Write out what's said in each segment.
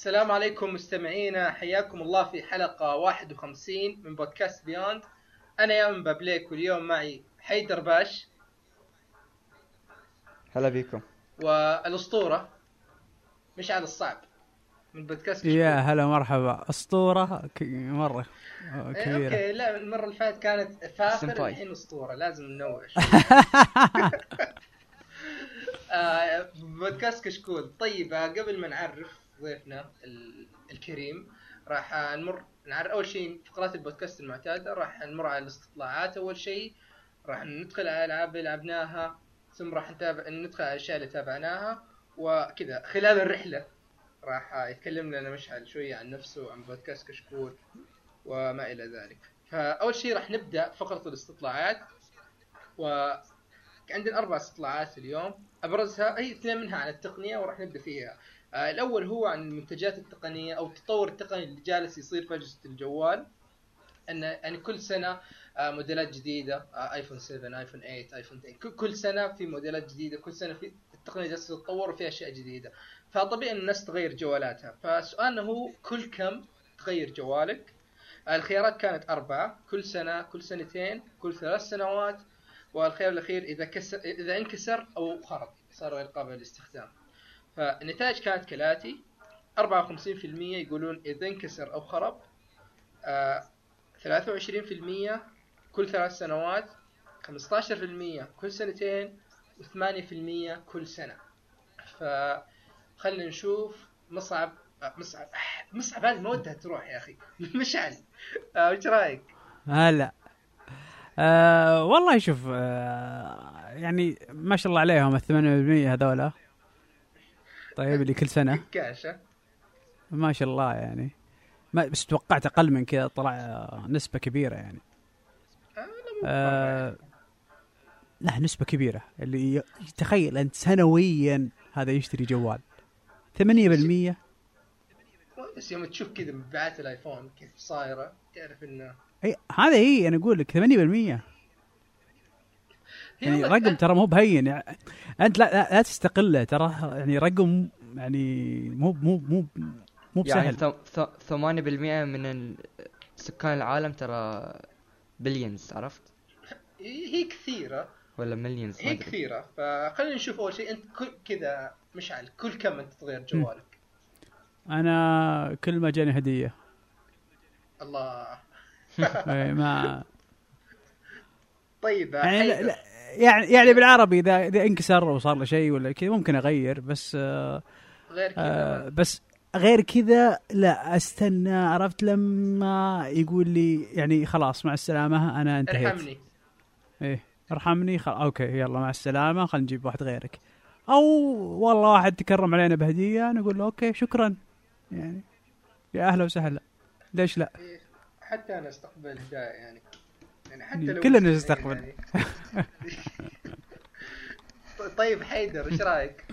السلام عليكم مستمعينا، حياكم الله في حلقة 51 من بودكاست بيوند. أنا يوم بابليك، واليوم معي حيدر باش هلا بيكم. والأسطورة مشعل الصعب من بودكاست يا كشكول. هلا مرحبا أسطورة مرة كبيرة. أوكي، لا المرة اللي فاتت كانت فاخر، سنباي. الحين أسطورة، لازم ننوع شوي. بودكاست كشكول. طيب، قبل ما نعرف ضيفنا الكريم، راح نعرف أول شيء فقرات البودكاست المعتادة. راح نمر على الاستطلاعات. أول شيء راح ندخل على ألعاب لعبناها، ثم راح ندخل على الأشياء اللي تابعناها، وكذا خلال الرحلة راح يتكلم لنا مشعل شوية عن نفسه وعن بودكاست كشكول وما إلى ذلك. فأول شيء راح نبدأ فقرة الاستطلاعات، وعندنا 4 استطلاعات اليوم. أبرزها أي 2 منها عن التقنية وراح نبدأ فيها. الأول هو عن المنتجات التقنية أو التطور التقني اللي جالس يصير في أجهزة الجوال. أن كل سنة موديلات جديدة، آيفون 7، آيفون 8، آيفون 10، كل سنة في موديلات جديدة، كل سنة في التقنية جالسة تتطور وفي أشياء جديدة. فطبيعي أن الناس تغير جوالاتها. فسؤالنا هو كل كم تغير جوالك؟ الخيارات كانت 4: كل سنة، كل سنتين، كل 3 سنوات، والخيار الأخير إذا انكسر أو خرب صار غير قابل للاستخدام. فالنتائج كانت كالآتي: 54% يقولون إذا انكسر أو خرب، 23% كل 3 سنوات، 15% كل سنتين، و8% كل سنة. فخلنا نشوف مصعب هذه مودها تروح يا أخي. مشعل، وش رأيك؟ هلا والله شوف، يعني ما شاء الله عليهم 8% هذولا. طيب اللي كل سنة كاشة ما شاء الله يعني. ما بس توقعت أقل من كذا، طلع نسبة كبيرة يعني. لا نسبة كبيرة. اللي تخيل أنت سنويا هذا يشتري جوال 8%. بس يوم تشوف كذا مبيعات الايفون كيف صايرة تعرف انه هذا هي أنا أقول لك 8%. يعني رقم ترى مو بهين يعني. أنت لا تستقله ترى، يعني رقم يعني مو بسهل. يعني 8% من سكان العالم ترى بليونز، عرفت؟ هي كثيرة ولا مليونز، ما هي ادري. كثيرة. فخلينا نشوف اول شيء، انت كذا مشعل كل كم انت تغير جوالك؟ انا كل ما جاني هدية. الله. ما طيب يعني لا يعني بالعربي اذا انكسر وصار له شيء ولا كذا ممكن اغير، بس غير كذا بس غير كذا لا استنى، عرفت؟ لما يقول لي يعني خلاص مع السلامة انا انتهيت. ارحمني. ايه ارحمني اوكي يلا مع السلامة، خلينا نجيب واحد غيرك. او والله واحد تكرم علينا بهدية نقول له اوكي شكرا، يعني يا اهلا وسهلا، ليش لا؟ حتى انا استقبل هدايا يعني حتى لو كلنا نستقبل يعني. طيب حيدر، ايش رايك؟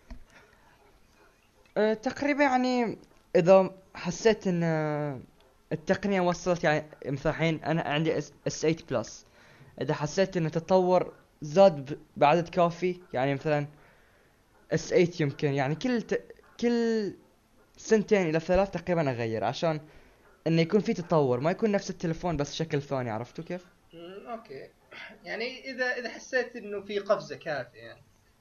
تقريبا يعني اذا حسيت ان التقنية وصلت، يعني مثلا الحين انا عندي S8 بلس، اذا حسيت ان التطور زاد بعدد كافي، يعني مثلا S8 يمكن يعني كل سنتين الى 3 تقريبا اغير، عشان انه يكون في تطور، ما يكون نفس التلفون بس شكل ثاني، عرفتوا كيف؟ اوكي، يعني اذا حسيت انه في قفزة كافية يعني.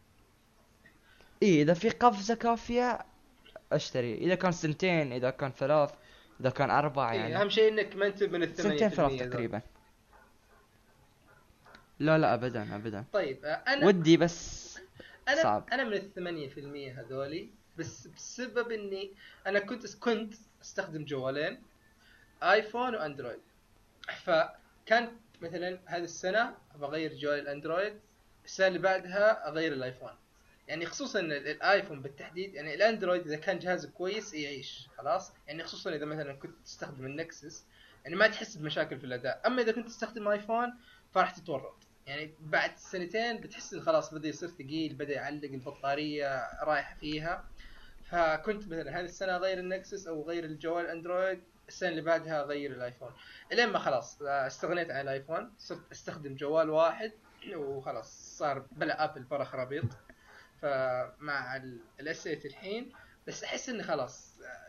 اذا في قفزة كافية اشتري، اذا كان سنتين، اذا كان 3، اذا كان 4، يعني اهم شيء انك ما انت من سنتين 3 8% تقريبا. لا ابدا. طيب انا ودي بس صعب. انا من 8% هذولي، بس بسبب اني انا كنت استخدم جوالين، ايفون واندرويد. فكان مثلا هذه السنة بغير جوال الاندرويد، السنة اللي بعدها اغير الايفون. يعني خصوصا الايفون بالتحديد، يعني الاندرويد اذا كان جهازك كويس يعيش خلاص، يعني خصوصا اذا مثلا كنت تستخدم النكسس يعني ما تحس بمشاكل في الاداء. اما اذا كنت تستخدم ايفون فراح تتورط، يعني بعد سنتين بتحس ان خلاص بدا يصير ثقيل، بدا يعلق، البطارية رايحة فيها. فكنت مثلا هذه السنة اغير النكسس او اغير الجوال اندرويد، السنة اللي بعدها اغير الايفون، الين ما خلاص استغنيت عن الايفون، صرت استخدم جوال واحد وخلاص صار بلا ابل برا خرابيط. فمع الاس 8 الحين بس احس اني خلاص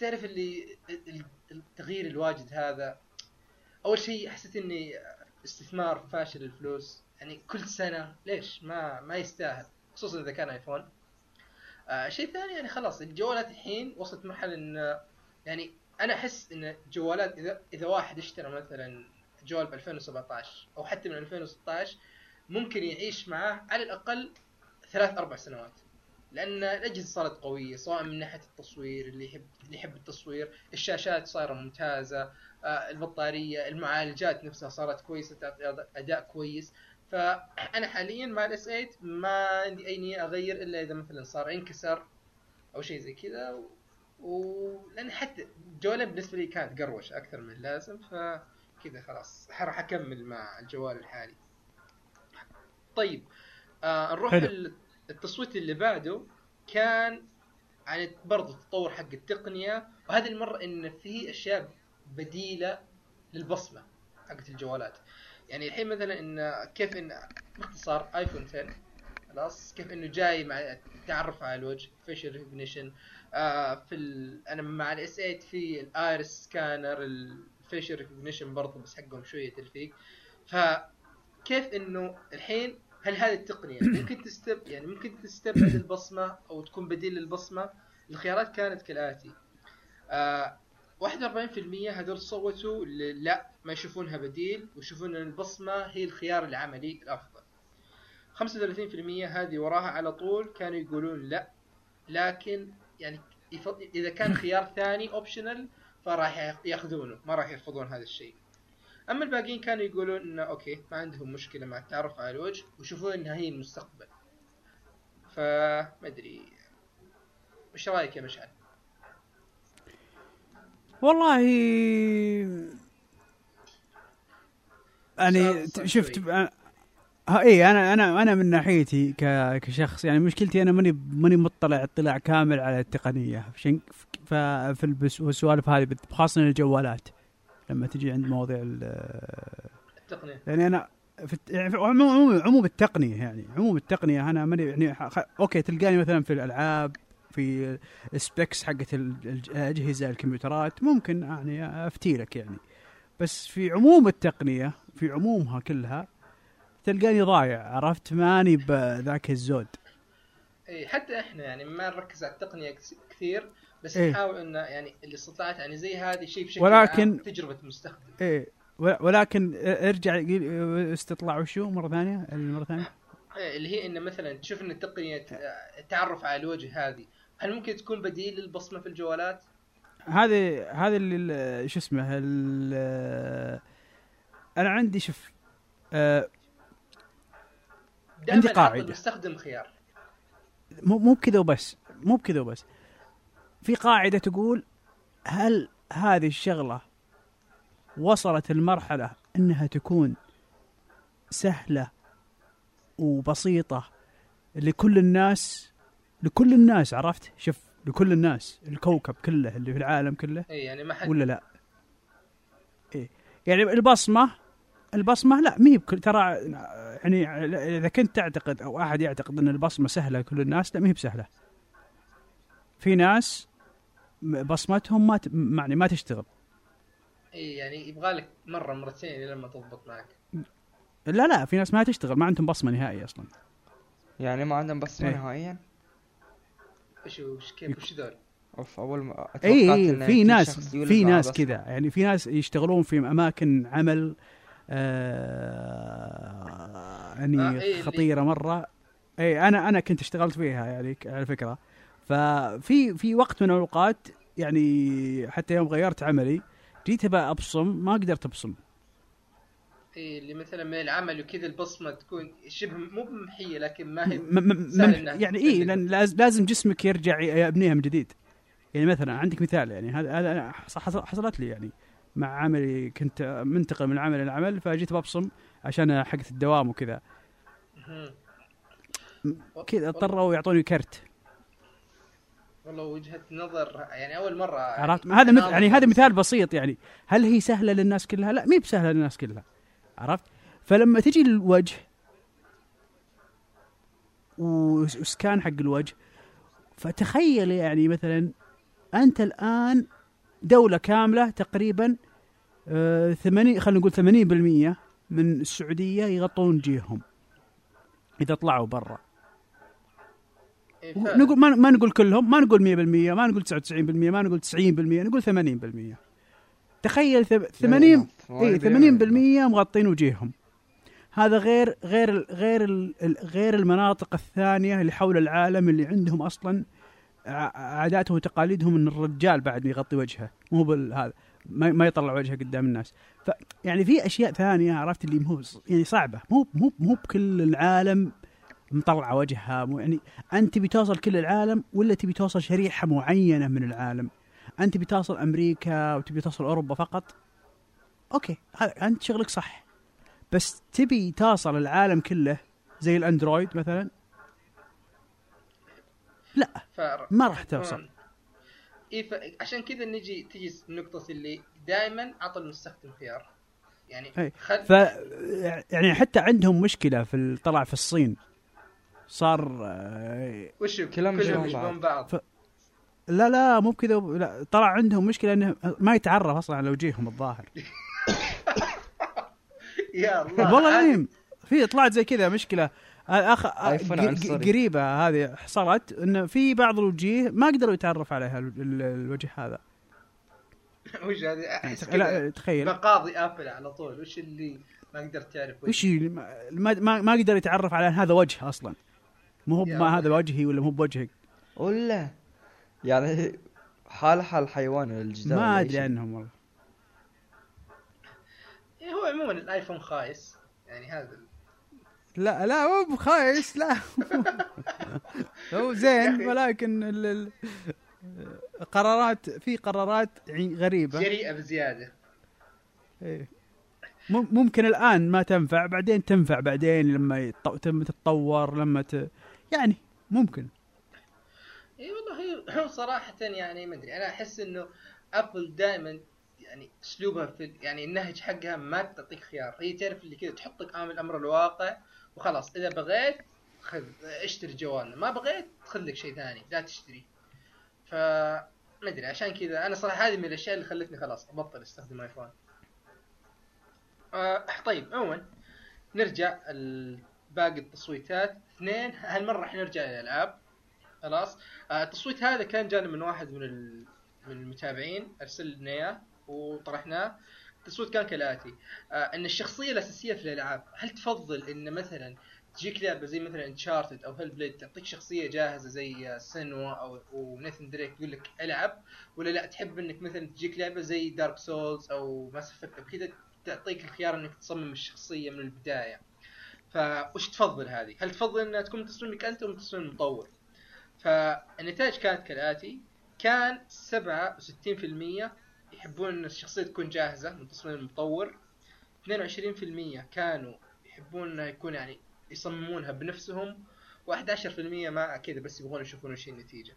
تعرف اللي التغيير الواجد هذا. اول شيء حسيت اني استثمار فاشل الفلوس، يعني كل سنه ليش ما يستاهل، خصوصا اذا كان ايفون. شيء ثاني يعني خلاص الجوالات الحين وصلت مرحله ان يعني انا احس ان الجوالات اذا واحد اشترى مثلا جوال ب 2017 او حتى من 2016 ممكن يعيش معاه على الاقل 3-4 سنوات، لان الاجهزه صارت قويه سواء من ناحيه التصوير، اللي يحب التصوير، الشاشات صايره ممتازه، البطاريه، المعالجات نفسها صارت كويسه تعطي اداء كويس. فانا حاليا مع الاس 8 ما عندي اي نيه اغير الا اذا مثلا صار انكسر او شيء زي كذا، لان حتى الجوال بالنسبه لي كانت قروش اكثر من اللازم، فكذا خلاص راح اكمل مع الجوال الحالي. طيب نروح التصويت اللي بعده، كان عن برضو التطور حق التقنيه، وهذه المره ان فيه اشياء بديله للبصمه حقت الجوالات. يعني الحين مثلا ان كيف ان باختصار ايفون 10 خلاص كيف انه جاي مع التعرف على الوجه فيشل ريكوجنيشن. انا مع الاس 8 في الايرس سكانر الفيشل ريكوجنيشن برضه بس حقهم شويه تلفيق. فكيف انه الحين هل هذه التقنيه ممكن تستبعد البصمه او تكون بديل للبصمه؟ الخيارات كانت كالاتي: 41% هذول صوتوا لا ما يشوفونها بديل ويشوفون ان البصمه هي الخيار العملي الافضل. 35% هذه وراها على طول كانوا يقولون لا، لكن يعني اذا كان خيار ثاني اوبشنال فراح ياخذونه، ما راح يرفضون هذا الشيء. اما الباقيين كانوا يقولون انه اوكي ما عندهم مشكله مع التعرف على الوجه ويشوفون انها هي المستقبل. فما ادري ايش رايك يا مشعل؟ والله يعني شفت انا من ناحيتي كشخص يعني مشكلتي انا ماني مطلع اطلاع كامل على التقنيه في السوالف هذه خاصه الجوالات لما تجي عند مواضيع التقنيه. يعني انا في عموم التقنيه، يعني عموم التقنيه انا ماني يعني اوكي تلقاني مثلا في الالعاب في السبيكس حقت الاجهزه الكمبيوترات ممكن يعني افتيلك يعني، بس في عموم التقنيه في عمومها كلها تلقاني ضايع، عرفت؟ ماني بذاك الزود. اي حتى احنا يعني ما نركز على التقنيه كثير، بس نحاول انه يعني الاستطلاعات يعني زي هذه شيء بشكل عام تجربه المستخدم. ولكن ارجع استطلاع وشو مره ثانيه اللي هي ان مثلا تشوف ان التقنيه التعرف على الوجه هذه هل ممكن تكون بديل للبصمه في الجوالات؟ هذا اللي شو اسمه انا عندي شوف عندي قاعده المستخدم خيار مو بكذا وبس في قاعده تقول هل هذه الشغله وصلت المرحله انها تكون سهله وبسيطه لكل الناس عرفت؟ شوف لكل الناس الكوكب كله اللي في العالم كله يعني ما حد ولا لا؟ يعني البصمه لا مي ترى يعني اذا كنت تعتقد او احد يعتقد ان البصمه سهله لكل الناس، لا ما هي بسهله. في ناس بصمتهم ما تشتغل. يعني يبغى لك مره مرتين لما تضبط معك. لا في ناس ما تشتغل، ما عندهم بصمه نهائيه اصلا. يعني ما عندهم بصمه نهائيا؟ كيف وش ذول؟ اول ما اتوقعت في ناس كذا، يعني في ناس يشتغلون في اماكن عمل يعني خطيره مره. انا كنت اشتغلت فيها يعني على فكره. ففي وقت من الاوقات يعني حتى يوم غيرت عملي جيت ابى ابصم ما قدرت ابصم. اللي مثلا من العمل وكذا البصمه تكون شبه مو بمحيه لكن ما هي يعني لان لازم جسمك يرجع يبنيها من جديد. يعني مثلا عندك مثال، يعني هذا حصلت لي يعني مع عملي، كنت منتقل من عمل إلى عمل فجيت ببصم عشان حقة الدوام وكذا كذا اضطروا يعطوني كرت. والله وجهة نظر يعني أول مرة عرفت. هذا مثال بسيط. يعني هل هي سهلة للناس كلها؟ لا، مي بسهلة للناس كلها، عرفت. فلما تجي الوجه وسكان حق الوجه، فتخيل يعني مثلا انت الان دوله كامله تقريبا 80 خلينا نقول 80% من السعوديه يغطون جيهم اذا طلعوا برا. نقول ما نقول كلهم، ما نقول 100%، ما نقول 99%، ما نقول 90%، نقول 80%. تخيل 80% مغطين وجيههم. هذا غير المناطق الثانية اللي حول العالم اللي عندهم أصلا عاداتهم وتقاليدهم إن الرجال بعد يغطي وجهه، مو بالهذا ما يطلع وجهه قدام الناس. يعني في أشياء ثانية عرفت اللي مو يعني صعبة، مو بكل العالم مطلع وجهها. يعني أنت بتوصل كل العالم ولا تبي توصل شريحة معينة من العالم؟ أنت بتوصل أمريكا وتبي توصل أوروبا فقط، أوكي أنت شغلك صح. بس تبي توصل العالم كله زي الأندرويد مثلا، لا ما راح توصل. عشان كذا تجي النقطة اللي دائما عطى المستخدم خيار. يعني يعني حتى عندهم مشكلة في طلع في الصين صار كلهم يشبهون بعض. لا مو بكذا، لا طلع عندهم مشكلة انه ما يتعرف اصلا على وجيههم الظاهر. يا الله والله في طلعت زي كذا مشكلة قريبة هذه حصلت، انه في بعض الوجيه ما قدروا يتعرف عليها الوجه هذا. وش هذه؟ لا تخيل مقاضي ابل على طول. وش اللي ما قدرت تعرف وش ما قدر يتعرف على هذا وجه اصلا، مو ما هذا وجهي ولا مو بوجهك ولا يعني حال حيوان الجدار ما ادري عنهم والله. هو عموما الايفون خايس يعني هذا لا مو خايس، لا هو زين، ولكن قرارات غريبة جريئة بزيادة. إيه. ممكن الآن ما تنفع، بعدين تنفع بعدين لما تتطور يعني ممكن. اي والله هو صراحة يعني ما ادري، انا احس انه ابل دائما يعني اسلوبها في يعني النهج حقها ما تعطيك خيار. هي تعرف اللي كذا تحطك امام الامر الواقع وخلاص. اذا بغيت خذ اشتري جوالنا، ما بغيت خذ لك شيء ثاني لا تشتري. ما ادري عشان كذا انا صراحة هذه من الاشياء اللي خلتني خلاص ابطل استخدم ايفون. طيب عموما نرجع باقي التصويتات 2. هالمرة راح نرجع للألعاب. خلاص التصويت هذا كان جانا من واحد من المتابعين أرسل لنا إياه وطرحناه. التصويت كان كالآتي: أن الشخصية الأساسية في الألعاب، هل تفضل إن مثلا تجيك لعبة زي مثلا انشارتد أو هالبليد تعطيك شخصية جاهزة زي سينوا أو نيثن دريك تقول لك ألعب، ولا لا تحب إنك مثلا تجيك لعبة زي دارك سولز أو ماس إفكت أو كذا تعطيك الخيار إنك تصمم الشخصية من البداية؟ فوش تفضل هذه؟ هل تفضل إنها تكون تصميمك أنت أو تصميم المطور؟ فالنتائج كانت كالآتي: كان 67% يحبون أن الشخصية تكون جاهزة من تصميم المطور، 22% كانوا يحبون أنها يكون يعني يصممونها بنفسهم، و11% ما كذا بس يبغون يشوفون وش النتيجة.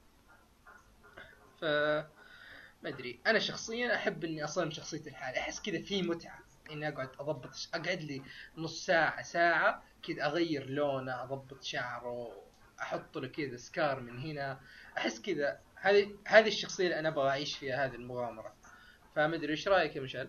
ما أدري، أنا شخصيا أحب إني أصمم شخصيتي الحالة، أحس كذا في متعة إني أقعد لي نص ساعة كذا أغير لونه، أضبط شعره، أحط له كذا سكار من هنا. أحس كذا هذه الشخصية اللي أنا أبغى أعيش فيها هذه المغامرة. فما أدري إيش رأيك يا مشعل؟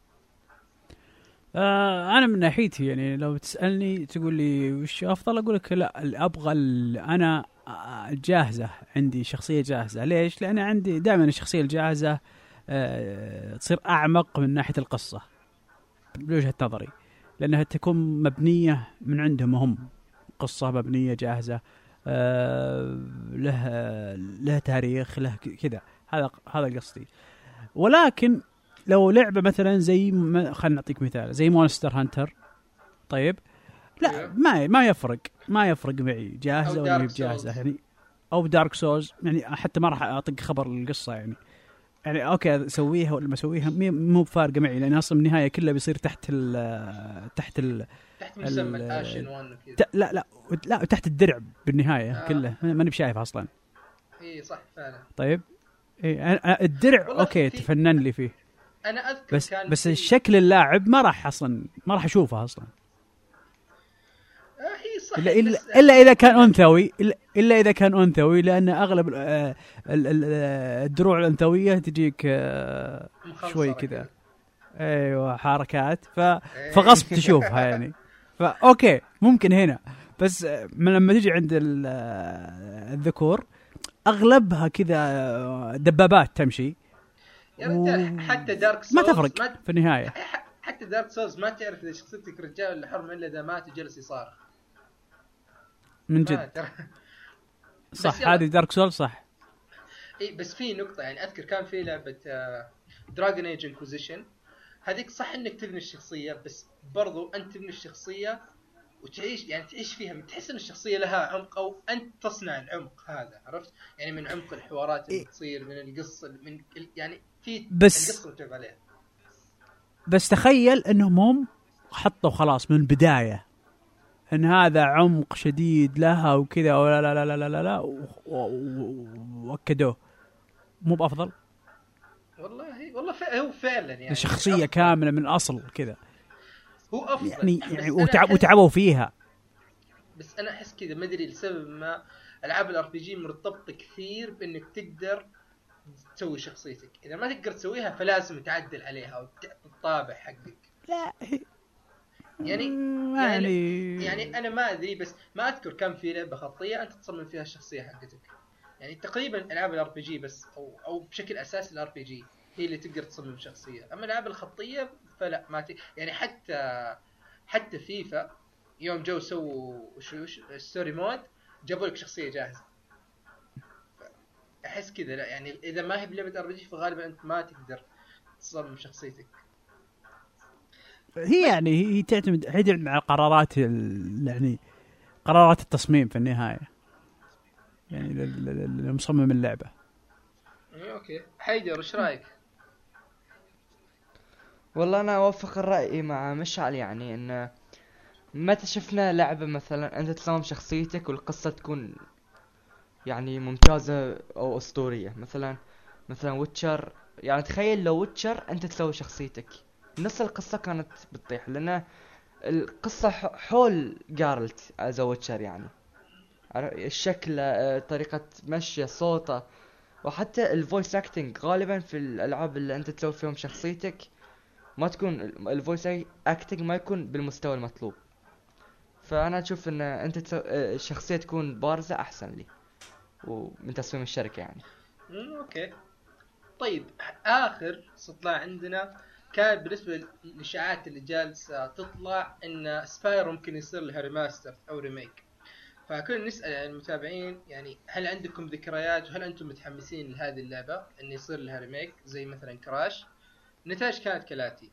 أنا من ناحيتي يعني لو تسألني تقول لي وش أفضل، أقول لك لا، أبغى أنا جاهزة، عندي شخصية جاهزة. ليش؟ لأن عندي دائما الشخصية الجاهزة تصير أعمق من ناحية القصة بوجهة نظري، لأنها تكون مبنية من عندهم هم، قصة مبنية جاهزة، له تاريخ، له كذا. هذا قصدي. ولكن لو لعبة مثلا زي خلنا نعطيك مثال زي مونستر هانتر، طيب لا ما يفرق معي جاهزة ولا مش جاهزة يعني، أو دارك سولز يعني حتى ما راح أعطيك خبر القصة يعني أوكي سويها ولا ما سويها مو بفارقة معي، لأن أصلا النهاية كلها بيصير تحت مسمى الاشن 1 لا تحت الدرع بالنهاية كله ماني بشايف أصلا. إيه صح فعلا. طيب إيه الدرع أوكي تفنن لي فيه، أنا أذكر بس الشكل اللاعب ما راح أشوفه أصلا. هي الا اذا كان انثوي، الا اذا كان انثوي، لان اغلب الدروع الانثويه تجيك شوي كذا، ايوه حركات، فغصب تشوفها يعني. فاوكي ممكن هنا، بس لما تجي عند الذكور اغلبها كذا دبابات تمشي يا رجال. حتى دارك سولز ما تفرق في النهايه. حتى دارك سولز ما تعرف اذا شخصيتك رجال ولا حرمه الا اذا مات وجلس يصارخ من جد. صح، هذه دارك سولز صح. اي بس في نقطه يعني اذكر كان في لعبه دراجون ايج انكوزيشن، هذيك صح انك تبني الشخصيه، بس برضو انت تبني الشخصيه وتعيش يعني تعيش فيها، تحس ان الشخصيه لها عمق، او انت تصنع العمق هذا، عرفت يعني، من عمق الحوارات اللي تصير، من القصه، من يعني في بس القصه اللي عليها. بس تخيل انهم هم حطوا خلاص من البدايه ان هذا عمق شديد لها وكذا، ولا لا لا لا لا لا, لا واكدوه، مو بافضل؟ والله هو فعلا يعني شخصيه كامله من الاصل كذا، هو افضل يعني وتعبوا فيها. بس انا احس كذا ما ادري لسبب ما العاب الار بي جي مرتبطه كثير بانك تقدر تسوي شخصيتك، اذا ما تقدر تسويها فلازم تعدل عليها وتعطي الطابع حقك. لا يعني انا ما ادري، بس ما اذكر كم في لعبه خطيه انت تصمم فيها الشخصيه حقتك. يعني تقريبا العاب الار بي جي بس او بشكل اساسي الار بي جي هي اللي تقدر تصمم شخصيه، اما الالعاب الخطيه فلا ما يعني حتى فيفا يوم جو سووا ستوري مود جابوا لك شخصيه جاهزه. احس كذا لا يعني اذا ما هي بلعبه ار بي جي فغالبا انت ما تقدر تصمم شخصيتك. هي يعني هي تعتمد على قرارات يعني قرارات التصميم في النهايه، يعني لمصمم اللعبه. اوكي حيدر ايش رايك؟ والله انا اوافق الراي مع مشعل، يعني ان متى شفنا لعبه مثلا انت تصمم شخصيتك والقصه تكون يعني ممتازه او اسطوريه، مثلا ويتشر. يعني تخيل لو ويتشر انت تسوي شخصيتك نص القصه كانت بتطيح، لان القصه حول جارلت از ويتشر، يعني الشكل، طريقه مشي، صوته، وحتى الفويس اكتنج. غالبا في الالعاب اللي انت تسوي فيهم شخصيتك ما تكون الفويس اكتنج ما يكون بالمستوى المطلوب، فانا اشوف ان انت الشخصيه تكون بارزه احسن لي ومن تصميم الشركه يعني. اوكي طيب، اخر استطلاع عندنا كان بالنسبه للاشاعات اللي جالسه تطلع ان سبايرو ممكن يصير لها ريماستر او ريميك. فكنا نسال المتابعين يعني هل عندكم ذكريات وهل انتم متحمسين لهذه اللعبه ان يصير لها ريميك زي مثلا كراش؟ النتائج كانت كالاتي: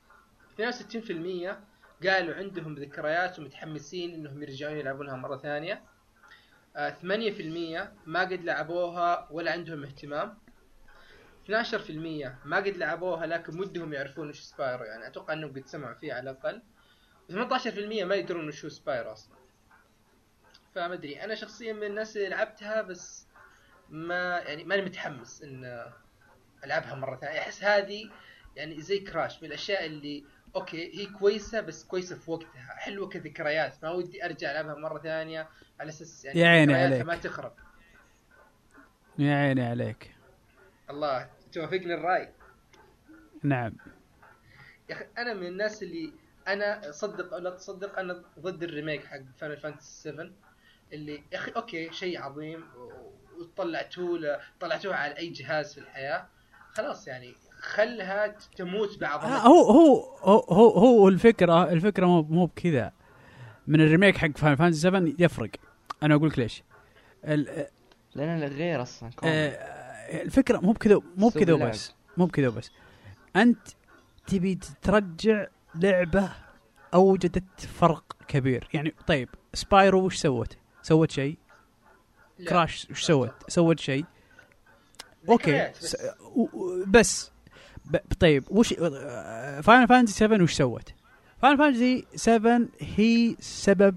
62% قالوا عندهم ذكريات ومتحمسين انهم يرجعون يلعبونها مره ثانيه. 8% ما قد لعبوها ولا عندهم اهتمام. 12% ما قد لعبوها لكن ودهم يعرفون ايش سبايرو، يعني اتوقع انهم قد سمعوا فيه على الاقل. 18% ما يدرون ايش هو سبايرو اصلا. فما ادري، انا شخصيا من الناس اللي لعبتها بس ما يعني ماني متحمس ان العبها مره ثانيه. احس هذه يعني زي كراش من الاشياء اللي اوكي هي كويسه بس كويسه في وقتها، حلوه كذكريات، ما ودي ارجع العبها مره ثانيه على اساس يعني يا عيني عليك ما تخرب. يا عيني عليك. الله توافقني الراي. نعم يا اخي انا من الناس اللي انا صدق او لا تصدق انا ضد الريميك حق فاينل فانتسي 7 اللي يا اخي اوكي شيء عظيم طلعتوها على اي جهاز في الحياه، خلاص يعني خلها تموت بعضها. هو الفكره مو بكذا. من الريميك حق فاينل فانتسي 7 يفرق. انا اقول لك ليش. لان غير اصلا الفكره مو بكذا وبس. انت تبي ترجع لعبه اوجدت فرق كبير يعني. طيب سبايرو وش سوت شيء؟ كراش وش سوت شيء؟ اوكي بس طيب وش فاينل فانتسي 7 وش سوت؟ فاينل فانتسي 7 هي سبب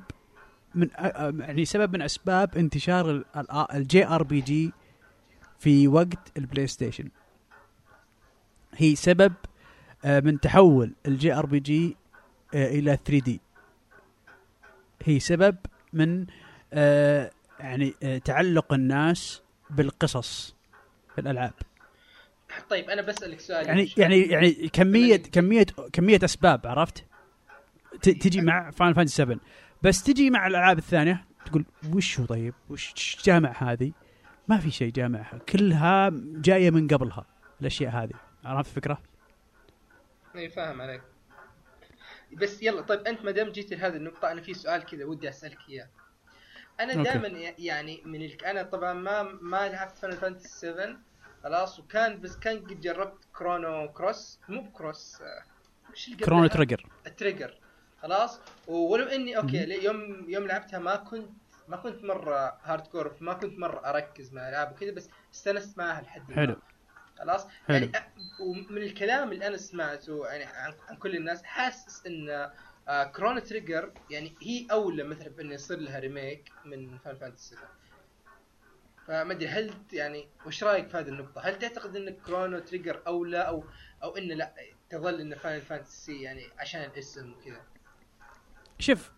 من اسباب انتشار الجي ار بي جي في وقت البلاي ستيشن. هي سبب من تحول الجي ار بي جي الى 3 دي. هي سبب من يعني تعلق الناس بالقصص في الالعاب. طيب انا بسالك سؤال، يعني كميه اسباب، عرفت؟ تجي مع فاينل فانتسي 7 بس تجي مع الالعاب الثانيه تقول وش هو؟ طيب وش جامع هذه؟ ما في شيء جامعها، كلها جايه من قبلها الاشياء هذه، عرفت الفكره؟ اي فاهم عليك. بس يلا طيب انت ما دام جيت لهذه النقطه، انا في سؤال كذا ودي اسالك اياه. انا دائما يعني انا طبعا ما لعبت فاينل فانتسي 7 خلاص، وكان بس كان قد جربت كرونو كروس، مو بكروس، وش اللي كرونو تريجر. التريجر خلاص. ولو اني اوكي يوم لعبتها ما كنت مره هاردكور، ما كنت مره اركز مع العاب وكذا، بس استانست معها لحد حلو خلاص. يعني ومن الكلام اللي انا سمعته يعني عن كل الناس، حاسس ان كرونو تريجر يعني هي اولى مثلا بانه يصير لها ريميك من فاينل فانتسي 7. فما ادري هل يعني وش رايك في هذه النقطه؟ هل تعتقد ان كرونو تريجر اولى او ان لا تظل ان فاينل فانتسي يعني عشان الاسم وكذا؟ شوف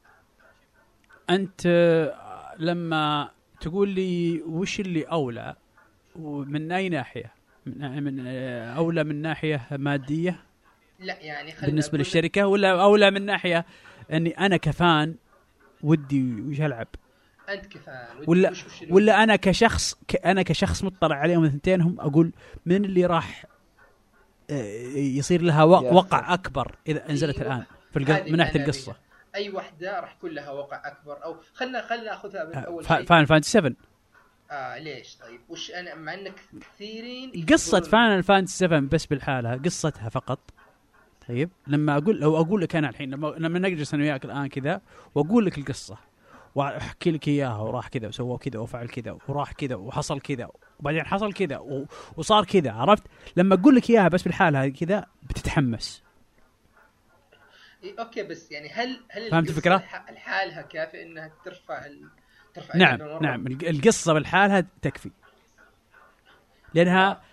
انت لما تقول لي وش اللي اولى ومن اي ناحيه، من اولى من ناحيه ماديه لا يعني بالنسبه للشركه، ولا اولى من ناحيه اني انا كفان ودي وش العب؟ انت كفان ولا انا كشخص مطلع عليهم الاثنتين، هم اقول من اللي راح يصير لها وقع اكبر اذا انزلت الان في من ناحيه القصه. اي واحده راح يكون لها وقع اكبر، او خلنا ناخذها من اول شيء فاينل فانتسي 7. ليش طيب؟ وش انا مع انك كثيرين قصه فاينل فانتسي 7 بس بالحالها قصتها فقط. طيب لما اقول لك انا الحين لما نجلس انا وياك الان كذا واقول لك القصه واحكي لك اياها، وراح كذا وسوى كذا وفعل كذا وراح كذا وحصل كذا وبعدين حصل كذا وصار كذا، عرفت؟ لما اقول لك اياها بس بالحالها كذا بتتحمس. اوكي بس يعني هل فهمت الفكره؟ الحالها كافيه انها ترفع نعم القصه بالحالها تكفي، لانها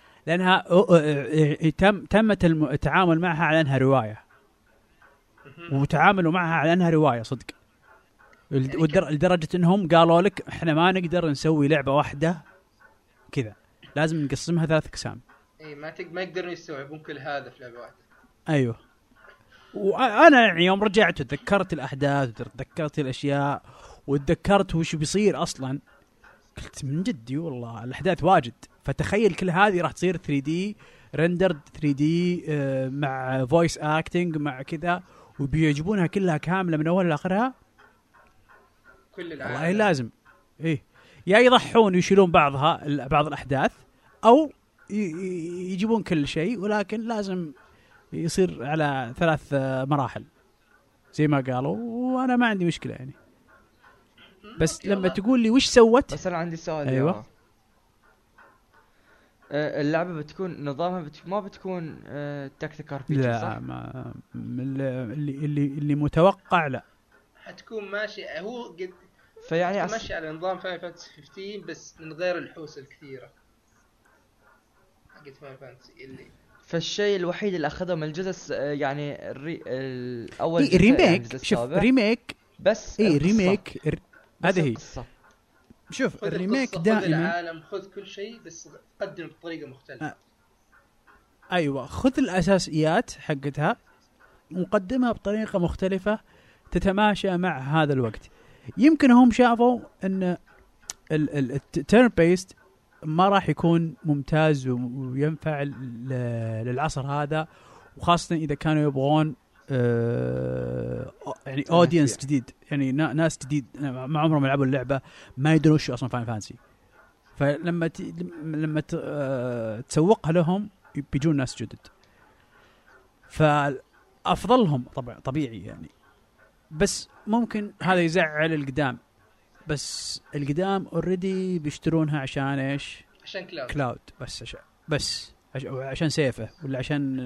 تمت التعامل معها على انها روايه، وتعاملوا معها على انها روايه صدق، لدرجه انهم قالوا لك احنا ما نقدر نسوي لعبه واحده كذا، لازم نقسمها 3 اقسام. اي ما يقدرون يستوعبون كل هذا في لعبه واحده. ايوه. وانا يعني يوم رجعت وتذكرت الاحداث وتذكرت الاشياء وتذكرت وش بيصير اصلا، قلت من جدي والله الاحداث واجد. فتخيل كل هذه راح تصير 3D رندرد 3D مع فويس اكتنج مع كذا، وبيعجبونها كلها كامله من اول لاخرها. كل العالم والله لازم يا يضحون ويشيلون بعض الاحداث، او يجيبون كل شيء، ولكن لازم يصير على 3 مراحل زي ما قالوا، وانا ما عندي مشكله يعني. بس لما تقول لي وش سوت، بس انا عندي سؤال. ايوه اللعبه بتكون نظامها ما بتكون تكتيك ار بي جي صح؟ لا ما اللي متوقع لا حتكون ماشي، هو قد فيعني ماشي على نظام فاينل فانتسي 15 بس من غير الحوسه الكثيره حقت فاينل فانتسي اللي. فالشيء الوحيد اللي اخذه من الجزء يعني الاول ريميك. شوف ريميك بس ريميك هذه هي. شوف الريميك دائما خذ العالم، خذ كل شيء، بس قدم بطريقه مختلفه. ايوه خذ الاساسيات حقتها وقدمها بطريقه مختلفه تتماشى مع هذا الوقت. يمكن هم شافوا ان التيرن بيست ما راح يكون ممتاز وينفع للعصر هذا، وخاصه اذا كانوا يبغون يعني اودينس جديد، يعني ناس جديد ما عمرهم يلعبوا اللعبه، ما يدرون شو اصلا فاين فانسي. فلما لما تسوقها لهم بيجون ناس جدد، فافضلهم طبيعي يعني. بس ممكن هذا يزعل القدام، بس القدام اوريدي بيشترونها عشان ايش؟ عشان كلاود بس عشان سيفه، ولا عشان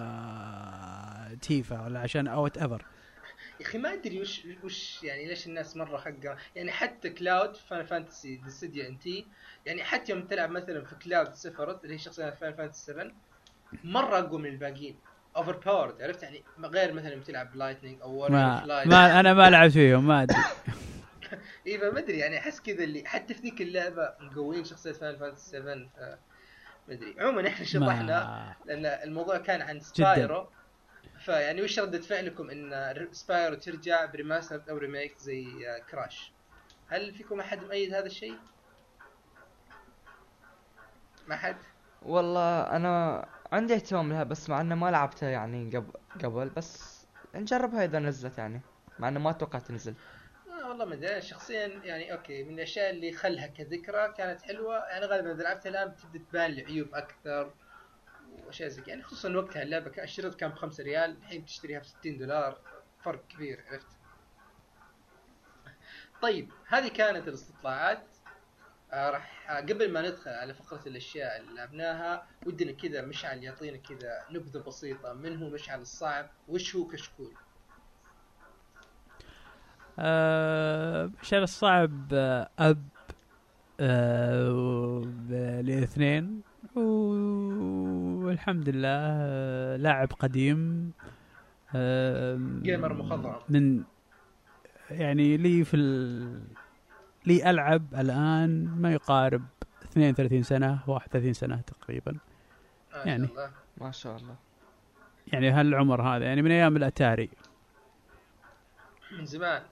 تيفا، ولا عشان اوت ايفر. يا اخي ما ادري وش يعني ليش الناس مره حقه يعني. حتى كلاود فاينل فانتسي ديسيديا انتي يعني، حتى يوم تلعب مثلا في كلاود سيفرت اللي هي شخصيه فاينل فانتسي 7 مره اقوى من الباقيين، اوفر باورد، عرفت يعني؟ غير مثلا بتلعب لايتنينج او وورير فلاي. ما انا ما لعبت فيهم، ما ادري. ايوه ما ادري يعني احس كذا اللي حتى في ذيك اللعبه مقوين شخصيه فاينل فانتسي 7 ما ادري. عموما احنا شطحنا ما لان الموضوع كان عن جدا. سبايرو. فيعني وش ردة فعلكم ان سبايرو ترجع بريماستر او ريميك زي كراش؟ هل فيكم احد مؤيد هذا الشيء؟ ما حد؟ والله انا عندي اهتمام لها، بس مع انه ما لعبتها يعني قبل بس نجربها اذا نزلت يعني، مع انه ما توقعت تنزل. والله ما ادري شخصيا يعني اوكي من الاشياء اللي خلها كذكرى كانت حلوه يعني. غالبا اذا لعبتها الان بتبدا تبان لي عيوب اكثر واشياء زي يعني، خصوصا وقتها اللعبه الشريط كان ب5 ريال، الحين تشتريها ب$60، فرق كبير عرفت. طيب هذه كانت الاستطلاعات. راح قبل ما ندخل على فقرة الأشياء اللي لعبناها ودنا كذا مشعل يعطينا كذا نبذة بسيطة من هو مشعل الصعب وش هو كشكول. مشعل الصعب أب الاثنين، والحمد لله لاعب قديم، جيمر مخضرم من يعني لي لي ألعب الآن ما يقارب 32 سنة 31 سنة تقريبا يعني. الله. ما شاء الله. يعني هالعمر هذا يعني من أيام الأتاري، من زمان.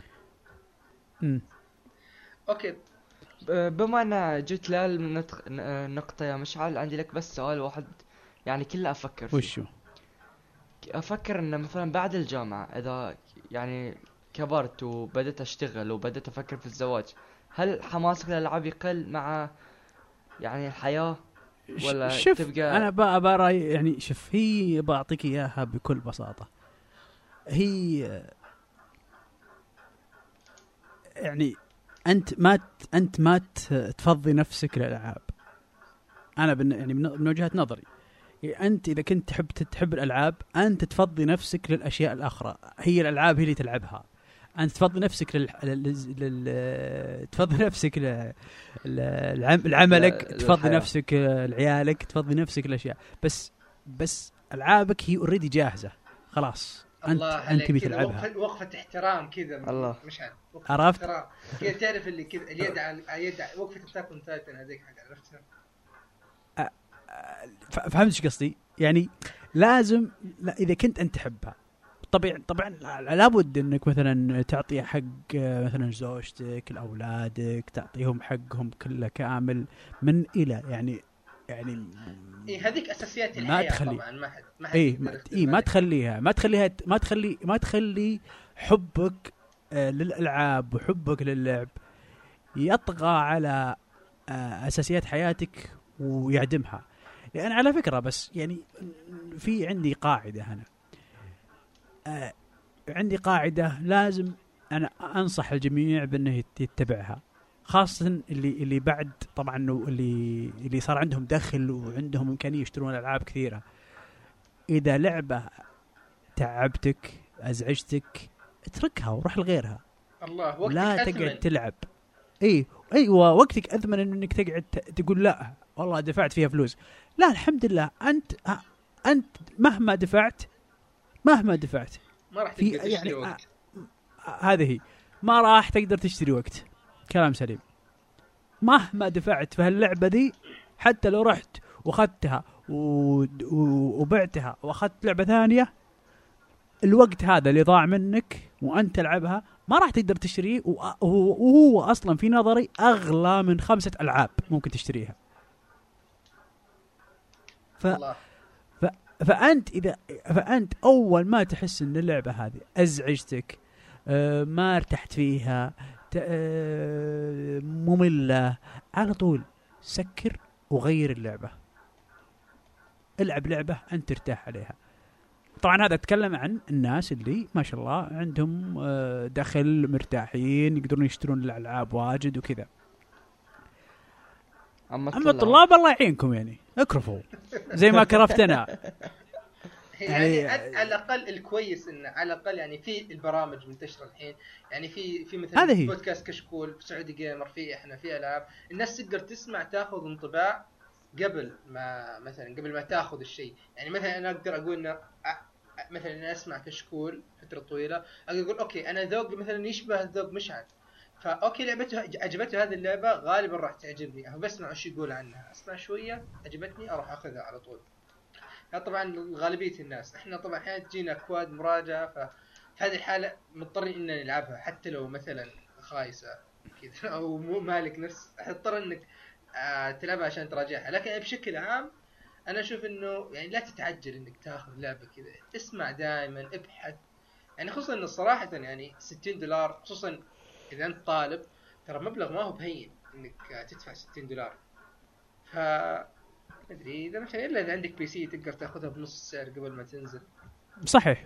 أوكي. بما أن جيت للنقطة يا مشعل، عندي لك بس سؤال واحد يعني كله أفكر فيه. وشو؟ أفكر أن مثلا بعد الجامعة إذا يعني كبرت وبدأت أشتغل وبدأت أفكر في الزواج، هل حماسك للألعاب يقل مع يعني الحياة ولا شوف تبقى؟ أنا برأي يعني شوف، هي بعطيك إياها بكل بساطة. هي يعني أنت ما تفضي نفسك للألعاب. أنا يعني من وجهة نظري يعني أنت إذا كنت تحب الألعاب أنت تفضي نفسك للأشياء الأخرى. هي الألعاب هي اللي تلعبها. أنت تفضي نفسك تفضي نفسك لعملك، تفضي نفسك لعيالك، تفضي نفسك الأشياء. بس ألعابك هي اوريدي جاهزة خلاص. أنت تبي تلعبها. وقفة احترام كذا. الله مش عرفت كذا تعرف اللي كذا اليد على يد وقفة التاك اون تايتن هذيك حق عرفتها. فهمت ايش قصدي يعني؟ لازم لا اذا كنت انت تحبها طبعا لابد انك مثلا تعطي حق مثلا زوجتك الاولادك، تعطيهم حقهم كله كامل من الى يعني هذيك اساسيات الحياه طبعا. ما حد ما تخلي حبك للالعاب وحبك للعب يطغى على اساسيات حياتك ويعدمها. لأن على فكرة بس يعني في عندي قاعدة هنا، عندي قاعدة لازم أنا أنصح الجميع بأنه يتبعها، خاصة اللي بعد طبعا اللي صار عندهم دخل وعندهم إمكانية يشترون ألعاب كثيرة. إذا لعبة تعبتك أزعجتك اتركها وروح لغيرها. الله وقتك لا أثمن. تقعد تلعب. ايوه وقتك اثمن انك تقعد تقول لا والله دفعت فيها فلوس. لا الحمد لله انت مهما دفعت ما راح تقدر تشتري يعني وقت. هذه ما راح تقدر تشتري وقت. كلام سليم. مهما دفعت في هاللعبة دي، حتى لو رحت واخذتها وبعتها واخذت لعبة ثانية، الوقت هذا اللي ضاع منك وانت تلعبها ما راح تقدر تشتريه، وهو اصلا في نظري اغلى من 5 ألعاب ممكن تشتريها. فانت اول ما تحس ان اللعبه هذه ازعجتك، ما ارتحت فيها، ممله، على طول سكر وغير اللعبه. العب لعبه انت ترتاح عليها. طبعا هذا اتكلم عن الناس اللي ما شاء الله عندهم دخل، مرتاحين، يقدرون يشترون الالعاب واجد وكذا. اما الطلاب الله يعينكم يعني، اكرفوا زي ما كرفتنا. يعني على الاقل الكويس انه على الاقل يعني في البرامج منتشره الحين، يعني في مثلا بودكاست كشكول، في سعودي جيمر، في احنا في العاب الناس تقدر تسمع تاخذ انطباع قبل ما تاخذ الشيء. يعني مثلا انا اقدر اقول انه مثلا انا اسمع كشكول فتره طويله، اقول اوكي انا ذوق مثلا يشبه ذوق مشعل، فاوكي لعبته عجبته هذه اللعبه غالبا راح تعجبني، هو بسمع ايش يقول عنها، اسمع شويه عجبتني اروح اخذها على طول. طبعا غالبيه الناس احنا طبعا احيانا تجينا اكواد مراجعه، ففي هذه الحاله مضطرين ان نلعبها حتى لو مثلا خايسه كذا او مو مالك نفس، هتضطر انك تلعبها عشان تراجعها. لكن بشكل عام انا اشوف انه يعني لا تتعجل انك تاخذ لعبه كذا، اسمع دائما، ابحث يعني، خصوصا ان صراحه يعني $60 خصوصا اذا انت طالب ترى مبلغ ما هو بهين انك تدفع $60. ف ما ادري اذا مثلا الا اذا عندك بي سي تقدر تاخذها بنص السعر قبل ما تنزل. صحيح.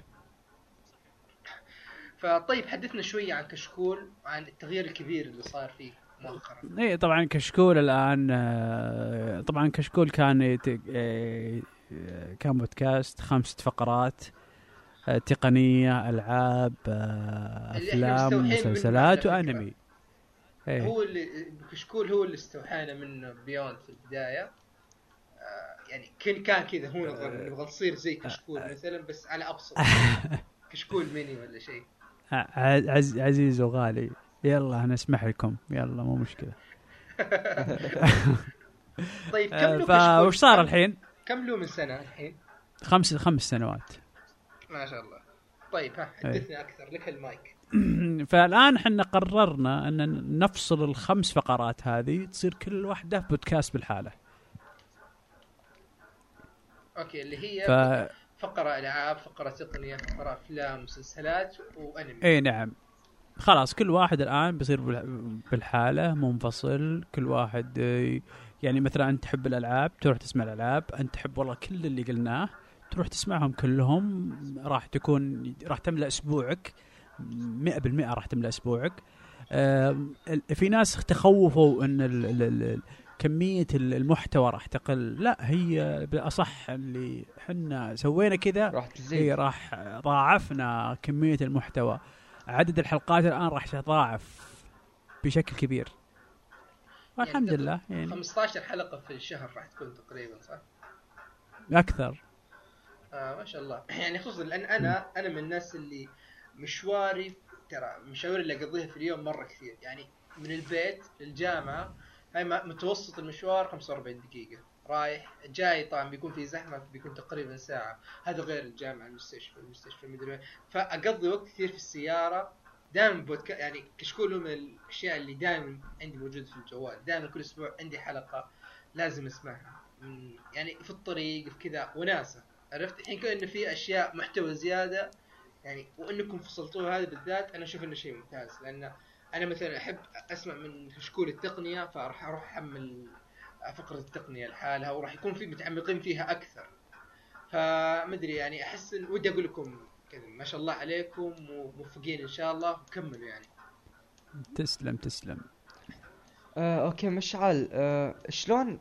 فطيب حدثنا شويه عن كشكول وعن التغيير الكبير اللي صار فيه مؤخرا. اي طبعا كشكول الان طبعا كشكول كان بودكاست 5 فقرات، تقنيه، العاب، افلام، مسلسلات وانمي. هو اللي كشكول هو اللي استوحينا منه بيوند في البدايه. يعني كان كذا هو نبغى نصير زي كشكول مثلا بس على ابسط كشكول ميني ولا شيء. عزيز وغالي يلا نسمح لكم، يلا مو مشكله. طيب كم له كشكول؟ وش صار الحين؟ كم له من سنه الحين؟ 5 سنوات ما شاء الله. طيب حدثنا اكثر، لك المايك. فالان احنا قررنا ان نفصل ال5 فقرات هذه تصير كل واحده بودكاست بالحاله. اوكي اللي هي فقره العاب، فقره تقنيه، فقره افلام، مسلسلات وانمي. اي نعم، خلاص كل واحد الان بيصير بالحاله منفصل. كل واحد يعني مثلا انت تحب الالعاب تروح تسمع الالعاب، انت تحب والله كل اللي قلناه تروح تسمعهم كلهم، راح تملأ اسبوعك 100%، راح تملأ اسبوعك. في ناس تخوفوا ان كمية المحتوى راح تقل، لا هي بالأصح اللي حنا سوينا كذا راح ضاعفنا كمية المحتوى. عدد الحلقات الآن راح يتضاعف بشكل كبير والحمد يعني لله. يعني 15 حلقة في الشهر راح تكون تقريبا صح؟ أكثر. ما شاء الله. يعني خصوصا لأن أنا من الناس اللي مشواري اللي أقضيها في اليوم مرة كثير. يعني من البيت للجامعة هاي متوسط المشوار 45 دقيقة رايح جاي، طبعا بيكون في زحمة بيكون تقريبا ساعة، هذا غير الجامعة المستشفى مدري. فأقضي وقت كثير في السيارة. دائما يعني كشكول من الأشياء اللي دائما عندي موجود في الجوال، دائما كل أسبوع عندي حلقة لازم أسمعها، يعني في الطريق في كذا وناسة. عرفت الحين كأنه في أشياء محتوى زيادة يعني، وإنكم فصلتوها هذا بالذات أنا أشوف إنه شيء ممتاز. لأن أنا مثلا أحب أسمع من كشكول التقنية، فراح أروح أحمل فقرة التقنية لحالها وراح يكون في متعمقين فيها أكثر. فمدري يعني أحس إن ودي أقول لكم كذا ما شاء الله عليكم وموفقين إن شاء الله وكملوا يعني. تسلم. أوكي مشعل، شلون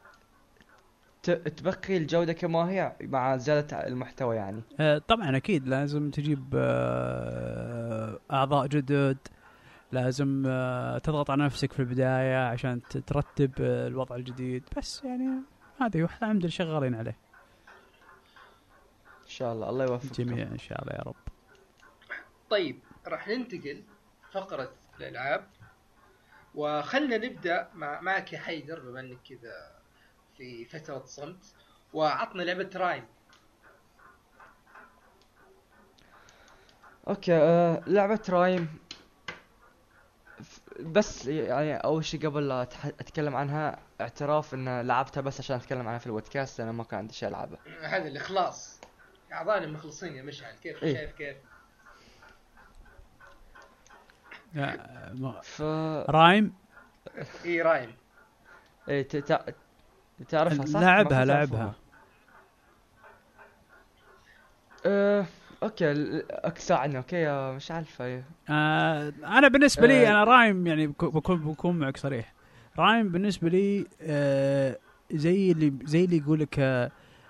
تبقي الجودة كما هي مع زيادة المحتوى يعني؟ طبعا أكيد لازم تجيب أعضاء جدد، لازم تضغط على نفسك في البداية عشان ترتب الوضع الجديد، بس يعني هذه الحمد لله شغالين عليه إن شاء الله. الله يوفقكم جميعا إن شاء الله يا رب. طيب راح ننتقل فقرة الألعاب، وخلنا نبدأ معك يا حيدر بما أنك كذا في فترة صمت، وعطنا لعبة رايم. اوكي لعبة رايم، بس يعني اول شيء قبل لا اتكلم عنها اعتراف ان لعبتها بس عشان اتكلم عنها في البودكاست، انا ما كان عندي شيء العبها. هذا الاخلاص، اعضائنا مخلصين يا مشعل. كيف شايف كيف رايم؟ اي رايم، اي تعرفها صح؟ لعبها اوكي ساعدني اوكي يا مش عارفه. انا بالنسبه لي انا رايم يعني بكون معك صريح. رايم بالنسبه لي زي اللي يقول لك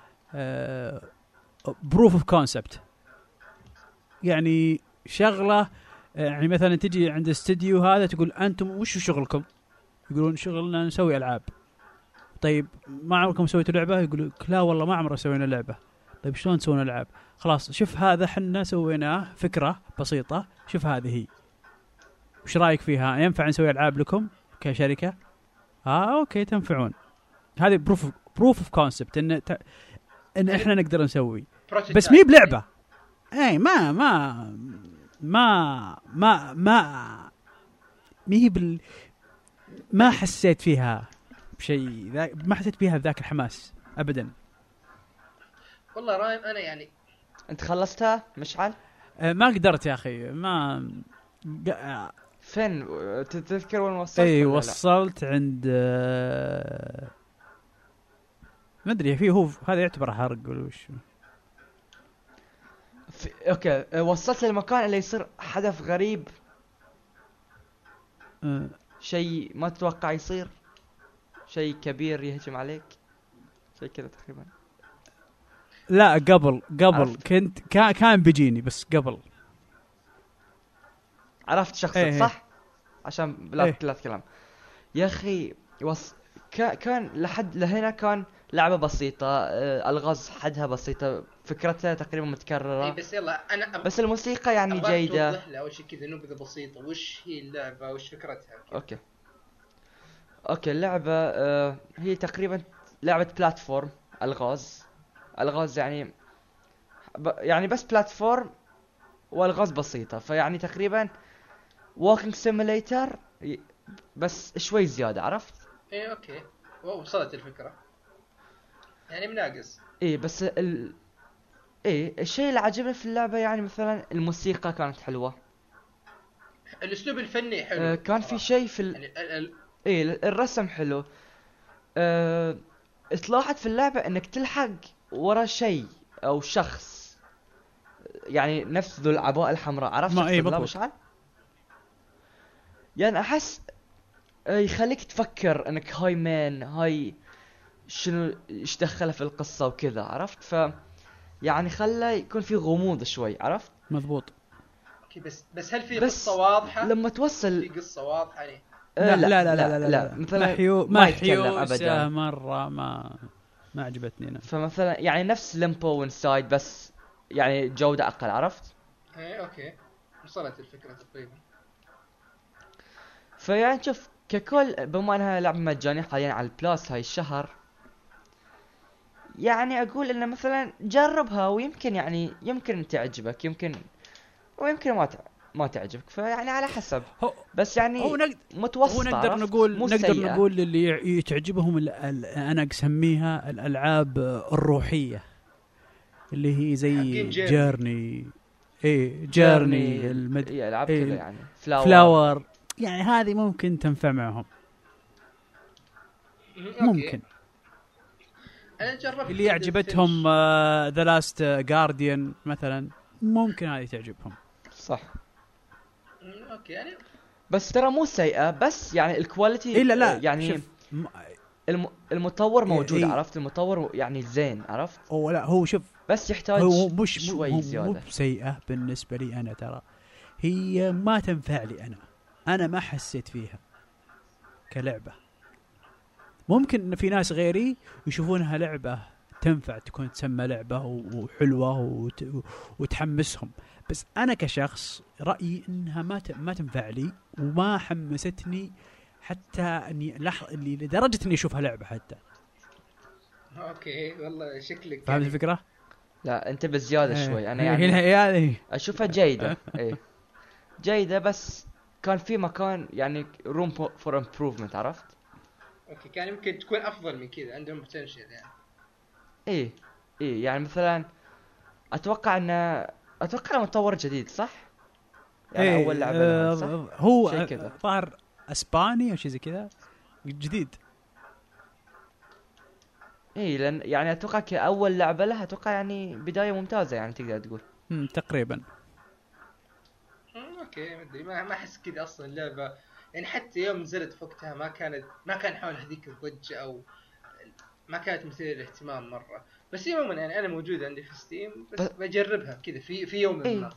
بروف اوف كونسبت، يعني شغله. يعني مثلا تجي عند استوديو هذا تقول انتم وش شغلكم؟ يقولون شغلنا نسوي العاب. طيب ما عمركم سويتوا لعبه؟ يقولوا لا والله ما عمرنا سوينا لعبه. طيب شلون تسوون العاب؟ خلاص شوف هذا حنا سويناه فكره بسيطه، شوف هذه هي. وش رايك فيها؟ ينفع نسوي العاب لكم كشركه؟ اوكي تنفعون. هذه بروف اوف كونسبت ان احنا نقدر نسوي، بس مي بلعبه. اي ما مي ما حسيت فيها بشيء ما حسيت فيها بذاك الحماس ابدا. والله رايم انا يعني انت خلصتها مشعل؟ ما قدرت يا اخي. ما فين تذكر وين وصلت؟ اي وصلت عند ما ادري فيه. هو هذا يعتبر حرق ولا وش؟ اوكي وصلت للمكان اللي يصير حدث غريب، شيء ما تتوقع يصير، شيء كبير يهجم عليك، شيء كذا تقريبا. لا قبل كنت كان بيجيني بس قبل عرفت شخصك ايه صح؟ عشان لا ايه. لا كلام يا اخي. كان لحد لهنا كان لعبة بسيطة، الغاز حدها بسيطة، فكرتها تقريبا متكررة. اي بس يلا انا بس الموسيقى يعني جيدة. توضح له اول شيء كذا نبذة بسيطة وش هي اللعبة وش فكرتها كدا. اوكي اللعبة هي تقريبا لعبة بلاتفورم الغاز يعني بس بلاتفورم والغاز بسيطة، فيعني تقريبا walking simulator بس شوي زيادة، عرفت؟ ايه اوكي وصلت الفكرة يعني مناقص. ايه بس ايه الشيء اللي عجبني في اللعبة يعني مثلا الموسيقى كانت حلوة، الاسلوب الفني حلو. كان في شيء في يعني ايه الرسم حلو. تلاحظ في اللعبة انك تلحق ورا شيء او شخص، يعني نفس ذو العباءة الحمراء، عرفت؟ ما ايه بالضبط. يعني احس يخليك تفكر انك هاي مان هاي شنو ايش دخله في القصة وكذا، عرفت؟ يعني خلى يكون في غموض شوي، عرفت؟ مضبوط. اوكي بس هل في قصة واضحة؟ لما توصل في قصة واضحة يعني لا مثلا ما يتكلم ابدا مرة ما عجبتني انا. فمثلا يعني نفس ليمبو وانسايد بس يعني جودة اقل، عرفت؟ ايه اوكي وصلت الفكرة تقريبا. فيعني شوف ككل بما انها لعبة مجانية حاليا على البلاس هاي الشهر، يعني اقول انه مثلا جربها ويمكن يعني يمكن تعجبك ويمكن ما تعجبك، فيعني على حسب. بس يعني متوسط، هو نقدر نقول اللي تعجبهم انا اسميها الالعاب الروحية اللي هي زي جيرني. ايه جيرني العاب كذا يعني فلاور يعني هذه ممكن تنفع معهم. ممكن انا جربت اللي يعجبتهم ذا لاست جارديان مثلا، ممكن هذه تعجبهم صح. اوكي يعني بس ترى مو سيئة، بس يعني الكواليتي لا يعني المطور موجود، عرفت؟ المطور يعني زين، عرفت؟ لا هو شوف بس يحتاج هو مش شوي زيادة. مو سيئة بالنسبة لي أنا، ترى هي ما تنفع لي أنا ما حسيت فيها كلعبة. ممكن إن في ناس غيري يشوفونها لعبة تنفع تكون تسمى لعبة وحلوة وتحمسهم، بس أنا كشخص رأيي إنها ما تنفع لي وما حمستني حتى إني اللي لدرجة إني أشوفها لعبة حتى. اوكي والله شكلك فهمت الفكرة؟ لا انت بزيادة شوي. انا يعني اشوفها جيدة ايه جيدة، بس كان في مكان يعني room for improvement، عرفت؟ اوكي كان يمكن تكون افضل من كذا، عندهم potential يعني. ايه يعني مثلا اتوقع مطور جديد صح؟ يعني اول لعبة صح؟ هو ظهر اسباني او شيء زي كذا جديد. ايه لان يعني اتوقع كاول لعبة لها اتوقع يعني بداية ممتازة يعني تقدر تقول. تقريبا. اوكي مدري ما احس كذا اصلا اللعبة يعني، حتى يوم نزلت في وقتها ما كان حول هذيك الضجة او ما كانت مثيرة للاهتمام مرة. بس عموما يعني انا موجود عندي في ستيم بس بجربها كذا في يوم ما.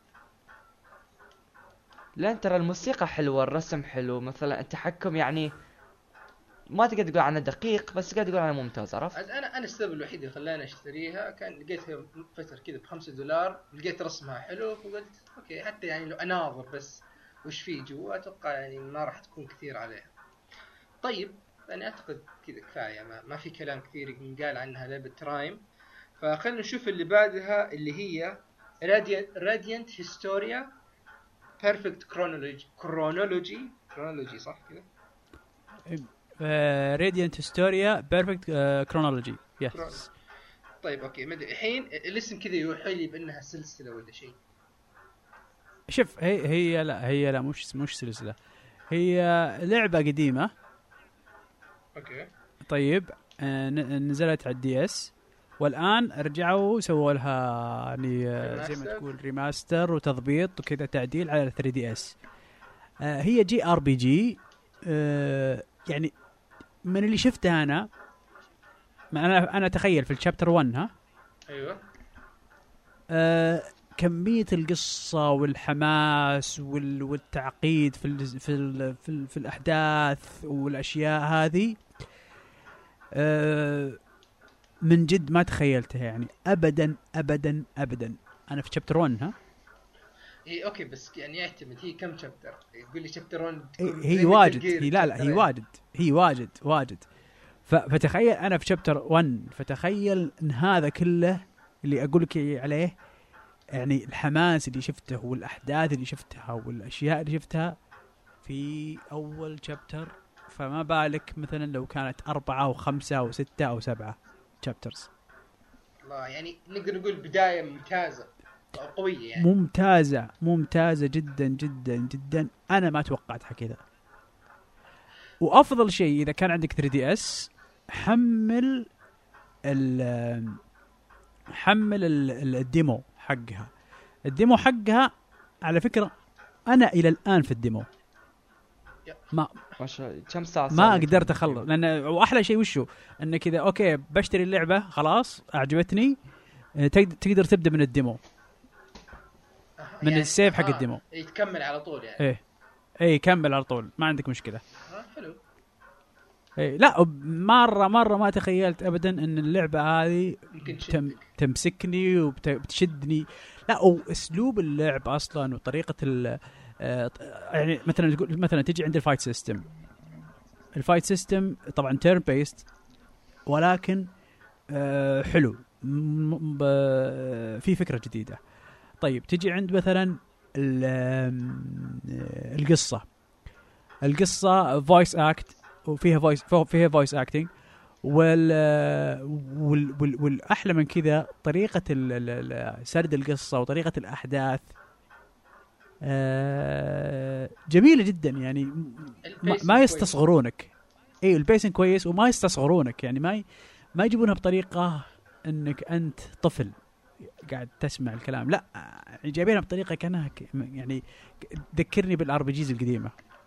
لان ترى الموسيقى حلوة، الرسم حلو، مثلا التحكم يعني ما تقدر تقول عنه دقيق بس تقدر تقول عنه ممتاز، عرفت؟ انا السبب الوحيد اللي خلاني اشتريها كان لقيتها فترة كذا $5، لقيت رسمها حلو فقلت اوكي حتى يعني لو اناظر بس وش فيه جوا، اتوقع يعني ما راح تكون كثير عليها. طيب انا اعتقد كذا كفايه، ما في كلام كثير ينقال عنها لعبه ترايم. فخلنا نشوف اللي بعدها اللي هي راديانت هيستوريا بيرفكت كرونولوجي صح كذا؟ راديانت هيستوريا بيرفكت كرونولوجي يس. طيب اوكي، مدري الحين الاسم كذا يوحي لي بانها سلسله ولا شيء. شوف هي لا مش سلسله، هي لعبه قديمه. اوكي طيب نزلت على الدي اس، والان رجعوا سووا لها يعني زي ما تقول ريماستر وتضبيط وكذا تعديل على 3 دي اس. هي جي ار بي جي. يعني من اللي شفته انا اتخيل في الشابتر 1 ها ايوه كمية القصة والحماس والتعقيد في الأحداث والأشياء هذه من جد ما تخيلتها يعني أبدا أبدا أبدا. أنا في شابتر 1 ها اي اوكي، بس يعني يعتمد هي كم شابتر. يقول لي شابتر 1 هي واجد، هي لا هي واجد. فتخيل أنا في شابتر 1، فتخيل إن هذا كله اللي أقول لك عليه يعني الحماس اللي شفته والأحداث اللي شفتها والأشياء اللي شفتها في أول شابتر، فما بالك مثلا لو كانت 4 و5 و6 أو 7 شابترز. الله، يعني نقدر نقول بداية ممتازة أو قوية يعني. ممتازة جدا جدا جدا. أنا ما توقعتها كذا. وأفضل شيء إذا كان عندك 3DS حمل الديمو حقها. الديمو حقها على فكرة أنا إلى الآن في الديمو ما كم ساعة ما قدرت أخلص، لأن وأحلى شيء وشو أنك كذا أوكي بشتري اللعبة خلاص أعجبتني، تقدر تبدأ من الديمو من يعني السيف حق الديمو يتكمل على طول يعني. إيه كمل على طول ما عندك مشكلة. حلو. إيه لا مرة ما تخيلت أبدا أن اللعبة هذه تمسكني وبتشدني. لا وأسلوب اللعب أصلا وطريقة يعني مثلا تجي عند الفايت سيستم طبعا تيرن بيست، ولكن حلو في فكرة جديدة. طيب تجي عند مثلا القصة فويس اكت وفيها فويس اكتنج والاحلى من كذا طريقه سرد القصه وطريقه الاحداث جميله جدا يعني. ما يستصغرونك. اي البيسنج كويس وما يستصغرونك يعني ما يجيبونها بطريقه انك انت طفل قاعد تسمع الكلام، لا جايبينها بطريقه كانها يعني ذكرني بالار بي جيز القديمه.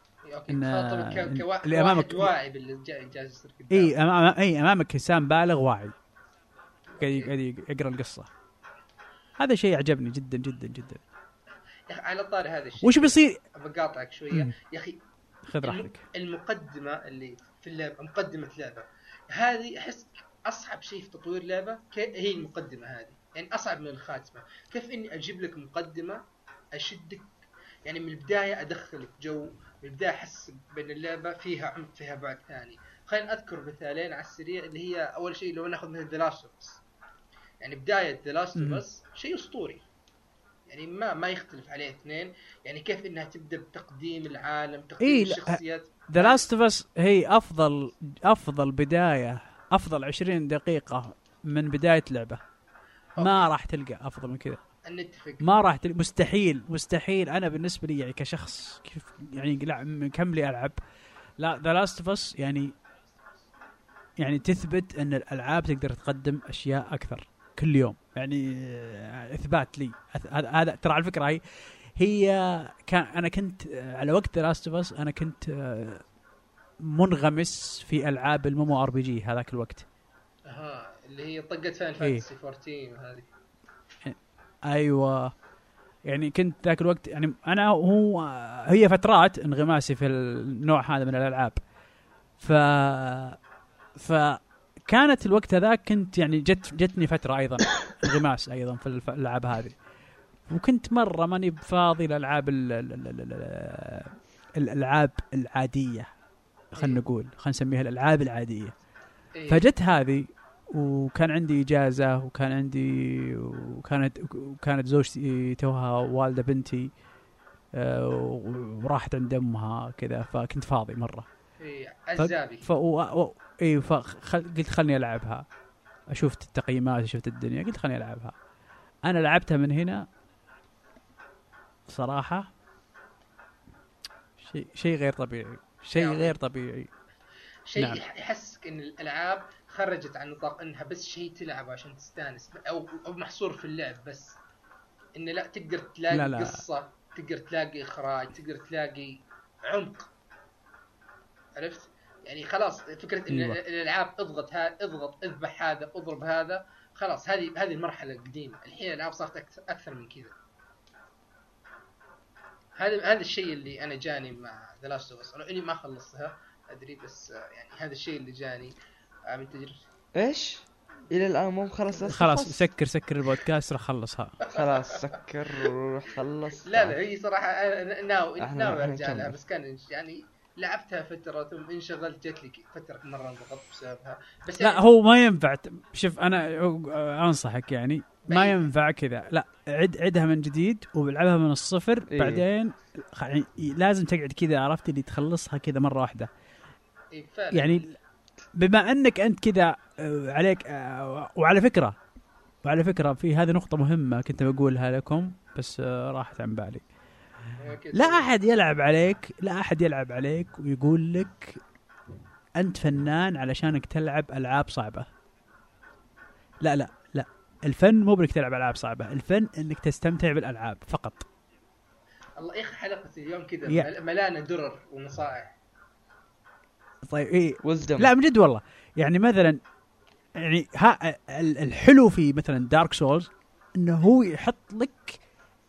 اللي امامك واعي باللي جالس يصير قدام. امامك انسان بالغ واعي قاعد يقرا القصه. هذا شيء عجبني جدا جدا جدا. على طاري هذا الشيء وش بيصير بقاطعك شويه يا اخي، خذ راحتك. المقدمه اللي في اللعبه، مقدمه لعبه هذه احس اصعب شيء في تطوير لعبه هي المقدمه هذه، يعني اصعب من الخاتمه. كيف اني اجيب لك مقدمه اشدك يعني من البدايه، ادخلك جو من البدايه، احس بان اللعبه فيها عمق، فيها بعد ثاني. خلينا اذكر مثالين على السريع اللي هي اول شيء لو ناخذ مثل The Last of Us. يعني بدايه The Last of Us شيء اسطوري يعني ما يختلف عليه اثنين. يعني كيف انها تبدا بتقديم العالم، تقديم الشخصيات. The Last of Us هي افضل بدايه، افضل 20 دقيقه من بدايه لعبه. ما راح تلقى افضل من كذا. نتفق. ما راح مستحيل. انا بالنسبه لي يعني كشخص كيف يعني لا كم لي العب، لا The Last of Us يعني تثبت ان الالعاب تقدر تقدم اشياء اكثر كل يوم. يعني اثبات لي هذا. ترى على الفكره هي انا كنت على وقت The Last of Us انا كنت منغمس في العاب المومو ار بي جي هذاك الوقت. اللي هي طقت فاين فانتسي 14 وهذه. ايوه يعني كنت ذاك الوقت يعني انا هي فترات انغماسي في النوع هذا من الالعاب. فكانت الوقت هذاك كنت يعني جتني فتره ايضا انغماس ايضا في الالعاب هذه. وكنت مرة ماني بفاضي الألعاب الألعاب العادية، خلنا نقول خلنا نسميها الألعاب العادية. إيه. فجت هذه وكان عندي إجازة وكانت زوجتي توها والدة بنتي وراحت عند أمها كذا، فكنت فاضي مرة. إيه عزابي. قلت خلني ألعبها، شفت التقييمات شفت الدنيا، قلت خلني ألعبها. أنا لعبتها من هنا صراحة شيء غير طبيعي، شيء غير طبيعي. شيء نعم. يحسك ان الالعاب خرجت عن نطاق انها بس شيء تلعب عشان تستانس او محصور في اللعب بس، ان لا تقدر تلاقي لا. قصة، تقدر تلاقي اخراج، تقدر تلاقي عمق. عرفت يعني خلاص فكرة ان أيوة. الالعاب اضغط هذا اضغط اذبح هذا اضرب هذا، خلاص هذه المرحلة القديمة. الحين الالعاب صارت اكثر من كذا. هذا الشيء اللي انا جاني مع The Last of Us. انا اني ما خلصتها ادري، بس يعني هذا الشيء اللي جاني من تجربتي. ايش الى الان مو مخلص؟ خلاص سكر البودكاست راح خلصها. خلاص سكر خلص. لا هي صراحه ناوي ارجع لها، نكمل. بس كان يعني لعبتها فتره ثم انشغلت، جت لي فتره مره انضغطت بسببها. بس لا يعني هو ما ينفع. شوف انا انصحك يعني ما ينفع كذا، لا عدها من جديد وبلعبها من الصفر. إيه. بعدين يعني لازم تقعد كذا، عرفت اللي تخلصها كذا مرة واحدة. يعني بما انك انت كذا عليك. وعلى فكرة في هذه نقطة مهمة كنت بقولها لكم بس راحت عن بالي. لا أحد يلعب عليك ويقول لك أنت فنان علشانك تلعب ألعاب صعبة. لا الفن مو بانك تلعب ألعاب صعبة، الفن انك تستمتع بالألعاب فقط. الله يا اخي حلقتي اليوم كذا ملانة درر ونصائح. طيب ايه وزدم. لا من جد والله، يعني مثلا يعني الحلو في مثلا دارك سولز انه هو يحط لك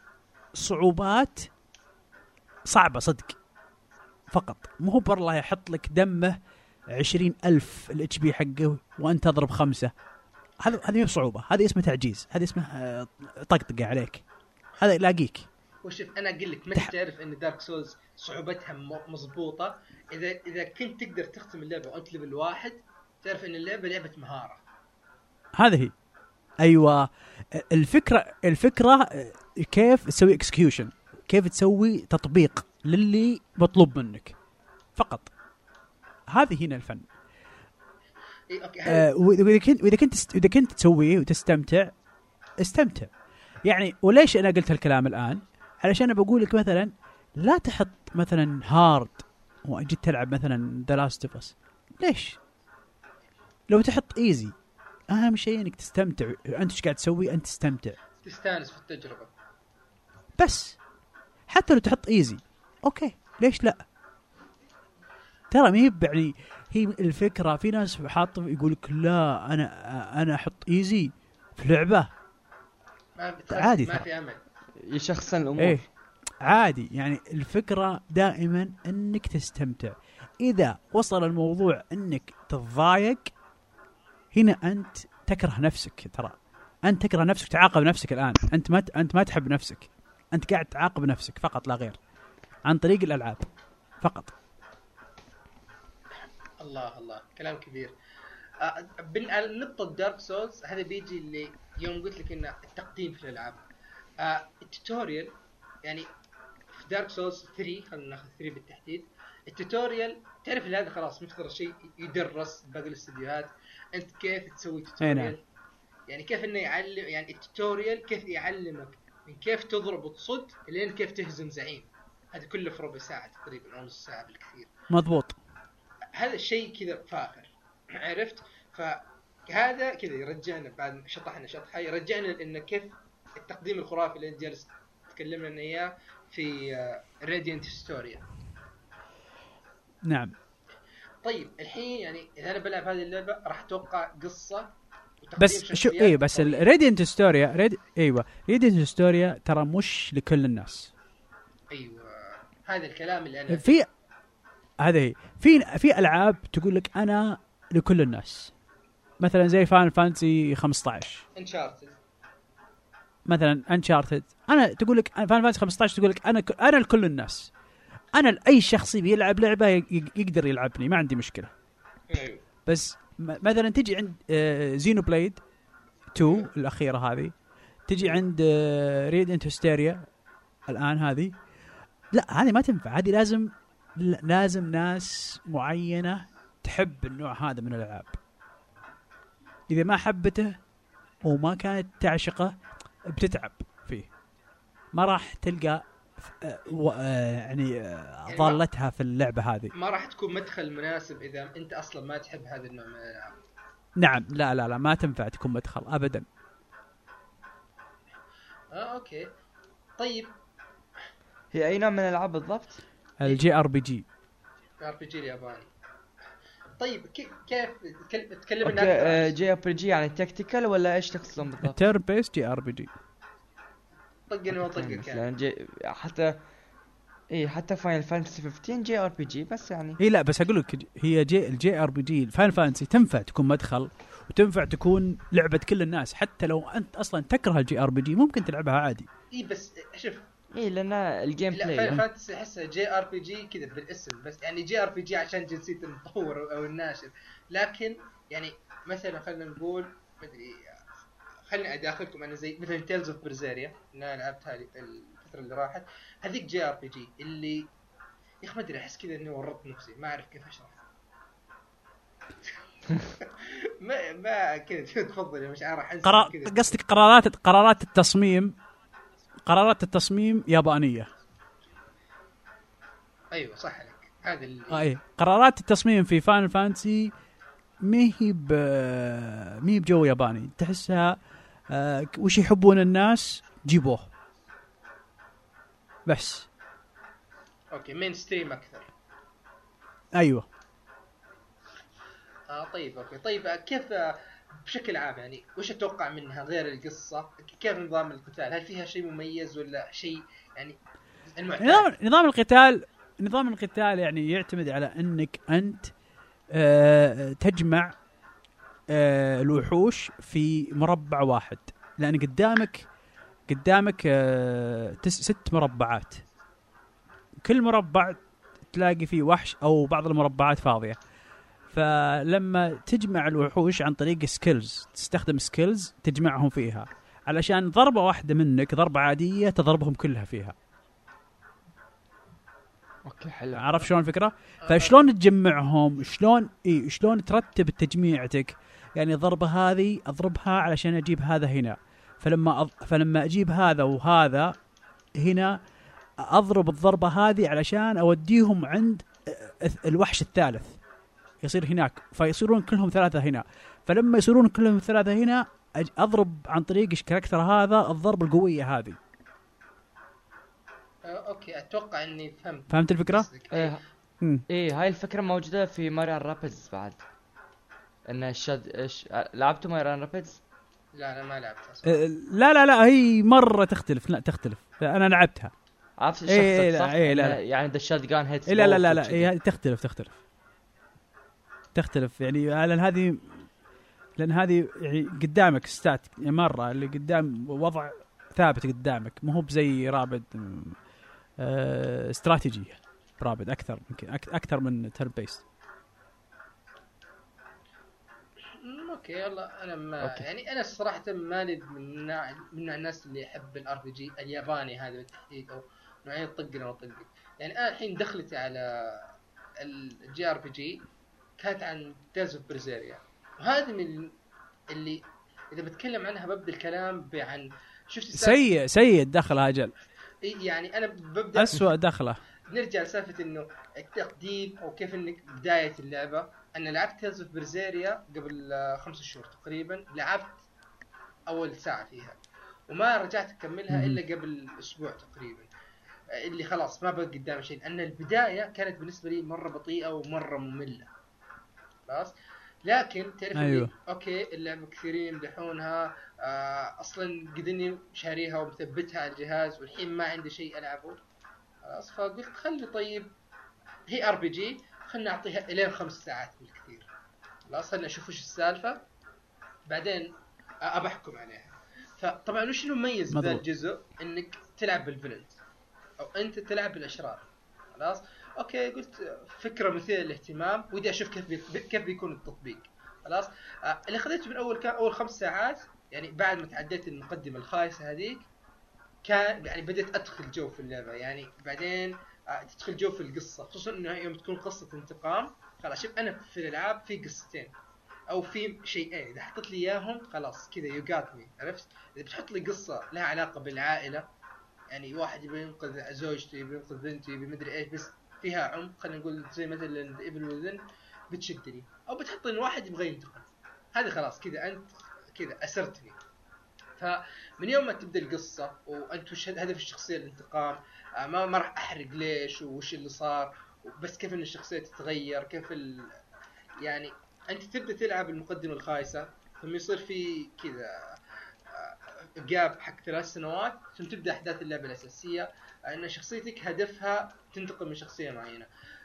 صعوبات صعبة صدق فقط، مو هو بالله يحط لك دمه 20,000 الاتش بي حقه وانت تضرب 5. هذه بصعوبة، هذه اسمه تعجيز، هذه اسمه طقطقة عليك، هذا لاقيك. وشوف انا اقول لك متى تعرف ان دارك سولز صعوبتها مضبوطة؟ اذا كنت تقدر تختم اللعبة وانت ليفل 1 تعرف ان اللعبة لعبة مهارة. هذه هي. ايوه الفكرة كيف تسوي اكسكيوشن، كيف تسوي تطبيق للي مطلوب منك فقط. هذه هنا الفن. إيه اوكي. واذا كنت تسويه وتستمتع استمتع يعني. وليش انا قلت هالكلام الان؟ علشان انا بقول لك مثلا لا تحط مثلا هارد واجي تلعب مثلا The Last of Us. ليش؟ لو تحط ايزي، اهم شيء انك تستمتع. انت ايش قاعد تسوي؟ انت تستمتع، تستانس في التجربة بس. حتى لو تحط ايزي اوكي، ليش لا؟ ترى ما يعني هي الفكرة. في ناس حاطه يقولك لا انا احط ايزي في لعبة عادي، ما في امل يشخصن الامور. ايه عادي يعني. الفكرة دائما انك تستمتع. اذا وصل الموضوع انك تتضايق هنا انت تكره نفسك. ترى انت تكره نفسك، تعاقب نفسك الان. انت ما تحب نفسك، انت قاعد تعاقب نفسك فقط لا غير عن طريق الالعاب فقط. الله كلام كبير. بالنقطة دارك سولز هذا بيجي اللي يوم قلت لك ان التقديم في الالعاب. التوتوريال يعني في دارك سولز 3، خلينا ناخذ 3 بالتحديد. التوتوريال تعرف ان هذا خلاص مفترض شيء يدرس باقي الاستديوهات. انت كيف تسوي توتوريال، يعني كيف انه يعلم، يعني التوتوريال كيف يعلمك من كيف تضرب وتصد لين كيف تهزم زعيم. هذا كله في ربع ساعة تقريبا او نص ساعة بالكثير. مضبوط. هذا الشيء كذا فاخر، عرفت؟ فهذا كذا يرجعنا بعد شطحنا شطحة، يرجعنا إن كيف التقديم الخرافي اللي انت جالس تكلمنا عنه اياه في راديانت هيستوريا. نعم. طيب الحين يعني اذا انا بلعب هذه اللعبة راح اتوقع قصة بس شو ايه بس الراديانت هيستوريا ايوه راديانت هيستوريا ترى مش لكل الناس. ايوه هذا الكلام اللي انا في هذه في العاب تقول لك انا لكل الناس، مثلا زي فاينل فانتسي 15 انشارتد مثلا انشارتد، انا تقول لك فاينل فانتسي 15 تقول لك انا لكل الناس، انا لاي شخص بيلعب لعبه يقدر يلعبني، ما عندي مشكله. ايوه بس مثلا تجي عند زينو بليد 2 الاخيره هذه، تجي عند ريدنت هيستيريا الان هذه، لا هذه ما تنفع. هذه لازم ناس معينه تحب النوع هذا من الالعاب. اذا ما حبته وما كانت تعشقه بتتعب فيه، ما راح تلقى يعني ضالتها في اللعبه هذه. ما راح تكون مدخل مناسب اذا انت اصلا ما تحب هذا النوع من الالعاب. نعم، لا لا لا، ما تنفع تكون مدخل ابدا. اوكي طيب، هي اي نوع من الالعاب بالضبط؟ الجي ار بي جي الياباني. طيب كيف تتكلم اوكي جي ار بي جي يعني تكتيكال ولا ايش تقصدون بالضبط؟ تيرن بيس جي ار بي جي. طقني وطقك يعني حتى فاينل فانتسي 15 جي ار بي جي بس يعني. لا بس اقول لك هي الجي ار بي جي فاينل فانتسي تنفع تكون مدخل، وتنفع تكون لعبه كل الناس، حتى لو انت اصلا تكره الجي ار بي جي ممكن تلعبها عادي. بس شوف لان الجيم بلاي فاينل فانتسي احسها جي ار بي جي كذا بالاسم بس، يعني جي ار بي جي عشان جنسيه المطور او الناشر، لكن يعني مثلا خلينا نقول مدري، خليني اداخلكم انا زي مثلا تيلز اوف برزيريا اللي انا لعبتها الفتره اللي راحت، هذيك جي ار بي جي اللي يا اخي ما ادري احس كذا اني ورطت نفسي ما اعرف كيف اشرح. ما كذا تفضل مش عارف احس كذا. قصدك قرارات التصميم يابانيه. ايوه صح لك هذا اللي اي قرارات التصميم في فاينل فانتسي مهي بجو ياباني، تحسها وش يحبون الناس جيبوه بس. اوكي مين ستريم اكثر. ايوه طيب اوكي طيب كيف بشكل عام يعني وش اتوقع منها غير القصه؟ كيف نظام القتال؟ هل فيها شيء مميز ولا شيء يعني المعتاد؟ نظام القتال يعني يعتمد على انك انت تجمع الوحوش في مربع واحد، لان قدامك 6 مربعات، كل مربع تلاقي فيه وحش او بعض المربعات فاضيه. فلما تجمع الوحوش عن طريق سكيلز، تستخدم سكيلز تجمعهم فيها، علشان ضربه واحده منك ضربه عاديه تضربهم كلها فيها. اوكي حلو. عرف شلون الفكره؟ فشلون تجمعهم، شلون ترتب تجميعتك، يعني ضربه هذه اضربها علشان اجيب هذا هنا، فلما اجيب هذا وهذا هنا اضرب الضربه هذه علشان اوديهم عند الوحش الثالث يصير هناك، فيصيرون كلهم 3 هنا. فلما يصيرون كلهم 3 هنا اضرب عن طريق الكاركتر هذا الضربه القويه هذه. اوكي اتوقع اني فهمت الفكره. هاي الفكره موجوده في ماريو رابيدز بعد، ان لعبتوا ماريو رابيدز؟ لا انا ما لعبتها لا هي مره تختلف. لا تختلف، انا لعبتها. عرفت الشخص صح؟ لا يعني ذا شات جان هيت. لا هي تختلف يعني، لان هذه يعني قدامك ستات مره، اللي قدام وضع ثابت قدامك، مو هو بزي رابد استراتيجيه. رابد اكثر يمكن اكثر من تيرن بيست. اوكي يلا انا ما يعني انا صراحه مالي من الناس اللي يحب الار بي جي الياباني هذا بالتحديد، او نوعيه طقنا وطقك. يعني انا الحين دخلتي على الجي ار بي جي كانت عن تيلز اوف برزيريا، وهذه من اللي اذا بتكلم عنها ببدا الكلام عن شفت سيء دخل اجل. يعني انا ببدا اسوأ دخله. نرجع لسالفه انه التقديم او كيف انك بدايه اللعبه. انا لعبت تيلز اوف برزيريا قبل 5 شهور تقريبا، لعبت اول ساعه فيها وما رجعت اكملها الا قبل اسبوع تقريبا، اللي خلاص ما بقى قدام شيء، لان البدايه كانت بالنسبه لي مره بطيئه ومره ممله خلاص. لكن تعرف أيوه. اوكي اللعبه كثيرين يمدحونها، اصلا قدني شاريها ومثبتها على الجهاز والحين ما عندي شيء العبه خلاص، فقلت خلي طيب هي ار بي جي خلنا نعطيها الين 5 ساعات بالكثير خلاص، خلنا نشوف وش السالفه بعدين ابحكم عليها. فطبعا وش المميز بهذا مضبوط. الجزء؟ انك تلعب بالفيلنز او انت تلعب بالاشرار. خلاص اوكي، قلت فكره مثيره للاهتمام، ودي اشوف كيف بيكون التطبيق. خلاص اللي خذيته من اول كان اول 5 ساعات، يعني بعد ما تعديت المقدمه الخايسه هذيك كان يعني بديت ادخل جو في اللعبه. يعني بعدين تدخل جو في القصه، خصوصا انه يوم تكون قصه انتقام. خلاص شوف انا في الالعاب في قصتين او في شيئين، اذا حطيت لي اياهم خلاص كذا يو جات مي، عرفت؟ اذا بتحط لي قصه لها علاقه بالعائله، يعني واحد يبي ينقذ زوجته، يبي ينقذ بنته، يبي مدري ايش، بس فيها عمق، خلينا نقول زي مثلا ايفل وذن، بتشدني. او بتحط لي واحد يبغى ينتقم، هذه خلاص كذا انت كذا اسرتني. فمن يوم ما تبدا القصه وانت وش هدف الشخصيه الانتقام، ما راح احرق ليش وش اللي صار، بس كيف ان الشخصيه تتغير، كيف يعني انت تبدا تلعب المقدمه الخايسه، ثم يصير في كذا جاب حق 3 سنوات، ثم تبدا احداث اللعبه الاساسيه، ان شخصيتك هدفها تنتقم من شخصيه معينه.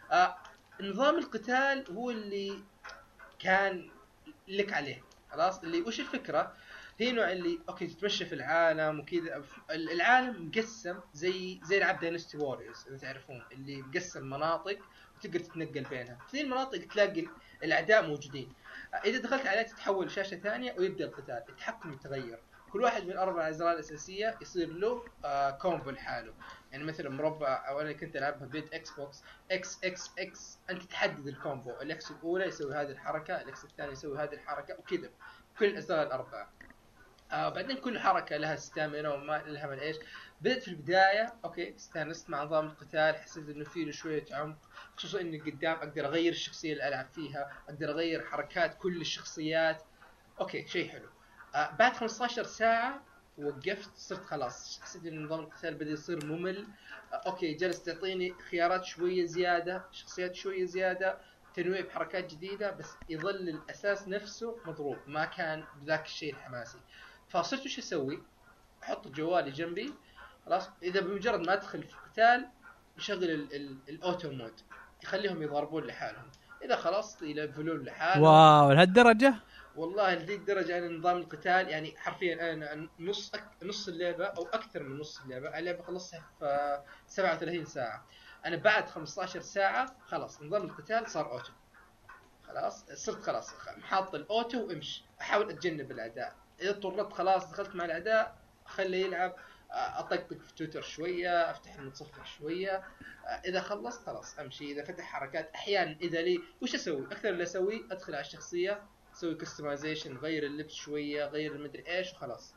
نظام القتال هو اللي كان لك عليه. خلاص اللي وش الفكره؟ هي نوع اللي اوكي تتمشى في العالم وكذا. العالم مقسم زي العاب داينستي ووريرز اذا تعرفون، اللي مقسم مناطق وتقدر تتنقل بينها. في المناطق تلاقي الاعداء موجودين، اذا دخلت عليه تتحول شاشه ثانيه ويبدا القتال، التحكم يتغير. كل واحد من 4 أزرار الأساسية يصير له كومبو لحاله. يعني مثلا مربع، أو أنا كنت ألعبها بيت إكس بوكس إكس، أنت تحدد الكومبو، الإكس الأولى يسوي هذه الحركة، الإكس الثاني يسوي هذه الحركة، وكذا كل الأزرار الأربعة. بعدين كل حركة لها ستامينا وما لها من إيش. بدأت في البداية أوكي استانست مع نظام القتال، حسيت إنه فيه شوية عمق، خصوصا إني قدام أقدر أغير الشخصية اللي ألعب فيها، أقدر أغير حركات كل الشخصيات. أوكي شيء حلو. بعد 15 ساعة وقفت، صرت خلاص حسيت ان نظام القتال بدأ يصير ممل. اوكي جلست تعطيني خيارات شوية زيادة، شخصيات شوية زيادة، تنويع بحركات جديدة، بس يظل الاساس نفسه مضروب، ما كان بذاك الشيء الحماسي. فصرت وش اسوي؟ احط جوالي جنبي، خلاص اذا بمجرد ما ادخل في قتال يشغل الاوتو مود، يخليهم يضربون لحالهم، اذا خلاص يلفلون لحالهم. واو لهالدرجة؟ والله لذي الدرجة أنا نظام القتال يعني حرفيا أنا نص اللعبة أو أكثر من نص اللعبة خلصتها في 37 ساعة. أنا بعد 15 ساعة خلاص نظام القتال صار أوتو، خلاص صرت خلاص محاط الأوتو وامشي، أحاول أتجنب الأعداء، إذا اضطريت خلاص دخلت مع الأعداء خليه يلعب، أطقطق في تويتر شوية، أفتح المتصفح شوية، إذا خلصت خلاص أمشي. إذا فتح حركات أحيانا إذا لي وش أسوي؟ أكثر اللي أسوي أدخل على الشخصية، سوي كستمايزيشن، غير اللبس شويه، غير المدري ايش، وخلاص.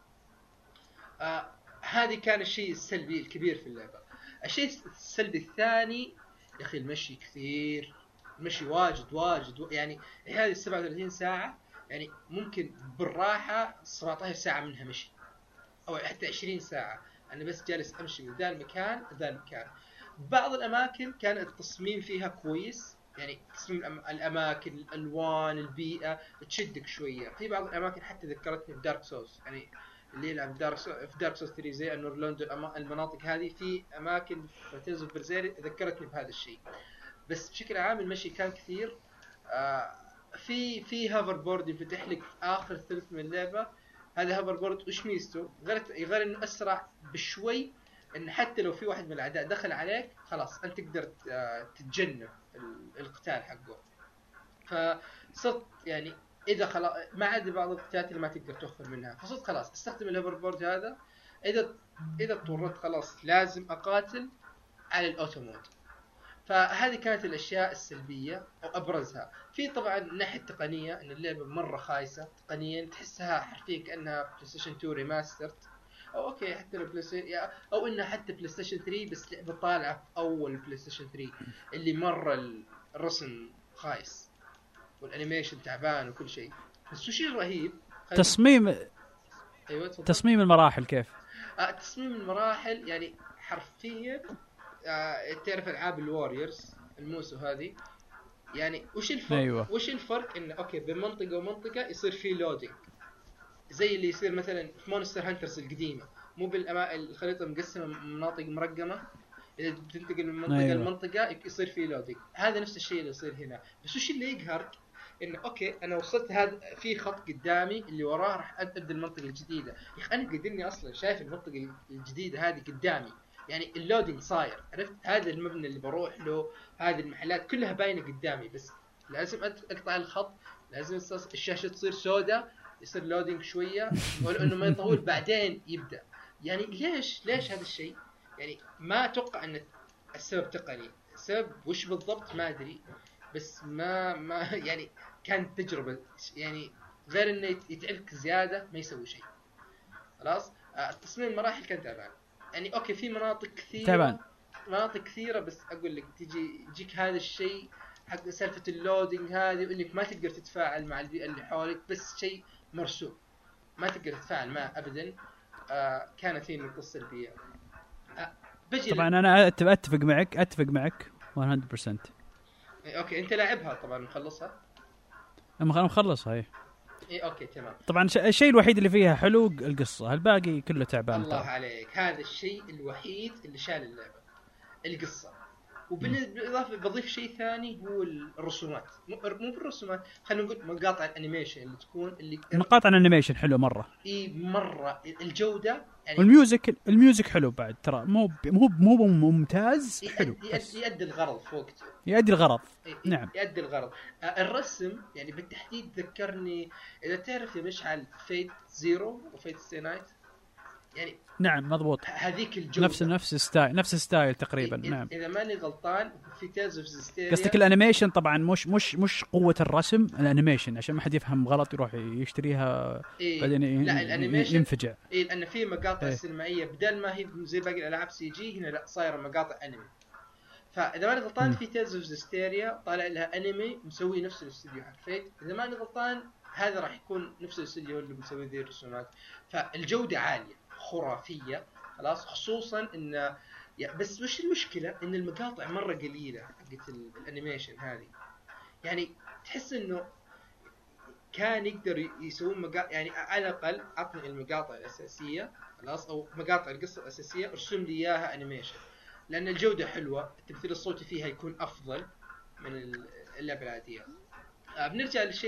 هذه كان الشيء السلبي الكبير في اللعبه. الشيء السلبي الثاني يا اخي المشي كثير، المشي واجد يعني هذه 37 ساعه يعني ممكن بالراحه 17 ساعه منها مشي، او حتى 20 ساعه انا بس جالس امشي من ذا المكان ذا المكان. بعض الاماكن كان التصميم فيها كويس، يعني تصميم الاماكن، الالوان، البيئه تشدك شويه. في بعض الاماكن حتى ذكرتني بدارك سولز، يعني اللي يلعب في دارك سولز 3 زي النورلاند، المناطق هذه في اماكن في تيلز اوف برزيري ذكرتني بهذا الشيء. بس بشكل عام المشي كان كثير. في هافر بورد يفتح لك في اخر ثلث من اللعبه. هذا هافر بورد وش ميزته؟ غير انه اسرع بشوي، ان حتى لو في واحد من الاعداء دخل عليك خلاص انت تقدر تتجنب القتال حقه. فصرت يعني اذا خلاص ما عاد بعض القتالات اللي ما تقدر تخفر منها، فصرت خلاص استخدم الهوفر بورد هذا. اذا اضطريت خلاص لازم اقاتل على الاوتو مود. فهذه كانت الاشياء السلبيه او ابرزها. في طبعا ناحيه تقنيه ان اللعبه مره خايسه تقنيا، تحسها حرفيا كانها بلاي ستيشن 2 ريماسترد، او اوكي حتى لو او انها حتى بلاي ستيشن 3 بس لعبه طالعه في اول بلاي ستيشن 3 اللي مره الرسم خايس والانيميشن تعبان وكل شيء. بس وش الرهيب تصميم ايوه تصميم المراحل كيف؟ تصميم المراحل يعني حرفيا تعرف العاب الواريورز الموسو هذه، يعني وش الفرق؟ أيوة. وش الفرق انه اوكي بين منطقه ومنطقه يصير فيه لودينج زي اللي يصير مثلا في مونستر هانترز القديمه، مو الخريطه مقسمه مناطق مرقمه، اذا بتنتقل من منطقه أيوة. لمنطقه يصير فيه لودينج. هذا نفس الشيء اللي يصير هنا. بس وش اللي يقهرك انه اوكي انا وصلت هذا في خط قدامي اللي وراه راح ابدا المنطقه الجديده. يا اخي انا قدرني اصلا شايف المنطقه الجديده هذه قدامي، يعني اللودينج صاير، عرفت هذا المبنى اللي بروح له، هذه المحلات كلها باينه قدامي، بس لازم اقطع الخط، لازم الشاشه تصير سوداء، يصير لودينج شويه ولو انه ما يطول بعدين يبدا. يعني ليش هذا الشيء؟ يعني ما اتوقع ان السبب تقني، السبب وش بالضبط ما ادري، بس ما يعني كانت تجربه يعني غير انه يتعبك زياده ما يسوي شيء. خلاص تصميم المراحل كان تعبان، يعني اوكي في مناطق كثيره تعبان. مناطق كثيره، بس اقول لك يجيك هذا الشيء حق سالفه اللودينج هذه، وانك ما تقدر تتفاعل مع البيئه اللي حولك، بس شيء مرسوم ما تقدر تتفاعل معه ابدا. كانت هي النقطه السلبيه. بجي طبعا انا اتفق معك 100%. اوكي انت لاعبها طبعا مخلصها؟ انا مخلصها هي. اي اوكي تمام. طبعا الشيء الوحيد اللي فيها حلو القصه، الباقي كله تعبان. الله عليك، هذا الشيء الوحيد اللي شال اللعبه، القصه. وبالاضافه بضيف شيء ثاني هو الرسومات، مو بالرسومات، خلينا نقول مقاطع الانيميشن اللي تكون اللي مقاطع الانيميشن حلو مره. اي مره الجوده يعني. والميوزك حلو بعد، ترى مو ممتاز، حلو يؤدي الغرض في وقته، يؤدي الغرض. نعم يؤدي الغرض. الرسم يعني بالتحديد ذكرني، اذا تعرف يا مشعل فيت زيرو وفيت ستي نايت، يعني نعم مضبوط، هذيك الجوده نفس الستايل تقريبا. نعم اذا ماني غلطان في تيلز اوف زيستيريا. قصدك الانيميشن طبعا، مش قوه الرسم، الانيميشن عشان ما حد يفهم غلط يروح يشتريها بعدين لا الانيميشن ينفجع. لان في مقاطع سينمائيه بدل ما هي زي باقي الالعاب سي جي، هنا لا صايره مقاطع انمي. فاذا ماني غلطان في تيلز اوف زيستيريا طالع لها انمي مسوي نفس الاستوديو حق فيت، اذا ماني غلطان هذا راح يكون نفس الاستوديو اللي مسوي ذي الرسومات، فالجوده عاليه خرافيه. خلاص خصوصا ان بس وش المشكله؟ ان المقاطع مره قليله حقت الانيميشن هذه، يعني تحس انه كان يقدر يسوون مقاطع، يعني على الاقل عطني المقاطع الاساسيه خلاص، او مقاطع القصه الاساسيه ارسم لي اياها انيميشن، لان الجوده حلوه، التمثيل الصوتي فيها يكون افضل من اللعبه العاديه. بنرجع للشيء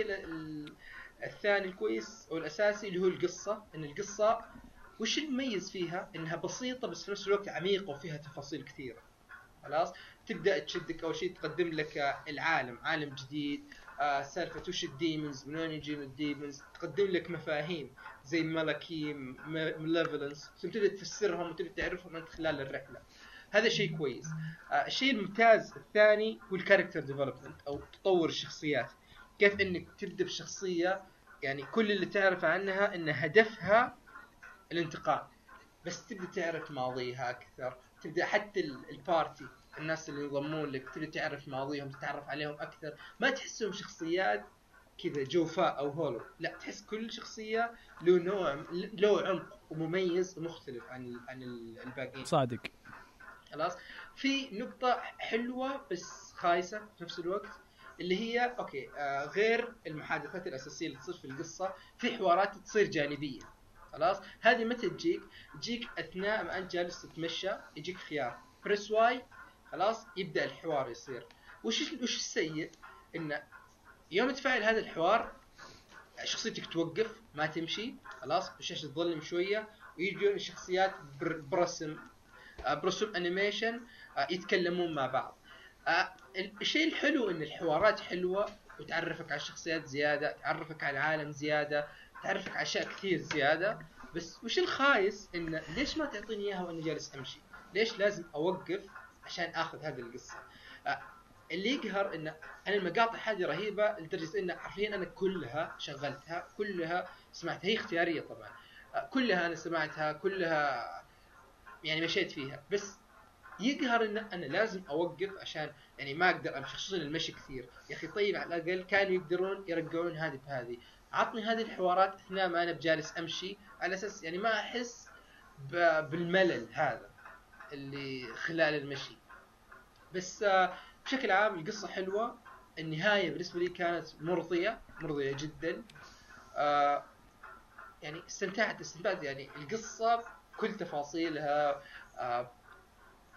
الثاني الكويس او الاساسي اللي هو القصه. ان القصه وش المميز فيها؟ انها بسيطه بس في نفس الوقت عميقه وفيها تفاصيل كثيره. خلاص تبدا تشدك، اول شيء تقدم لك العالم، عالم جديد، سالفه وش الديمونز، من وين يجون الديمونز، تقدم لك مفاهيم زي ملاكيم، ماليفلنس، تبدا تفسرهم وتبدا تعرفهم انت خلال الرحله. هذا شيء كويس. الشيء الممتاز الثاني هو الكاركتر ديفلوبمنت او تطور الشخصيات. كيف انك تبدا بشخصيه يعني كل اللي تعرف عنها ان هدفها الانتقام، بس تبدا تعرف ماضيها اكثر، تبدا حتى البارتي، الناس اللي ينضمون لك تبدا تعرف ماضيهم، تتعرف عليهم اكثر، ما تحسهم شخصيات كذا جوفاء او هولو، لا تحس كل شخصيه له نوع، له عمق ومميز ومختلف عن الباقيين. صادق. خلاص في نقطه حلوه بس خايسه في نفس الوقت، اللي هي اوكي غير المحادثات الاساسيه اللي تصير في القصه، في حوارات تصير جانبيه. خلاص هذه متى تجيك اثناء ما انت جالس تتمشى، يجيك خيار بريس واي، خلاص يبدا الحوار يصير. وش السيء؟ انه يوم تفعل هذا الحوار شخصيتك توقف ما تمشي، خلاص الشاشه تظلم شويه، ويجون الشخصيات برسم انيميشن يتكلمون مع بعض. الشيء الحلو ان الحوارات حلوه وتعرفك على الشخصيات زياده، تعرفك على العالم زياده، تعرفك على اشياء كثير زياده. بس وش الخايس؟ انه ليش ما تعطيني اياها وانا جالس امشي؟ ليش لازم اوقف عشان اخذ هذه القصه؟ اللي يقهر ان انا المقاطع هذه رهيبه لدرجه ان حرفيا انا كلها شغلتها، كلها سمعتها، هي اختياريه طبعا، كلها انا سمعتها، كلها يعني مشيت فيها، بس يقهر ان انا لازم اوقف عشان يعني ما اقدر امشي، خصوصا المشي كثير. يا اخي طيب على الاقل كانوا يقدرون يرجعون هذه بهذه، عطني هذه الحوارات اثناء ما انا بجالس امشي، على اساس يعني ما احس بالملل هذا اللي خلال المشي. بس بشكل عام القصه حلوه، النهايه بالنسبه لي كانت مرضيه جدا. يعني استمتعت يعني القصه كل تفاصيلها،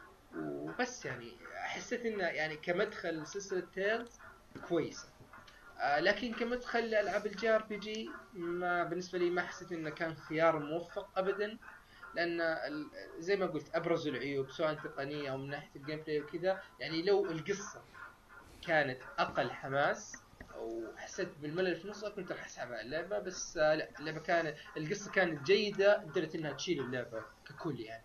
وبس يعني حسيت انه يعني كمدخل سلسله تيلز كويسه. لكن كمدخل لألعاب الجي ار بي جي ما بالنسبة لي ما حسيت انه كان خيار موفق ابدا، لان زي ما قلت ابرز العيوب سواء تقنية او من ناحية الجيم بلاي وكذا. يعني لو القصة كانت اقل حماس او حسيت بالملل في نصها كنت راح اسحب على اللعبة، بس لا، اللعبة كانت القصة كانت جيدة قدرت انها تشيل اللعبة ككل يعني.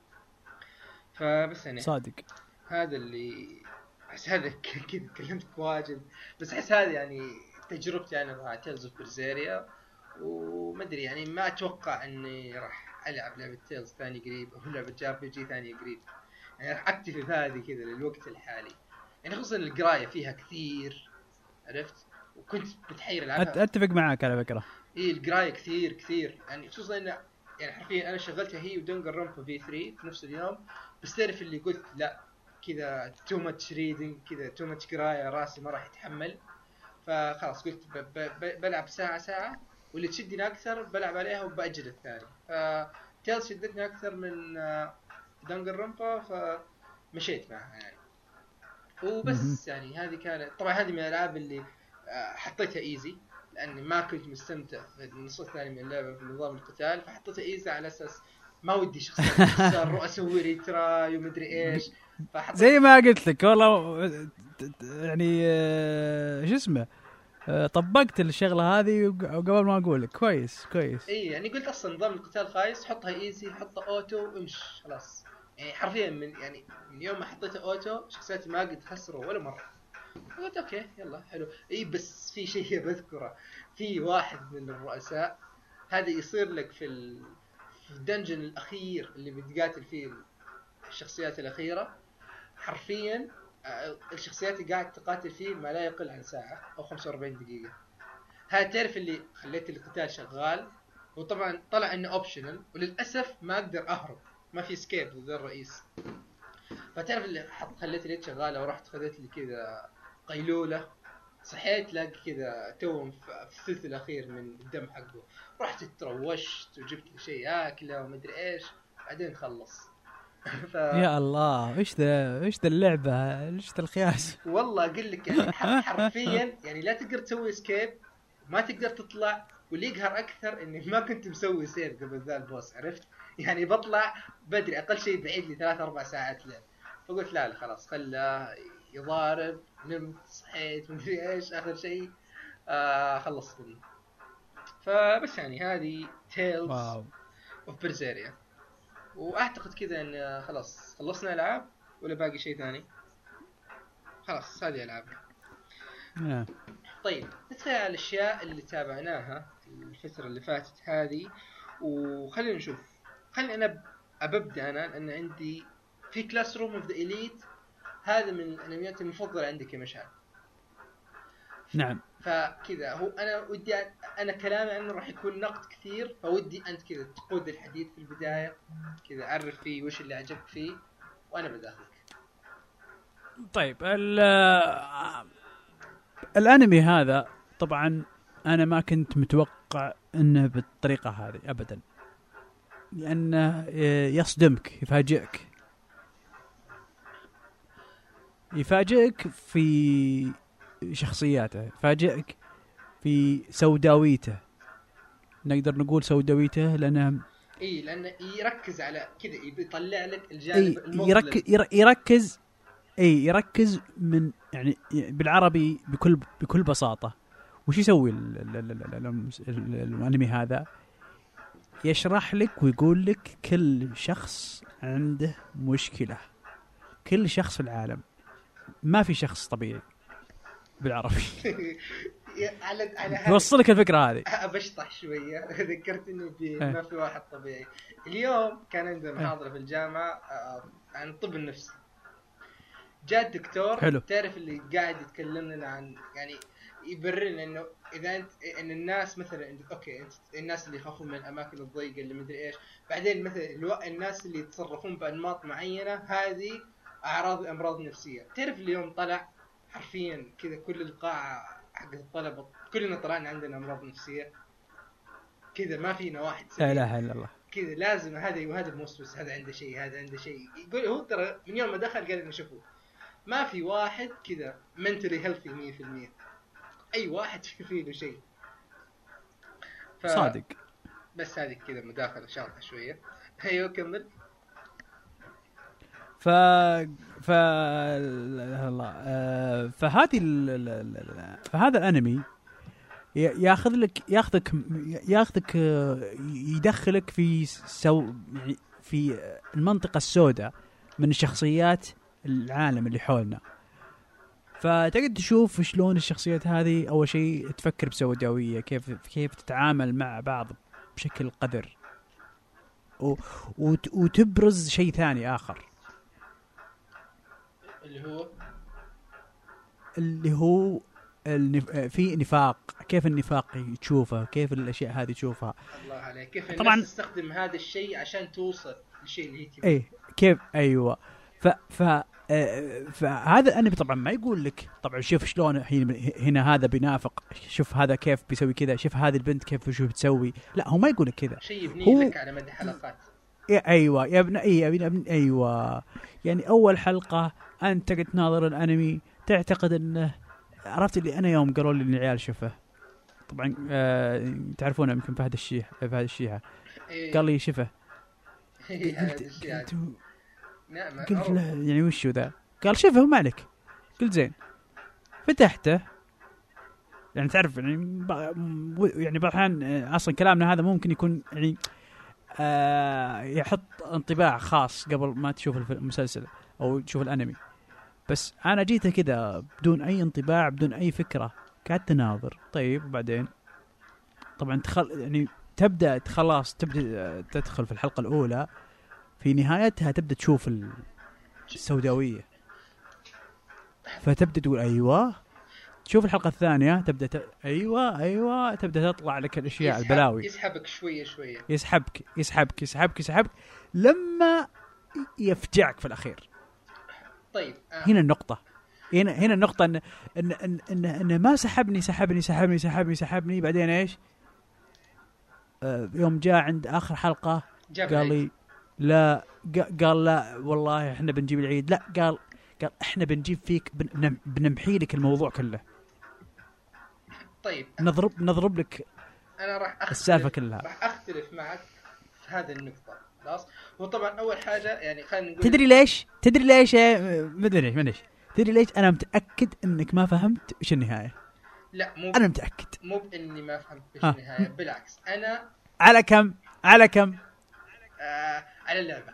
فبس يعني صادق. هذا اللي احس هذا كذا كلمتك واجد، بس احس هذا يعني تجربتي انا مع تيلز اوف برزيريا. وما ادري يعني ما اتوقع اني راح العب لعبه تيلز ثاني قريب او لعبه جي ار بي جي ثاني قريب. يعني راح اكتفي بهذه كذا للوقت الحالي، يعني خصوصا القرايه فيها كثير، عرفت؟ وكنت بتحير العبها. اتفق معاك على فكره. ايه القرايه كثير كثير، يعني خصوصا انه يعني حرفيا انا شغلتها هي ودنجر رومبا في 3 في نفس اليوم، بس تعرف اللي قلت لا كذا تو ماتش ريدنج، كذا تو ماتش قرايه، راسي ما راح يتحمل. فخلاص قلت بلعب ساعه واللي تشدني اكثر بلعب عليها وباجل الثاني. فتيلز شدتني اكثر من دنجر رومبا فمشيت معها يعني. وبس يعني هذه كانت طبعا هذه من الالعاب اللي حطيتها ايزي لاني ما كنت مستمتع بالنص الثاني من اللعبه في نظام القتال، فحطيتها ايزي على اساس ما ودي شخصيا الرؤساء وريتراي ومدري ايش. زي ما قلت لك والله يعني شو اسمه طبقت الشغله هذه وقبل ما اقول لك كويس. اي يعني قلت اصلا نظام القتال خايس، حطها ايزي، حطها اوتو وامش خلاص. يعني حرفيا من يوم ما حطيتها اوتو شخصياتي ما قد خسروا ولا مره. قلت اوكي يلا حلو. اي بس في شيء بذكره، في واحد من الرؤساء هذا يصير لك في الدنجن الاخير اللي بتقاتل فيه الشخصيات الاخيره، حرفيا الشخصيات اللي قاعد تقاتل فيه ما لا يقل عن ساعه او 45 دقيقه. هاي تعرف اللي خليت القتال شغال، وطبعا طلع انه اوبشنال وللاسف ما اقدر اهرب، ما في سكيب ضد الرئيس. فتعرف اللي خليت اليد شغاله ورحت خذيت لي كذا قيلوله، صحيت لاقي كذا توم في الثلث الاخير من الدم حقه، رحت تروشت وجبت لي شيء اكله ومدري ايش بعدين خلص. يا الله ايش ذا اللعبه، ايش ذا القياس. والله اقول لك يعني حرفيا يعني لا تقدر تسوي اسكيب، ما تقدر تطلع، واللي يقهر اكثر اني ما كنت مسوي سيف قبل ذا البوس، عرفت؟ يعني بطلع بدري اقل شيء بعيد لي 3-4 ساعات لعب. فقلت لا خلاص خله يضارب، نمت صحيت مدري ايش اخر شيء خلصت منه. فبس يعني هذه تيلز اوف برزيريا. واعتقد كذا ان خلاص خلصنا العاب ولا باقي شيء ثاني؟ خلاص هذه العاب. طيب ندخل على الاشياء اللي تابعناها الفتره اللي فاتت هذه، وخلينا نشوف. خلينا انا ابدا انا لان عندي في كلاس روم اوف ذا إليت، هذا من الانميات المفضله عندك يا مشعل. نعم. فكذا هو انا ودي انا كلامي عنه راح يكون نقد كثير، فودي انت كذا تقود الحديث في البدايه، كذا عرف فيه وش اللي عجبك فيه وانا بداخلك. طيب الانمي هذا طبعا انا ما كنت متوقع انه بالطريقه هذه ابدا، لانه يصدمك، يفاجئك في شخصياته، يفاجئك في سوداويته، نقدر نقول سوداويته لانه لانه يركز على كذا، يطلع لك الجانب يركز يركز من يعني بالعربي بكل بساطه. وش يسوي الانمي هذا؟ يشرح لك ويقول لك كل شخص عنده مشكله، كل شخص في العالم، ما في شخص طبيعي بالعربي. على يوصلك الفكره هذه. بشطح شويه ذكرتني ما في واحد طبيعي. اليوم كان عندنا محاضره في الجامعه عن الطب النفسي. جاء الدكتور حلو. تعرف اللي قاعد يتكلم لنا عن يعني يبررنا انه اذا انت ان الناس مثلا عندك اوكي انت الناس اللي يخافون من الاماكن الضيقه اللي مدري ايش، بعدين مثلا الناس اللي يتصرفون بانماط معينه هذه اعراض امراض نفسيه. تعرف اليوم طلع حرفيا كذا كل القاعه حق الطلبه كلنا طلعنا عندنا امراض نفسيه كذا، ما فينا واحد لا اله الا الله كذا، لازم هذا موسوس، هذا عنده شيء، هذا عنده شيء. يقول هو ترى من يوم ما دخل قال لنا شوفوا ما في واحد كذا mentally healthy 100%. اي واحد في له شيء. صادق. بس هذه كذا مداخله شاطحه شويه. ايوه كمل. ف فهذه فهذا الانمي ياخذك يدخلك في يعني في المنطقة السوداء من الشخصيات العالم اللي حولنا. فتقدر تشوف شلون الشخصيات هذه أول شيء تفكر بسوداوية، كيف تتعامل مع بعض بشكل قذر، وتبرز شيء ثاني آخر اللي هو في نفاق. كيف النفاق تشوفه، كيف الاشياء هذه تشوفها. الله عليك، كيف الناس طبعا تستخدم هذا الشيء عشان توصل للشيء اللي هي تبغاه. ايه كيف ايوه. فهذا الانمي طبعا ما يقول لك طبعا شوف شلون هنا هذا بينافق، شوف هذا كيف بيسوي كذا، شوف هذه البنت كيف شو بتسوي. لا هو ما يقول لك كذا، شيء يبني لك على مدى حلقات. ايوه يا ابن ايوه. يعني اول حلقه انت قد تناظر الانمي تعتقد انه، عرفت اللي انا يوم قالوا لي ان العيال شوفه طبعا تعرفونه يمكن فهد الشيحه قال لي شوفه. قلت له يعني وشو ذا؟ قال شوفه ما عليك. قلت زين. فتحته يعني تعرف يعني بعض الأحيان اصلا كلامنا هذا ممكن يكون يعني يحط انطباع خاص قبل ما تشوف المسلسل او تشوف الانمي. بس انا جيته كذا بدون اي انطباع بدون اي فكره، قعدت اناظر. طيب وبعدين طبعا يعني تبدا تدخل في الحلقه الاولى، في نهايتها تبدا تشوف السوداويه، فتبدا تقول ايوه. تشوف الحلقه الثانيه تبدا ايوه تبدا تطلع لك الاشياء البلاوي، يسحبك شويه يسحبك لما يفجعك في الاخير. طيب هنا النقطة، هنا النقطة إن ما سحبني بعدين إيش؟ يوم جاء عند آخر حلقة قال لي لا، قال لا والله إحنا بنجيب العيد. لا قال إحنا بنجيب فيك بنمحي لك الموضوع كله. طيب نضرب لك أنا راح السالفة كلها. راح أختلف معك في هذه النقطة. خلاص. وطبعا أول حاجة يعني خلينا نقول تدري ليش مدري ليش تدري ليش أنا متأكد إنك ما فهمت إيش النهاية. لا أنا متأكد مو بإني ما فهمت إيش النهاية، بالعكس أنا على كم على اللعبة.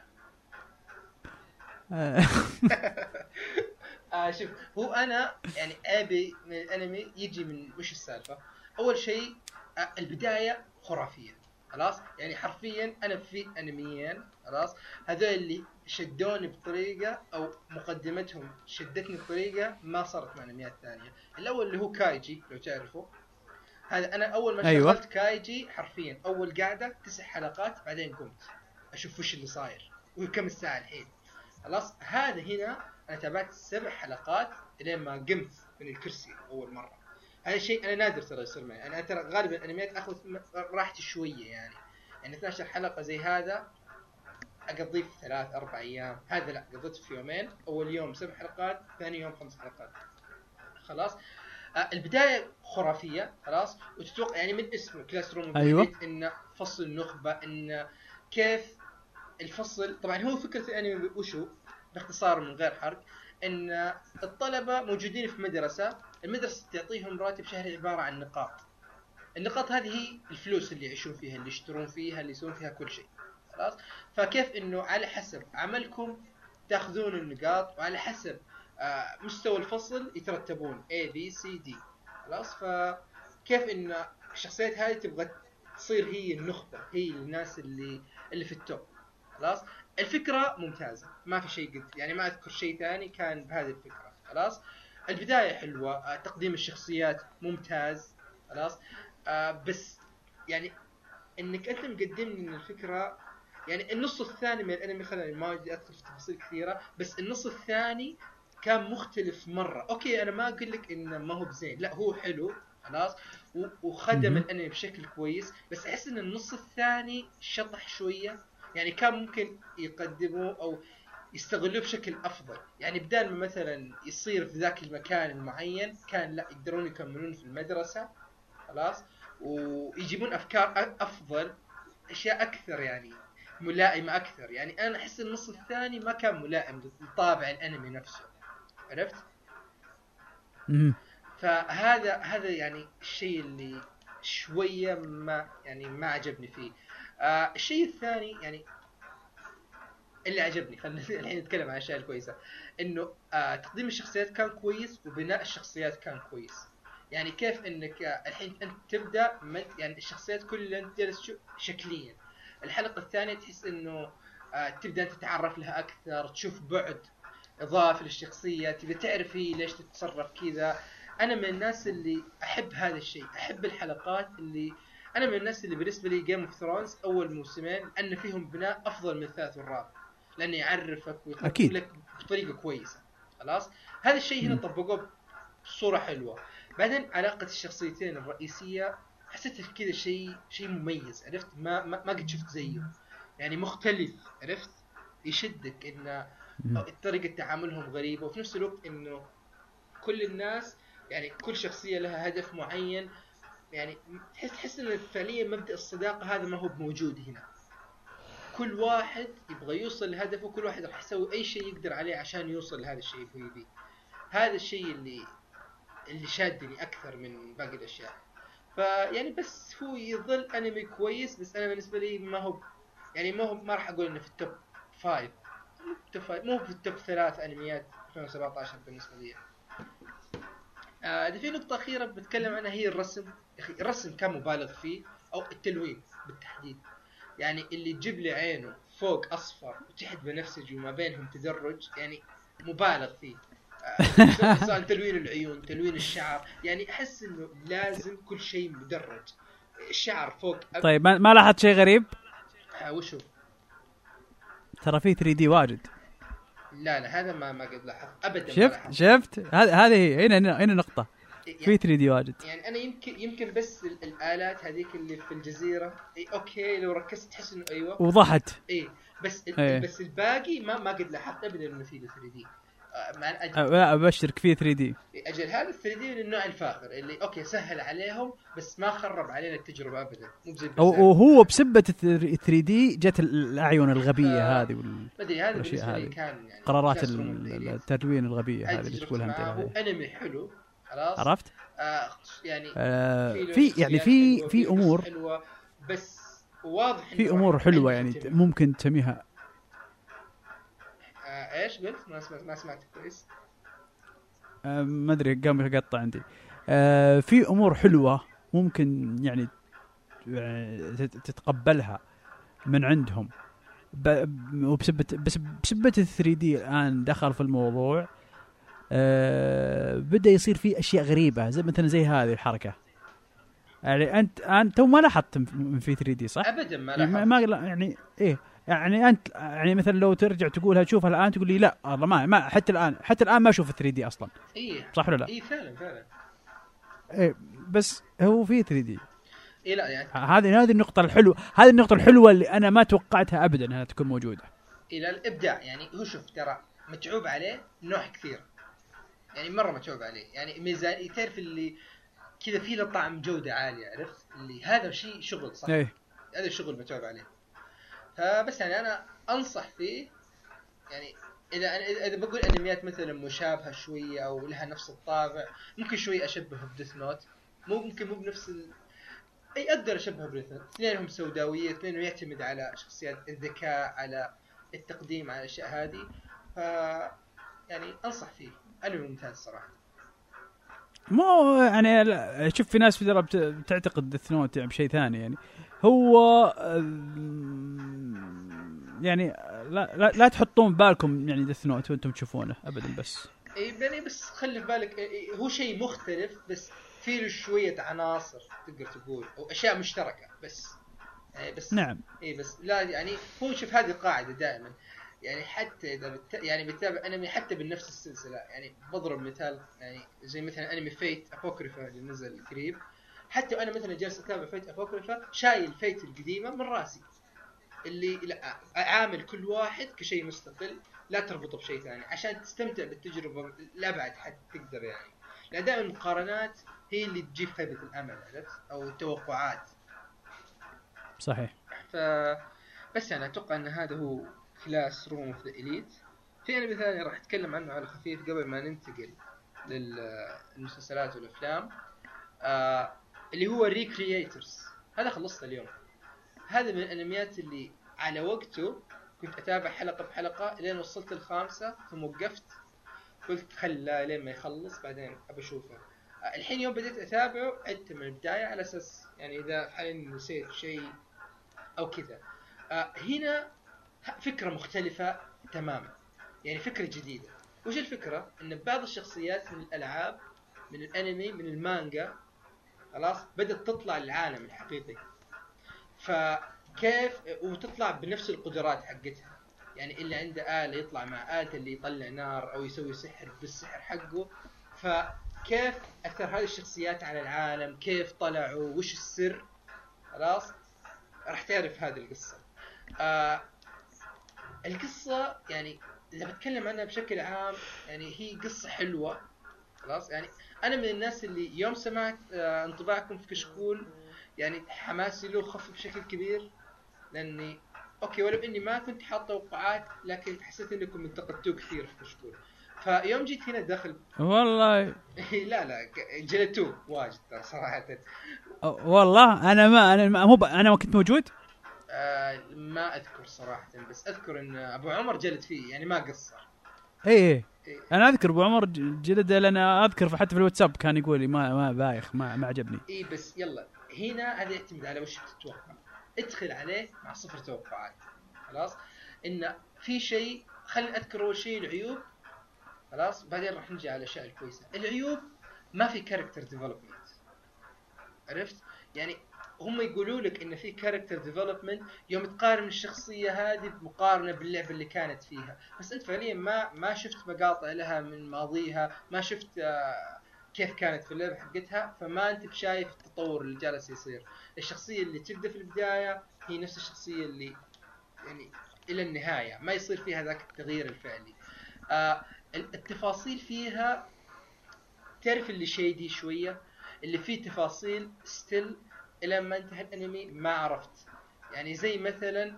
شوف هو أنا يعني أبي من الأنمي يجي من وش السالفة. أول شيء البداية خرافية. خلاص يعني حرفيا أنا في أنميين خلاص هذول اللي شدوني بطريقة أو مقدمتهم شدتني بطريقة ما صارت مع أنميات ثانية. الأول اللي هو كايجي لو تعرفه، هذا أنا أول ما شغلت كايجي حرفيا أول قاعدة 9 حلقات بعدين قمت أشوف وش اللي صاير وكم الساعة الحين. خلاص هذا هنا أنا تابعت 7 حلقات لين ما قمت من الكرسي أول مرة. هذا الشيء أنا نادر ترى يصير معي. أنا ترى غالبا الأنميات أخذ راحتي شوية يعني 12 حلقة زي هذا أقضيه في 3-4 أيام. هذا لا قضيت في يومين، أول يوم 7 حلقات ثاني يوم 5 حلقات. خلاص البداية خرافية. خلاص وتتوقع يعني من اسمه كلاس روم أيوة. إن فصل النخبة، إن كيف الفصل. طبعا هو فكرة الأنمي وشو باختصار من غير حرق، إن الطلبة موجودين في مدرسة، المدرسة تعطيهم راتب شهري عبارة عن نقاط. النقاط هذه هي الفلوس اللي يعيشون فيها، اللي يشترون فيها، اللي يسوون فيها كل شيء. خلاص فكيف إنه على حسب عملكم تأخذون النقاط، وعلى حسب مستوى الفصل يترتبون A B C D. خلاص فكيف إن الشخصيات هذه تبغى تصير هي النخبة، هي الناس اللي في التوب. خلاص الفكرة ممتازة ما في شيء قلت يعني ما أذكر شيء ثاني كان بهذه الفكرة. خلاص البداية حلوة، تقديم الشخصيات ممتاز. خلاص بس يعني انك انت مقدم لي الفكرة يعني النص الثاني من الانمي، خلاني ما ادخل في تفاصيل كثيرة، بس النص الثاني كان مختلف مرة. اوكي انا ما اقول لك انه ما هو بزين، لا هو حلو. خلاص وخدم الانمي بشكل كويس، بس احس ان النص الثاني شطح شوية. يعني كان ممكن يقدموا او يستغلوه بشكل افضل. يعني بدال ما مثلا يصير في ذاك المكان المعين، كان لا يقدرون يكملون في المدرسة خلاص، ويجيبون افكار افضل، اشياء اكثر يعني ملائمة اكثر. يعني انا احس النص الثاني ما كان ملائم لطابع الانمي نفسه، عرفت؟ فهذا يعني الشيء اللي شوية ما عجبني فيه. الشيء الثاني يعني اللي عجبني، خلينا الحين نتكلم عن الاشياء الكويسه، انه تقديم الشخصيات كان كويس وبناء الشخصيات كان كويس. يعني كيف انك الحين انت تبدا يعني الشخصيات كلها انت جالس شكليا، الحلقه الثانيه تحس انه تبدا انت تتعرف لها اكثر، تشوف بعد اضافي للشخصيه، تبي تعرف هي ليش تتصرف كذا. انا من الناس اللي احب هذا الشيء، احب الحلقات اللي انا من الناس اللي بالنسبه لي جيم اوف ثرونز اول موسمين ان فيهم بناء افضل من الثالث والرابع، لانه يعرفك ويقدم لك بطريقه كويسه. خلاص هذا الشيء هنا طبقوه بصوره حلوه. بعدين علاقه الشخصيتين الرئيسيه حسيت كذا شيء مميز، عرفت؟ ما قد شفت زيه، يعني مختلف، عرفت؟ يشدك ان طريقه تعاملهم غريبه، وفي نفس الوقت انه كل الناس يعني كل شخصيه لها هدف معين. يعني تحس ان فعليا مبدأ الصداقه هذا ما هو موجود هنا، كل واحد يبغى يوصل لهدفه، كل واحد راح يسوي اي شيء يقدر عليه عشان يوصل لهذا الشيء اللي هو يبيه. هذا الشيء اللي شادني اكثر من باقي الاشياء. فيعني بس هو يظل انمي كويس، بس انا بالنسبه لي ما هو يعني ما راح اقول انه في التوب 5، مو في التوب 3 انميات 2017 بالنسبه لي. في نقطه اخيره بتكلم عنها، هي الرسم. يا اخي الرسم كان مبالغ فيه، او التلوين بالتحديد. يعني اللي تجيب لي عينه فوق اصفر وتحت بنفسجي وما بينهم تدرج، يعني مبالغ فيه. سواء تلوين العيون، تلوين الشعر، يعني احس انه لازم كل شيء مدرج. الشعر فوق طيب ما لاحظت شيء غريب؟ وشو؟ ترى في 3D واجد. لا هذا ما قد لاحظ ابدا. شفت هذه هي هنا نقطه، في 3D واجد. يعني انا يمكن بس الالات هذيك اللي في الجزيره اوكي لو ركزت تحس انه ايوه وضحت. بس بس الباقي ما قد لاحظت ابدا انه في 3D. لا ابشرك في 3D. اجل هذا 3D من النوع الفاخر اللي اوكي سهل عليهم بس ما خرب علينا التجربه ابدا، مو زي وهو بسبه 3D جت الاعين الغبيه هذه ما ادري. هذا بالنسبه لي كان يعني قرارات التلوين الغبيه هذه اللي تقولها انت. هو انمي حلو خلاص، عرفت؟ يعني في امور حلوه، بس واضح في امور حلوه يعني ممكن تسميها ايش قلت؟ ما سمعت كويس. ما ادري قام يقطع عندي. في امور حلوه ممكن يعني تتقبلها من عندهم، وبسبة ال 3D الان دخل في الموضوع. بدأ يصير فيه اشياء غريبه، زي مثلا زي هذه الحركه. يعني انت ما لاحظت في 3D صح؟ ابدا ما لاحظت. ما يعني ايه يعني انت يعني مثلا لو ترجع تقولها تشوفها الان تقول لي لا والله ما حتى الان ما اشوف 3D اصلا. صح ولا لا؟ فعلا بس هو في 3D. لا يعني هذه النقطه الحلوه، هذه النقطه الحلوه اللي انا ما توقعتها ابدا انها تكون موجوده. الى الابداع. يعني هو شوف ترى متعوب عليه نوع كثير، يعني مره متعوب عليه، يعني ميزانيه تعرف اللي كذا فيه له طعم جوده عاليه، عرفت؟ اللي هذا شيء شغل صح. هذا الشغل متعوب عليه. فبس يعني انا انصح فيه. يعني اذا بقول انميات مثلا مشابهه شويه او لها نفس الطابع، ممكن شوي اشبهه بديث نوت. ممكن مو بنفس اي اقدر اشبهه بديث نوت. اثنينهم سوداويه، اثنينهم يعتمد على شخصيات الذكاء، على التقديم، على الاشياء هذه. ف يعني انصح فيه، انمي ممتاز صراحه. مو يعني شوف في ناس في درب تعتقد ديث نوت يعني بشيء ثاني. يعني هو يعني لا تحطون بالكم يعني ديث نوت وانتم تشوفونه ابدا. بس يعني بس خلي في بالك هو شيء مختلف، بس فيه شويه عناصر تقدر تقول او اشياء مشتركه بس. يعني بس نعم. بس لا يعني هو شوف هذه قاعده دائما. يعني حتى اذا يعني بتتابع انمي حتى بنفس السلسله، يعني بضرب مثال يعني زي مثلا انمي فيت ابوكريفا اللي نزل قريب. حتى انا مثلا جالس اتابع فيت ابوكريفا شايل فيت القديمه من راسي، اللي لا عامل كل واحد كشيء مستقل، لا تربطه بشيء ثاني عشان تستمتع بالتجربة لأبعد حد تقدر يعني. لأن دائما المقارنات هي اللي تجيب خيبة الأمل، عرفت؟ أو التوقعات. صحيح. بس يعني أتوقع أن هذا هو كلاس روم اوف ذا إليت. في أنمي ثاني راح أتكلم عنه على خفيف قبل ما ننتقل للمسلسلات والأفلام، اللي هو ريكرييترز. هذا خلصت اليوم. هذا من الأنميات اللي على وقته كنت أتابع حلقة بحلقة لين وصلت الخامسة ثم وقفت، قلت خلى لين ما يخلص بعدين أبى أشوفه. الحين يوم بديت أتابعه عدت من البداية على أساس يعني إذا حاليا نسيت شيء أو كذا. هنا فكرة مختلفة تماما، يعني فكرة جديدة. وش الفكرة؟ إن بعض الشخصيات من الألعاب، من الأنمي، من المانجا، خلاص بدأت تطلع للعالم الحقيقي. فكيف وتطلع بنفس القدرات حقتها، يعني اللي عنده آلة يطلع مع آلة اللي يطلع نار أو يسوي سحر بالسحر حقه. فكيف أثر هذه الشخصيات على العالم، كيف طلعوا، وش السر، خلاص راح تعرف هذه القصة. القصة يعني إذا بتكلم عنها بشكل عام يعني هي قصة حلوة، خلاص. يعني أنا من الناس اللي يوم سمعت انطباعكم في كشكول يعني حماسي له خف بشكل كبير، لأني أوكي ولو إني ما كنت حاط توقعات لكن حسيت إنكم انتقدتوه كثير في كشكول. فيوم جيت هنا داخل والله لا جلدتوه واجد صراحة. والله انا ما كنت موجود. ما اذكر صراحة، بس اذكر ان ابو عمر جلد فيه يعني ما قصر. ايه انا اذكر ابو عمر جلد، لان اذكر حتى في الواتساب كان يقول لي ما بايخ، ما عجبني. ايه بس يلا هنا هذا يعتمد على وش تتوقع. ادخل عليه مع صفر توقعات، خلاص. ان في شيء خلينا اذكر اول شيء العيوب، خلاص بعدين راح نجي على الاشياء الكويسة. العيوب ما في كاركتر ديفلوبمنت، عرفت؟ يعني هم يقولوا لك ان في كاركتر ديفلوبمنت يوم تقارن الشخصيه هذه بمقارنه باللعبه اللي كانت فيها، بس انت فعليا ما شفت مقاطع لها من ماضيها، ما شفت كيف كانت في اللعبه حقتها، فما انت بشايف التطور اللي جالس يصير. الشخصيه اللي تبدا في البدايه هي نفس الشخصيه اللي يعني الى النهايه ما يصير فيها ذاك التغيير الفعلي. التفاصيل فيها تعرف اللي شيدي شويه، اللي فيه تفاصيل ستيل الى ما انتهى الانمي ما عرفت. يعني زي مثلا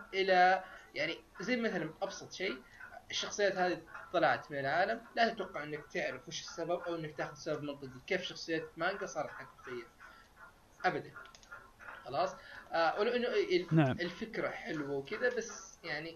زي مثلا ابسط شيء، الشخصيات هذه طلعت من العالم، لا تتوقع انك تعرف وش السبب او انك تاخذ سبب منطقي. كيف شخصيات مانجا صارت حقيقيه ابدا، خلاص. ولو انه نعم. الفكره حلوه وكذا، بس يعني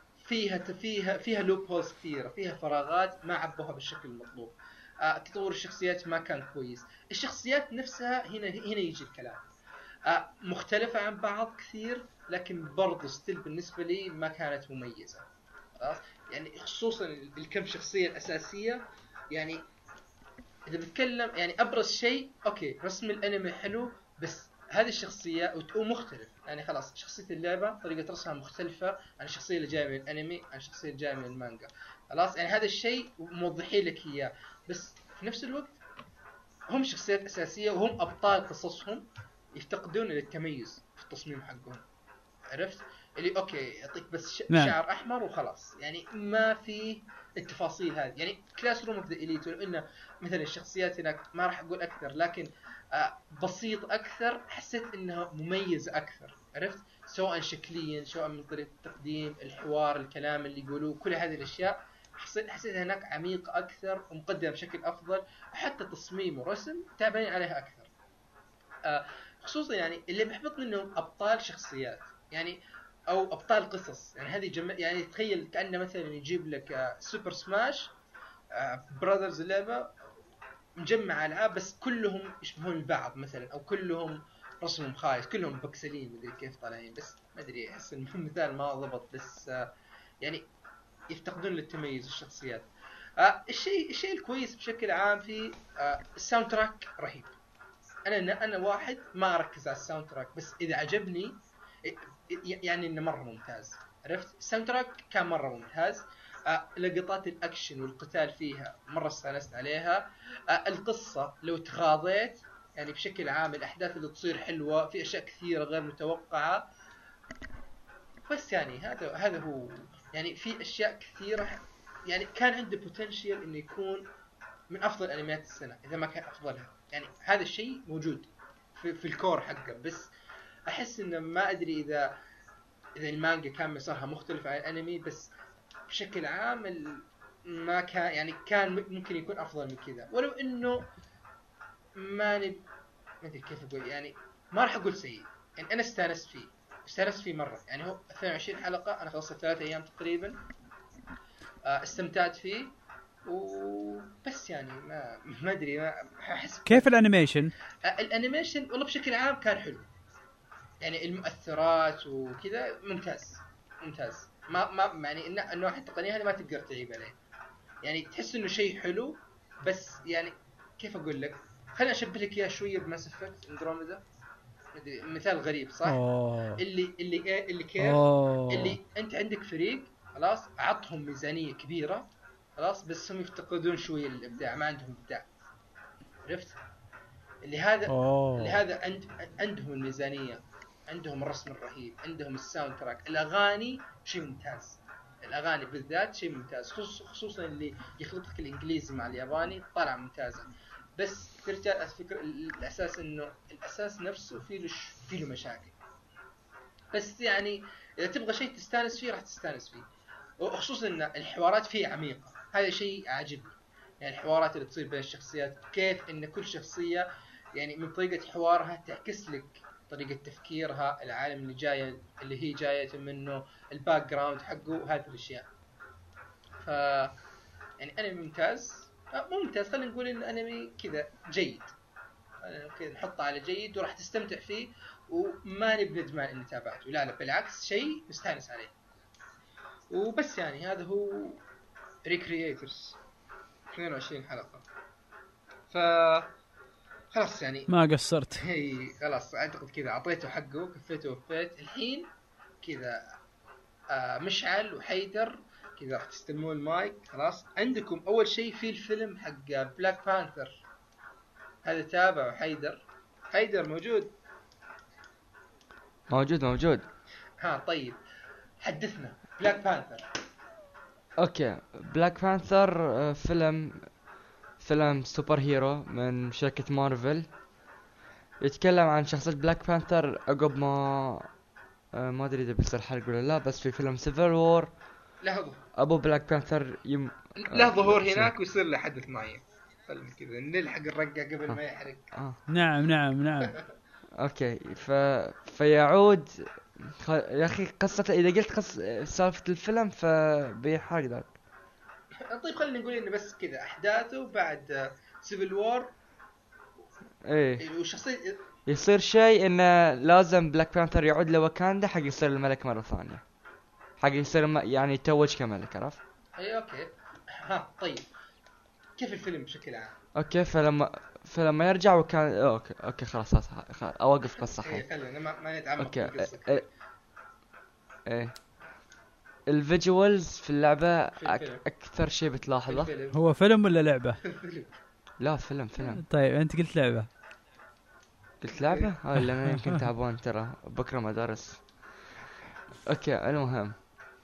فيها لوب هولز كثيره، فيها فراغات ما عبوها بالشكل المطلوب. تطور الشخصيات ما كان كويس. الشخصيات نفسها هنا يجي الكلام مختلفة عن بعض كثير، لكن برضو ستيل بالنسبة لي ما كانت مميزة، خلاص. يعني خصوصا الكم شخصية الأساسية. يعني إذا بتكلم يعني أبرز شيء أوكي رسم الأنمي حلو، بس هذه الشخصية ومختلف. يعني خلاص شخصية اللعبة طريقة رسمها مختلفة عن الشخصية اللي جاية من الأنمي عن الشخصية اللي جاية من المانجا، خلاص. يعني هذا الشيء موضحين لك إياه، بس في نفس الوقت هم شخصيات أساسية وهم أبطال قصصهم، يفتقدون للتميز في التصميم حقهم، عرفت؟ اللي أوكي يعطيك بس شعر أحمر وخلاص، يعني ما في التفاصيل هذه. يعني كلاس روم اوف ذا إليت إنه مثلا الشخصيات هناك ما راح أقول أكثر، لكن بسيط أكثر، حسيت إنها مميز أكثر، عرفت؟ سواء شكليا سواء من طريقة التقديم، الحوار، الكلام اللي يقولوه، كل هذه الأشياء حسيت هناك عميق أكثر ومقدم بشكل أفضل، وحتى تصميم ورسم تعبين عليها أكثر. خصوصا يعني اللي بيحبطني إنهم أبطال شخصيات يعني أو أبطال قصص. يعني هذه يعني تخيل كأنه مثلا يجيب لك سوبر سماش براذرز اللعبة مجمع ألعاب بس كلهم يشبهون البعض مثلا، أو كلهم رسمهم خايس، كلهم بكسلين مدري كيف طالعين، بس ما أدري أحس المثال ما ضبط، بس يعني يفتقدون للتميز الشخصيات. الشيء الكويس بشكل عام في الساوند تراك رهيب. انا واحد ما اركز على الساوند تراك، بس اذا عجبني يعني انه مره ممتاز، عرفت؟ الساوند تراك كان مره ممتاز. لقطات الاكشن والقتال فيها مره استانست عليها. القصه لو تغاضيت يعني بشكل عام الاحداث اللي تصير حلوه، في اشياء كثيره غير متوقعه. بس يعني هذا هو. يعني في اشياء كثيره، يعني كان عنده بوتنشل انه يكون من افضل انميات السنه اذا ما كان افضلها. يعني هذا الشيء موجود في الكور حقه، بس احس انه ما ادري اذا المانجا كان مسارها مختلف عن الانمي، بس بشكل عام ما كان، يعني كان ممكن يكون افضل من كذا، ولو انه ما ادري كيف اقول. يعني ما راح اقول سيء، يعني انا استانست فيه مره. يعني هو 22 حلقه، انا خلصت 3 ايام تقريبا. استمتعت فيه وبس. يعني ما ادري، ما احس كيف الانيميشن؟ الانيميشن والله بشكل عام كان حلو. يعني المؤثرات وكذا ممتاز. ما يعني انه واحد التقنيه هذه ما تقدر تعيب عليه. يعني تحس انه شيء حلو، بس يعني كيف اقول لك، خليني اشبه لك اياه شويه بماس افكت اندروميدا. مثال غريب صح؟ اوه اللي كيف اوه اللي انت عندك فريق خلاص، اعطهم ميزانيه كبيره خلاص، بس هم يفتقدون شويه الابداع، ما عندهم ابداع. عرفت؟ اللي اوه هذا عندهم الميزانيه، عندهم الرسم الرهيب، عندهم الساوند تراك، الاغاني شيء ممتاز. الاغاني بالذات شيء ممتاز، خصوصا اللي يخلطك الانجليزي مع الياباني طالع ممتازه. بس ترجع الفكره الاساس انه الاساس نفسه فيه له مشاكل. بس يعني اذا تبغى شيء تستانس فيه راح تستانس فيه، وخصوصا ان الحوارات فيه عميقه. هذا شيء عاجبني. يعني الحوارات اللي تصير بين الشخصيات، كيف ان كل شخصيه يعني من طريقه حوارها تعكس لك طريقه تفكيرها، العالم اللي هي جايه منه، الباك جراوند حقه وهذه الاشياء. ف يعني انمي ممتاز. مو ممتاز، خلينا نقول انه انمي كذا جيد. كذا نحطه على جيد وراح تستمتع فيه، وما بندمان اني تابعته. لا بالعكس، شيء مستانس عليه. وبس يعني هذا هو ريكرييترز 22 حلقة. ف خلاص يعني ما قصرت. هي خلاص اعتقد كذا اعطيته حقه، كفيته وفيت. الحين كذا مشعل وحيدر كذا راح تستلمون المايك. خلاص عندكم اول شيء في الفيلم حق بلاك بانثر، هذا تابع حيدر موجود. موجود. ها طيب، حدثنا بلاك بانثر. اوكي، بلاك بانثر فيلم سوبر هيرو من شركة مارفل. يتكلم عن شخصية بلاك بانثر عقب ما ادري اذا بيصير حرق ولا لا، بس في فيلم سيفل وور له ابو بلاك بانثر ظهور شو؟ هناك ويصير له حدث معين. خلنا كذا نلحق الرقة قبل ما يحرق. نعم اوكي. فيعود يا اخي قصة، اذا قلت سالفة الفيلم فبيحرق ذاك. طيب خلينا نقول انه بس كذا احداثه بعد سيفل وور. ايه، وشخصية يصير شيء انه لازم بلاك بانثر يعود لوكاندا حق يصير الملك مرة ثانية، حق يصير يعني يتوج كملك، عرفت؟ اي اوكي. ها طيب، كيف الفيلم بشكل عام؟ اوكي. فلما يرجع وكان اوكي خلاص اوقف قصة اي حين. خلينا ما نتعمق اوكي. في القصة. ايه الفيجوالز في اللعبة في الفيلم. اكثر شيء بتلاحظه. الفيلم. هو فيلم ولا لعبة؟ الفيلم. لا فيلم. طيب انت قلت لعبة. قلت لعبة؟ لأن يمكن تعبان ترى بكرة مدارس. اوكي المهم،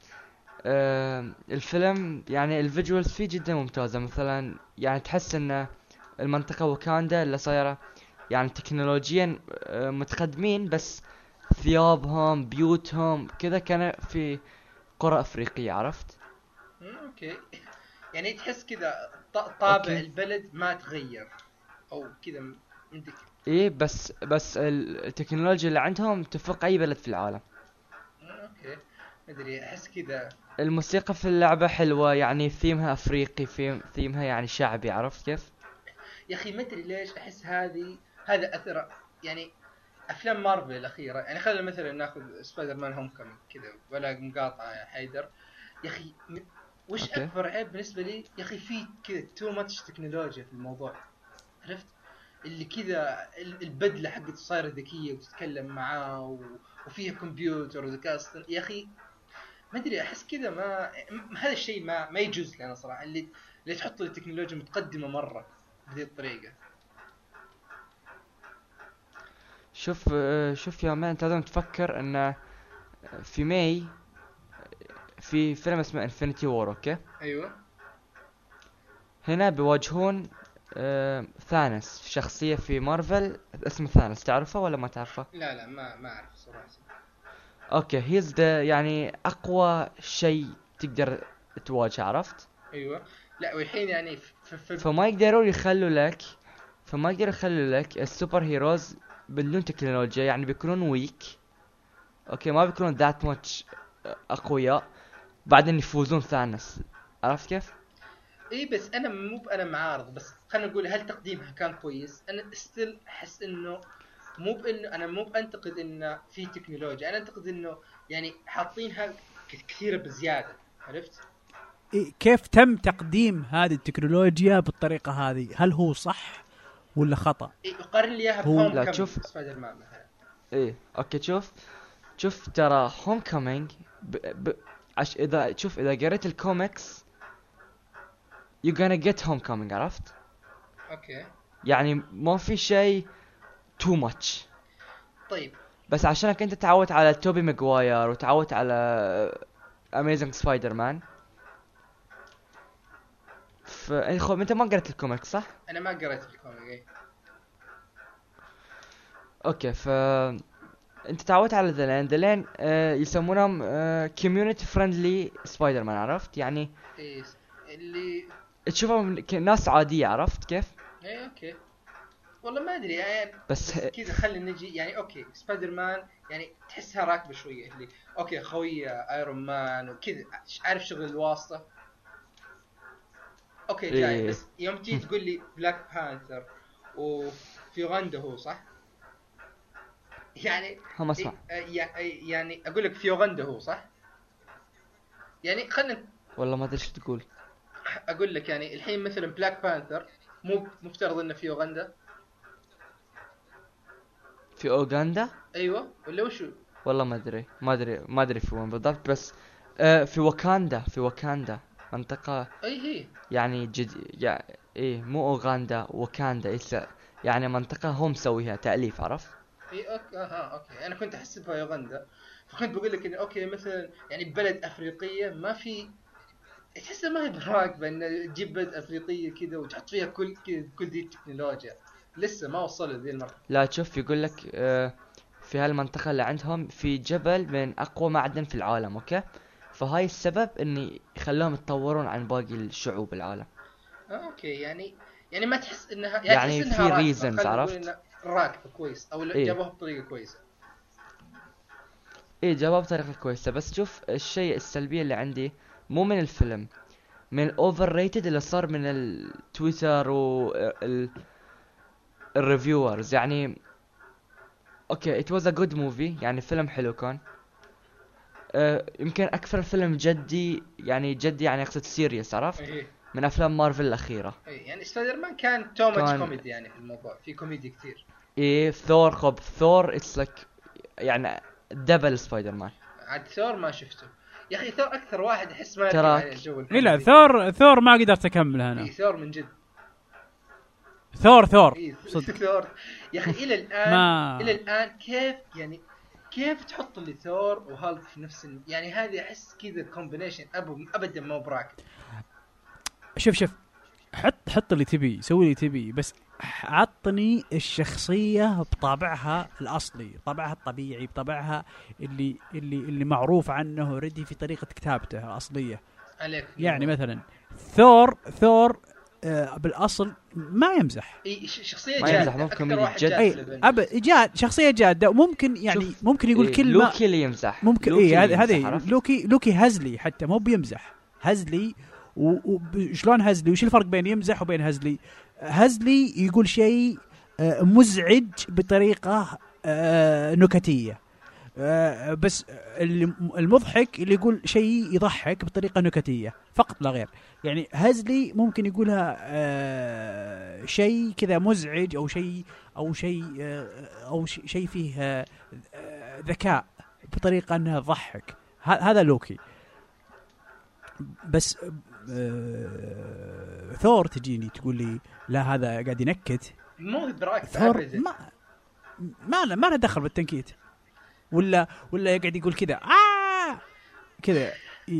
الفيلم يعني الفيجوالز فيه جدا ممتازة. مثلا يعني تحس ان المنطقة وكاندا اللي صايرة يعني تكنولوجيا متقدمين، بس ثيابهم بيوتهم كذا كان في قرى افريقية، عرفت؟ اوكي. يعني تحس كذا طابع أوكي. البلد ما تغير او كذا عندك. ايه بس التكنولوجيا اللي عندهم تفوق اي بلد في العالم. اوكي ما ادري، احس كذا. الموسيقى في اللعبة حلوة، يعني ثيمها افريقي، ثيمها يعني شعبي، عرفت كيف؟ يا اخي ما ادري ليش احس هذا اثر. يعني افلام مارفل الاخيره، يعني خلينا مثلا ناخذ سبايدر مان هوم كومينج كذا، ولا مقاطعه يا حيدر. يا اخي وش أوكي. اكبر عيب بالنسبه لي يا اخي؟ في كذا تو ماتش تكنولوجيا في الموضوع. عرفت؟ اللي كذا البدله حقته صايره ذكيه وتتكلم معاه وفيها كمبيوتر وذكاء اصطناعي. يا اخي ما ادري، احس كذا هذا الشيء ما يجوز لي انا صراحه. اللي تحط لي التكنولوجيا متقدمه مره بهذه الطريقه. شوف يا مان، انت لازم تفكر ان في ماي في فيلم اسمه انفينيتي وور. اوكي ايوه هنا بيواجهون ثانوس، شخصية في مارفل اسمه ثانوس، تعرفه ولا ما تعرفه؟ لا ما اعرف صراحه. اوكي هيز ذا يعني اقوى شيء تقدر تواجه، عرفت؟ ايوه لا والحين يعني في فما يقدروا يخلوا لك السوبر هيروز بدون تكنولوجيا، يعني بيكونون ويك. اوكي ما بيكونون ذات ماتش اقوياء بعدين يفوزون ثانوس، عرفت كيف؟ اي بس انا انا معارض، بس خلينا نقول هل تقديمها كان كويس؟ انا ستيل احس انه مو بانتقد انه في تكنولوجيا، انا انتقد انه يعني حاطينها كثيره بزياده، عرفت؟ كيف تم تقديم هذه التكنولوجيا بالطريقة هذه؟ هل هو صح ولا خطأ؟ يقارن لي اياها هو- بهوم لا، كامينج شوف. سبايدر مان مثلا. ايه اوكي شوف ترى هوم كومينج اذا قريت الكوميكس you gonna get home coming، عرفت؟ اوكي يعني ما في شيء too much. طيب بس عشانك انت تعودت على توبي ماغواير وتعودت على اميزنج سبايدر مان، انت ما قريت الكوميكس صح؟ انا ما قريت الكوميك. اوكي انت تعودت على ذلين يسمونهم كوميونتي فريندلي سبايدر مان، عرفت؟ يعني ايه اللي تشوفهم ناس عادية، عرفت كيف؟ ايه اوكي والله ما ادري يعني بس كذا خلينا نجي يعني اوكي سبايدر مان يعني تحسها راكبه شويه اللي اوكي خويه ايرون مان وكذا، عارف شغل الواسطه. اوكي جاي إيه. بس يوم تيجي تقول لي بلاك بانثر وفي غندا هو صح يعني هم اسمع يعني اقول لك في غندا هو صح يعني خلينا والله ما ادري ايش تقول. اقول لك يعني الحين مثلا بلاك بانثر مو مفترض انه في غندا؟ في اوغندا ايوه ولا وشو؟ والله ما ادري في وين بالضبط، بس في واكاندا منطقة اي هي يعني ايه مو اوغندا، واكاندا يعني منطقة هم مسويها تأليف، عرفت؟ اي اوكي اوكي انا كنت احسبها يوغندا، فكنت بقول لك انه اوكي مثلا يعني بلد افريقيه ما في، تحسها ما هي براكبه ان تجيب بلد افريقيه كذا وتحط فيها كل دي التكنولوجيا، لسه ما وصلوا ذي المرحله. لا شوف يقول لك في هالمنطقة اللي عندهم في جبل من اقوى معدن في العالم. اوكي فهاي السبب اني يخلوهم يتطورون عن باقي الشعوب العالم. اوكي يعني ما تحس انها يعني تحس في انها reasons، عرفت؟ راكبه كويس او إيه. جابوها بطريقه كويسه. ايه جواب بطريقة كويسة، بس شوف الشيء السلبي اللي عندي مو من الفيلم، من الاوفر ريتد اللي صار من التويتر الريفيورز. يعني اوكي it was a good movie، يعني فيلم حلو كان. يمكن اكثر فيلم جدي يعني اقصد سيريس، عرفت؟ ايه من افلام مارفل الاخيرة. ايه يعني سبايدر مان كان تو ماتش كان- كوميدي، يعني في الموضوع في كوميدي كثير. ايه ثور اتس لايك يعني دبل سبايدر مان. عاد ثور ما شفته يا اخي، ثور اكثر واحد احس ما تراك. يركب على الجو إيه لا الكوميدي. ثور ما قدرت اكملها انا. إيه ثور من جد ثور إيه صدق. ثور يا اخي الى الان ما- الى الان كيف تحط لي ثور وهالك في نفس يعني هذه احس كذا كومبينيشن ابدا ما براكب. شوف حط اللي تبي، سوي اللي تبي، بس عطني الشخصية بطابعها الأصلي، طابعها الطبيعي، بطابعها اللي معروف عنه اوريدي في طريقة كتابته الأصلية. عليك يعني مثلا ثور بالأصل ما يمزح. اي شخصيه ما يمزح، جاده مو اكثر كوميدي واحد جد. جاد اي في الأفنجرز. جاد، شخصية جادة، وممكن يعني شوف، ممكن يقول إيه كلمة. لوكي اللي يمزح، ممكن لوكي ايه اللي يمزح، هذه عرفت؟ لوكي هزلي حتى مو بيمزح، هزلي. وشلون هزلي؟ وش الفرق بين يمزح وبين هزلي؟ هزلي يقول شيء مزعج بطريقة نكتية، بس المضحك اللي يقول شيء يضحك بطريقة نكتية فقط لا غير. يعني هزلي ممكن يقولها شيء كذا مزعج أو شيء فيه ذكاء بطريقة أنها تضحك. هذا لوكي. بس ثور تجيني تقول لي لا هذا قاعد ينكت. مو براكب ثور ابدا. ما له دخل بالتنكيت. ولا يقعد يقول كذا كذا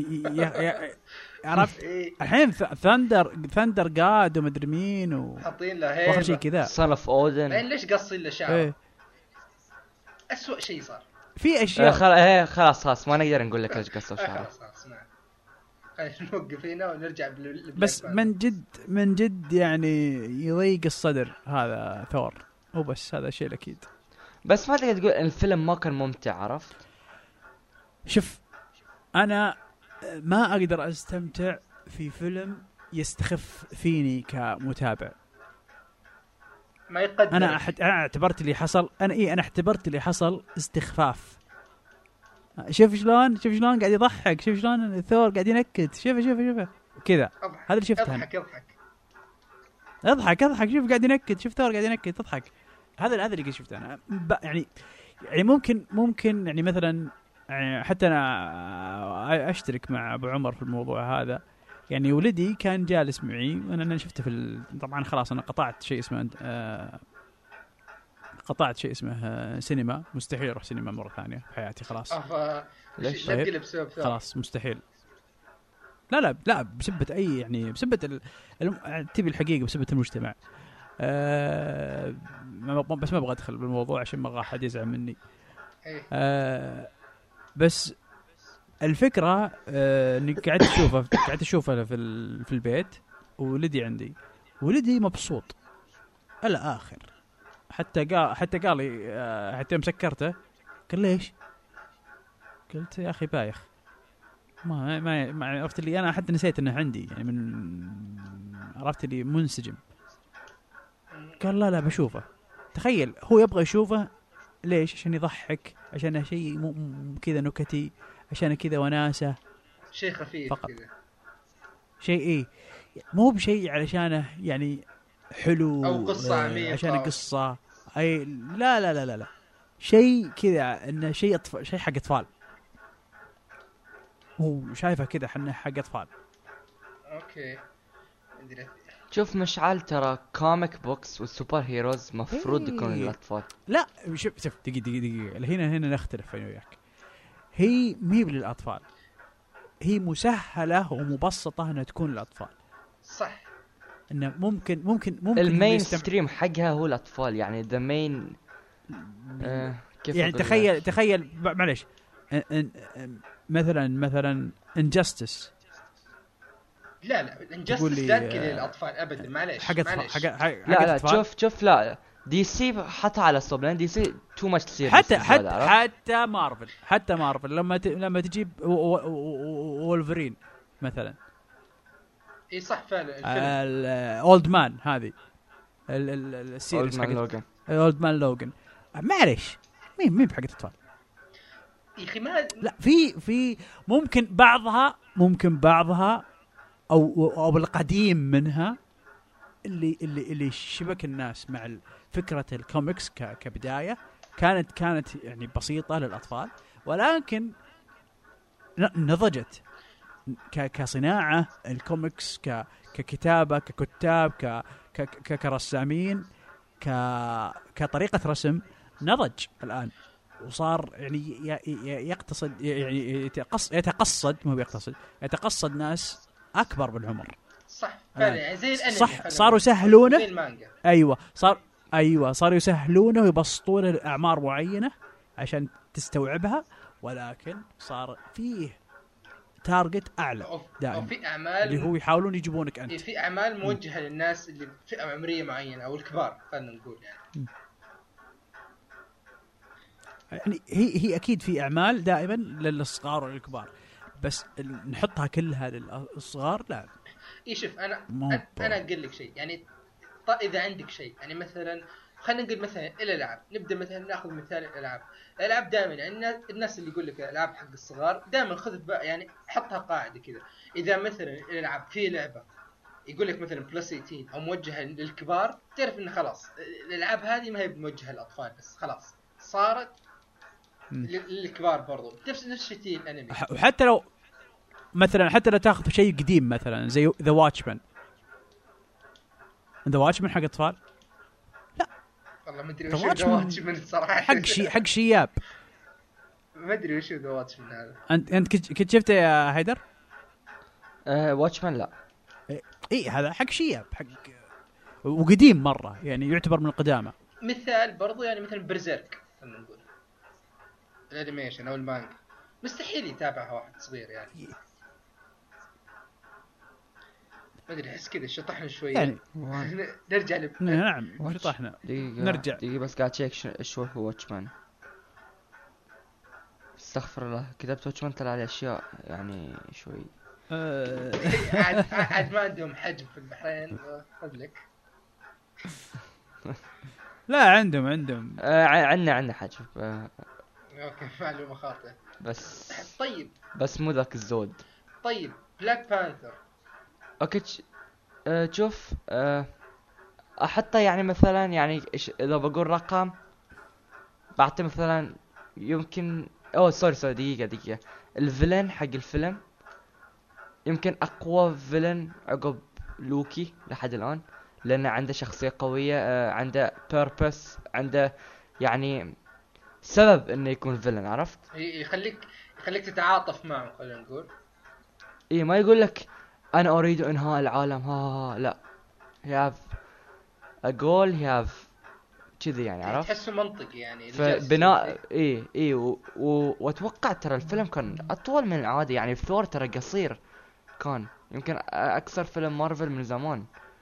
عرفت الحين ثاندر قاد ومدري مين حاطين له هيبة واخر شيء كذا صن اوف اودن. ليش قصين له شعره؟ أسوأ شيء صار في اشياء خلاص ما نقدر نقول لك ليش قصوا شعره. خلاص خلينا نوقف هنا ونرجع بس من جد يعني يضيق الصدر هذا ثور، وبس هذا شيء اكيد. بس ما تقدر تقول الفيلم ما كان ممتع، عرفت؟ شوف انا ما اقدر استمتع في فيلم يستخف فيني كمتابع. ما يقدر. انا اعتبرت اللي حصل انا اعتبرت اللي حصل استخفاف. شوف شلون قاعد يضحك، شوف شلون ثور قاعد ينكت، شوف كذا. هذا اللي شفته. اضحك شوف قاعد ينكت، شوف ثور قاعد ينكت اضحك. هذا اللي شفته انا. يعني ممكن يعني مثلا يعني حتى انا اشترك مع ابو عمر في الموضوع هذا. يعني ولدي كان جالس معي وانا شفته طبعا خلاص انا قطعت شيء اسمه سينما. مستحيل اروح سينما مره ثانيه في حياتي خلاص. ليش خلاص مستحيل. لا بسبة اي يعني بسبة تبي الحقيقه بسبة المجتمع. بس ما ابغى ادخل بالموضوع عشان ما احد يزعل مني. بس الفكره اني قاعد اشوفه في البيت، وولدي عندي، ولدي مبسوط الاخر. حتى قال لي حتى مسكرته قال ليش؟ قلت يا اخي بايخ ما عرفت اللي انا حتى نسيت انه عندي يعني من عرفت اللي منسجم. قال لا بشوفه. تخيل هو يبغى يشوفه ليش؟ عشان يضحك، عشان شيء كذا نكتي، عشان كذا وناسه، شيء خفيف كذا، شيء مو بشيء علشانه يعني حلو او قصه عميقه عشان قصه اي لا شيء كذا انه شيء حق اطفال. هو شايفه كذا حق اطفال. اوكي شوف مشعل، ترى كوميك بوكس والسوبر هيروز مفروض يكونوا للاطفال. لا شوف دقيقه هنا نختلف انا وياك. هي ميب للاطفال، هي مسهله ومبسطه انها تكون للاطفال. صح انه ممكن المين ستريم حقها هو الاطفال، يعني ذا مين كيف يعني تخيل معليش مثلا انجستس. لا انجستس لا كذا للاطفال ابدا. معليش حق لا شوف لا دي سي حتى على الصوب، دي سي تو ماتش سيريس. حتى مارفل لما تجيب وولفرين مثلا. اي صح فعلا. اولد مان هذه السيريس حق اولد مان لوجن. معليش مين بحق الاطفال يا اخي؟ ما لا في ممكن بعضها او القديم منها اللي شبك الناس مع فكرة الكوميكس كبداية كانت يعني بسيطة للأطفال، ولكن نضجت كصناعة الكوميكس ككتابة ككتاب كرسامين كطريقة رسم. نضج الآن وصار يعني يقتصد يعني يتقصد ناس أكبر بالعمر. صح فعلا يعني زي الانمي. صح صاروا يسهلونه. صاروا يسهلونه ويبسطونه لأعمار معينة عشان تستوعبها، ولكن صار فيه تارجت أعلى دائما في أعمال اللي هو يحاولون يجيبونك أنت. في أعمال موجهة للناس اللي فئة عمرية معينة أو الكبار خلنا نقول يعني هي أكيد في أعمال دائما للصغار والكبار، بس نحطها كلها للصغار لا. شوف أنا أقول لك شيء يعني إذا عندك شيء يعني مثلا خلينا نقول مثلا الألعاب، نبدأ مثلا نأخذ مثال الألعاب دائما يعني الناس اللي يقول لك الألعاب حق الصغار دائما خذ يعني حطها قاعدة كذا. إذا مثلا الألعاب في لعبة يقول لك مثلا بلس 18 أو موجهة للكبار، تعرف إنه خلاص الألعاب هذه ما هي موجهة للأطفال بس، خلاص صارت للكبار برضو. نفس شيء الأنمي. وحتى لو مثلا حتى لو تاخذ شيء قديم مثلا زي ذا واتشمان حق اطفال، لا والله ما ادري وش ذا واتشمان الصراحه. حق شياب ما ادري وش ذا واتش من هذا. انت كنت شفته يا هيدر؟ واتشمان لا. اي هذا حق شياب، حق وقديم مره، يعني يعتبر من القدامى. مثال برضو يعني مثل برزيرك خلينا نقول الانيميشن او المانجا مستحيل يتابعها واحد صغير يعني. ما ادري احس كذا شطحنا شويه يعني نرجع نعم شطحنا. نرجع دقيقة بس قاعد تشيك شو هو واتشمان. استغفر الله، كتبت واتشمان طلع على اشياء يعني شوي. عاد ما عندهم حجم في البحرين قبلك. لا عندهم عندنا حجم. اوكي معلومه خاطئه بس طيب بس مو ذاك الزود. طيب بلاك بانثر اوكي شوف احطه يعني مثلا يعني اذا بقول رقم بعطي مثلا يمكن سوري دقيقة الفيلن حق الفيلم يمكن اقوى فيلن عقب لوكي لحد الان، لانه عنده شخصية قوية، عنده بيربس، عنده يعني سبب انه يكون فيلن، عرفت؟ يخليك تتعاطف معه خلينا نقول. ما يقول لك انا اريد انهاء العالم لا he have a goal he have كذي يعني، عرفت؟ تحسه منطقي يعني فبناء واتوقع ترى الفيلم كان اطول من العادي يعني. ثور ترى قصير، كان يمكن اكثر فيلم مارفل من زمان،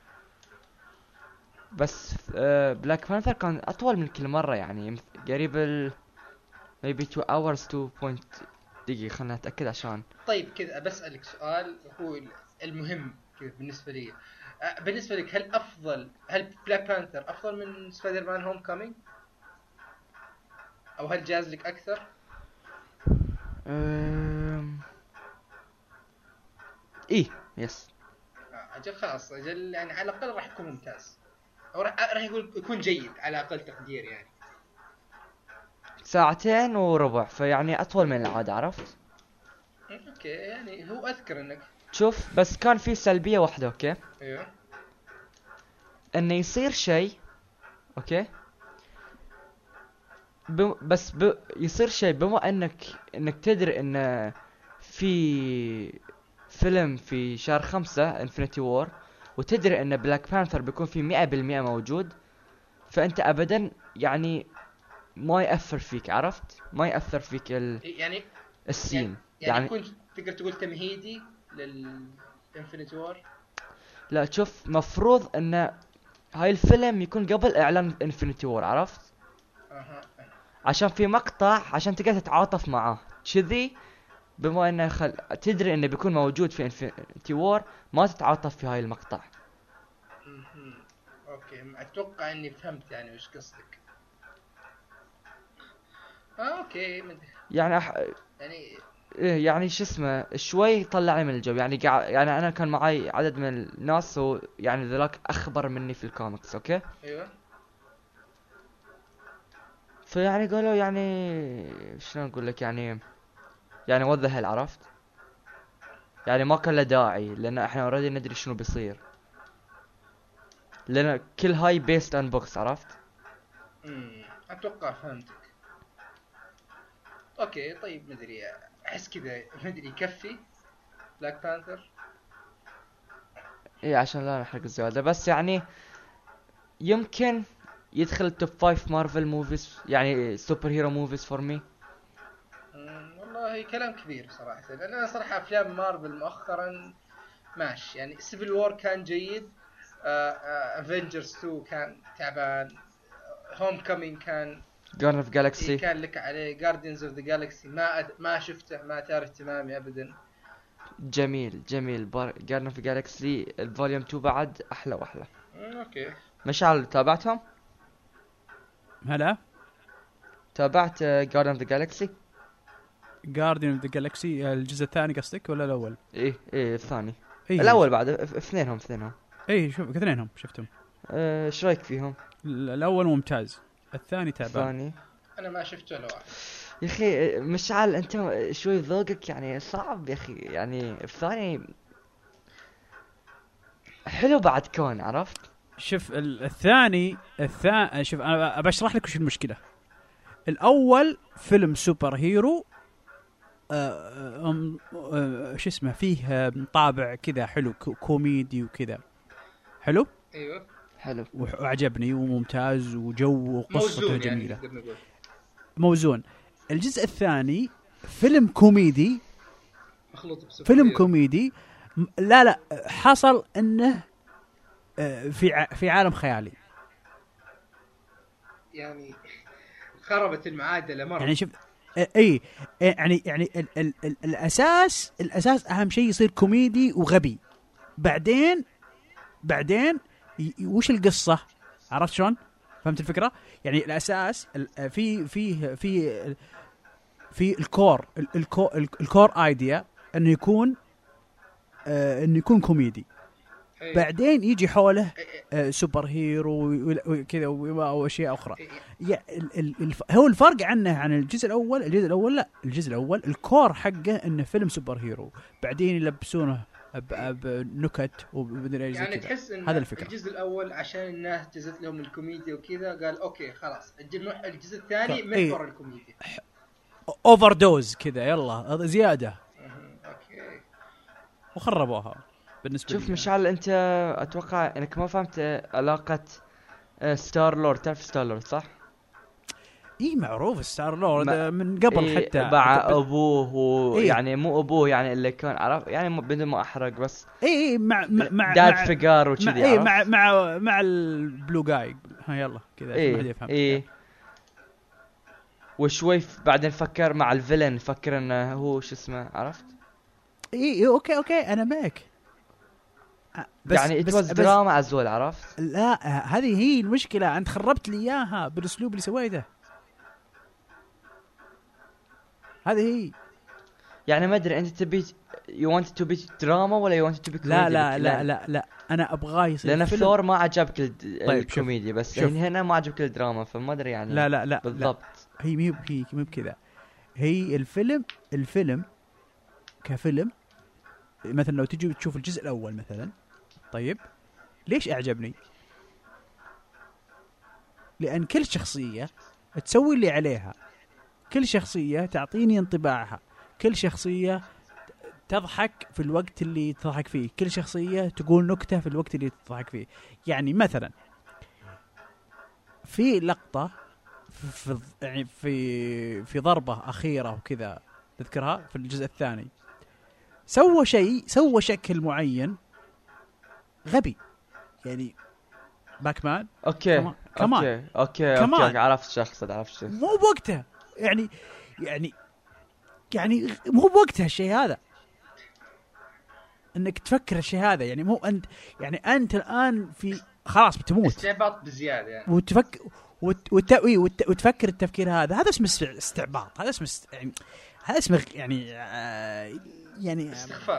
بس بلاك بانثر كان اطول من كل مرة يعني قريب maybe 2 hours 2 دقيقة خلنا نتأكد عشان. طيب كذا بسألك سؤال هو المهم كذا بالنسبة لي. بالنسبة لك هل بلاك بانثر أفضل من سبايدر مان هوم كامينج؟ أو هل جاز لك أكثر؟ يس أجل خلاص أجل يعني على الأقل راح يكون ممتاز، أو راح يكون جيد على أقل تقدير يعني. 2.25 ساعة فيعني أطول من العادة، عرفت؟ اوكي يعني هو اذكر انك شوف بس كان في سلبية واحدة. اوكي ايوه انه يصير شيء اوكي يصير شيء بما انك تدري ان في فيلم في شهر 5 انفينيتي وور، وتدري ان بلاك بانثر بيكون في 100% موجود، فانت ابدا يعني ما يأثر فيك، عرفت؟ ما يأثر فيك يعني السين يعني كنت تقدر تقول تمهيدي للانفينيتي وور. لا شوف مفروض ان هاي الفيلم يكون قبل اعلان انفينيتي وور، عرفت؟ عشان في مقطع عشان تقدر تتعاطف معاه كذي، بما انه تدري انه بيكون موجود في انفينيتي وور ما تتعاطف في هاي المقطع. اوكي اتوقع اني فهمت يعني وش قصدك. اوكي يعني يعني يعني شو اسمه شوي طلعني من الجو يعني يعني انا كان معي عدد من الناس يعني ذلك اخبر مني في الكوميكس. اوكي ايوه فيعني قالوا يعني شلون اقول لك يعني what the hell، عرفت؟ يعني ما كان له داعي لان احنا اوريدي ندري شنو بيصير، لان كل هاي بيست ان بوكس، عرفت؟ اتوقع فهمتك. اوكي طيب مدري احس كذا مدري يكفي بلاك بانثر عشان لا نحرق الزيادة، بس يعني يمكن يدخل توب 5 مارفل موفيز يعني سوبر هيرو موفيز فور مي. والله كلام كبير صراحة، لأن أنا صراحة أفلام مارفل مؤخرا ماشي يعني. سيفل وور كان جيد، افنجرز 2 كان تعبان، هوم كامينج كان جاردن اوف جالاكسي كان لك عليه، جاردينز اوف ذا جالاكسي ما شفته، ما ثار اهتمامي ابدا. جميل جاردن اوف جالاكسي الفوليوم 2 بعد احلى واحلى. اوكي مشعل تابعتهم؟ هلا تابعت جاردن اوف جالاكسي؟ جاردن اوف ذا جالاكسي الجزء الثاني قصدك ولا الاول؟ ايه الثاني. الاول بعد اثنينهم ايه شوف اثنينهم شفتهم. ايش رايك فيهم؟ الاول ممتاز، الثاني تعبان. انا ما شفته ولا واحد يا اخي. مشعل انت شوي ذوقك يعني صعب يا اخي، يعني الثاني حلو بعد كون، عرفت؟ شوف الثاني شوف انا بشرح لك وش المشكله. الاول فيلم سوبر هيرو شو اسمه، فيه طابع كذا حلو، كوميدي وكذا حلو. ايوه حلو. وعجبني وممتاز وجو وقصته موزون جميلة يعني نقدر نقول موزون. الجزء الثاني فيلم كوميدي، مخلوط بسوبر فيلم هيرو. كوميدي لا حصل انه في عالم خيالي. يعني خربت المعادله مره. يعني شوف اي يعني ال الاساس اهم شيء يصير كوميدي وغبي. بعدين وش القصة؟ عرفت شلون؟ فهمت الفكرة؟ يعني الاساس في الكور ايديا انه يكون كوميدي. أيوة. بعدين يجي حوله سوبر هيرو وكذا واشياء اخرى. هو الفرق عنه عن الجزء الاول. الجزء الاول الكور حقه انه فيلم سوبر هيرو، بعدين يلبسونه بنكت وبدل ايش يعني كذا. تحس ان هذا الفكرة. الجزء الاول عشان الناس جزت لهم الكوميديا وكذا، قال اوكي خلاص الجزء الثاني محور الكوميديا، اوفر دوز كذا، يلا زياده اوكي وخربوها بالنسبه شوف لي. مشعل، انت اتوقع انك ما فهمت علاقة ستار لورد. تعرف ستار لورد صح؟ اي معروف ستار لورد من قبل حتى مع ابوه يعني مو ابوه يعني اللي كان عرف يعني بدون ما احرق بس مع داد فيجار وكذي مع البلو جاي. ها يلا كذا عشان ما حد يفهم. وشوي بعدين فكر مع الفيلن، فكر انه هو شو اسمه، عرفت؟ اوكي انا معك. يعني بس دراما ازول، عرفت؟ لا هذه هي المشكله، انت خربت لي اياها بالاسلوب اللي سويته. هذه هي يعني ما ادري انت تبي you want to be دراما ولا you want to be comedy؟ لا انا ابغاه يصير لان فيلم. ثور ما عجبك الكوميدي بس هنا ما عجبك الدراما، فما ادري يعني. لا بالضبط. هي مو بكذا. هي الفيلم كفيلم مثلا لو تجي تشوف الجزء الاول مثلا، طيب ليش اعجبني؟ لان كل شخصيه تسوي اللي عليها، كل شخصيه تعطيني انطباعها، كل شخصيه تضحك في الوقت اللي تضحك فيه، كل شخصيه تقول نكته في الوقت اللي تضحك فيه. يعني مثلا في لقطه في ضربه اخيره وكذا تذكرها في الجزء الثاني، سوى شكل معين غبي، يعني باكمان. اوكي عرفت شخص مو بوقته، يعني مو بوقته الشيء هذا انك تفكر الشيء هذا. يعني مو انت، يعني انت الان في خلاص بتموت، استعباط بزياده يعني، وتفكر التفكير هذا اسمه استعباط، هذا اسمه هذا اسمه يعني استخفاف.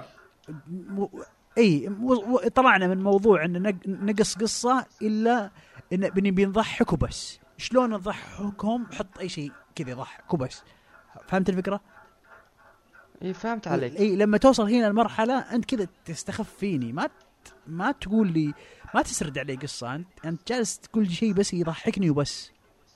طلعنا من موضوع ان نقص قصه الا ان بنضحك وبس. شلون نضحكهم؟ حط اي شيء كذا يضحك وبس. فهمت الفكره؟ فهمت عليك. لما توصل هنا المرحله انت كذا تستخف فيني، ما تقول لي، ما تسرد علي قصه، انت جالس تقول شيء بس يضحكني وبس.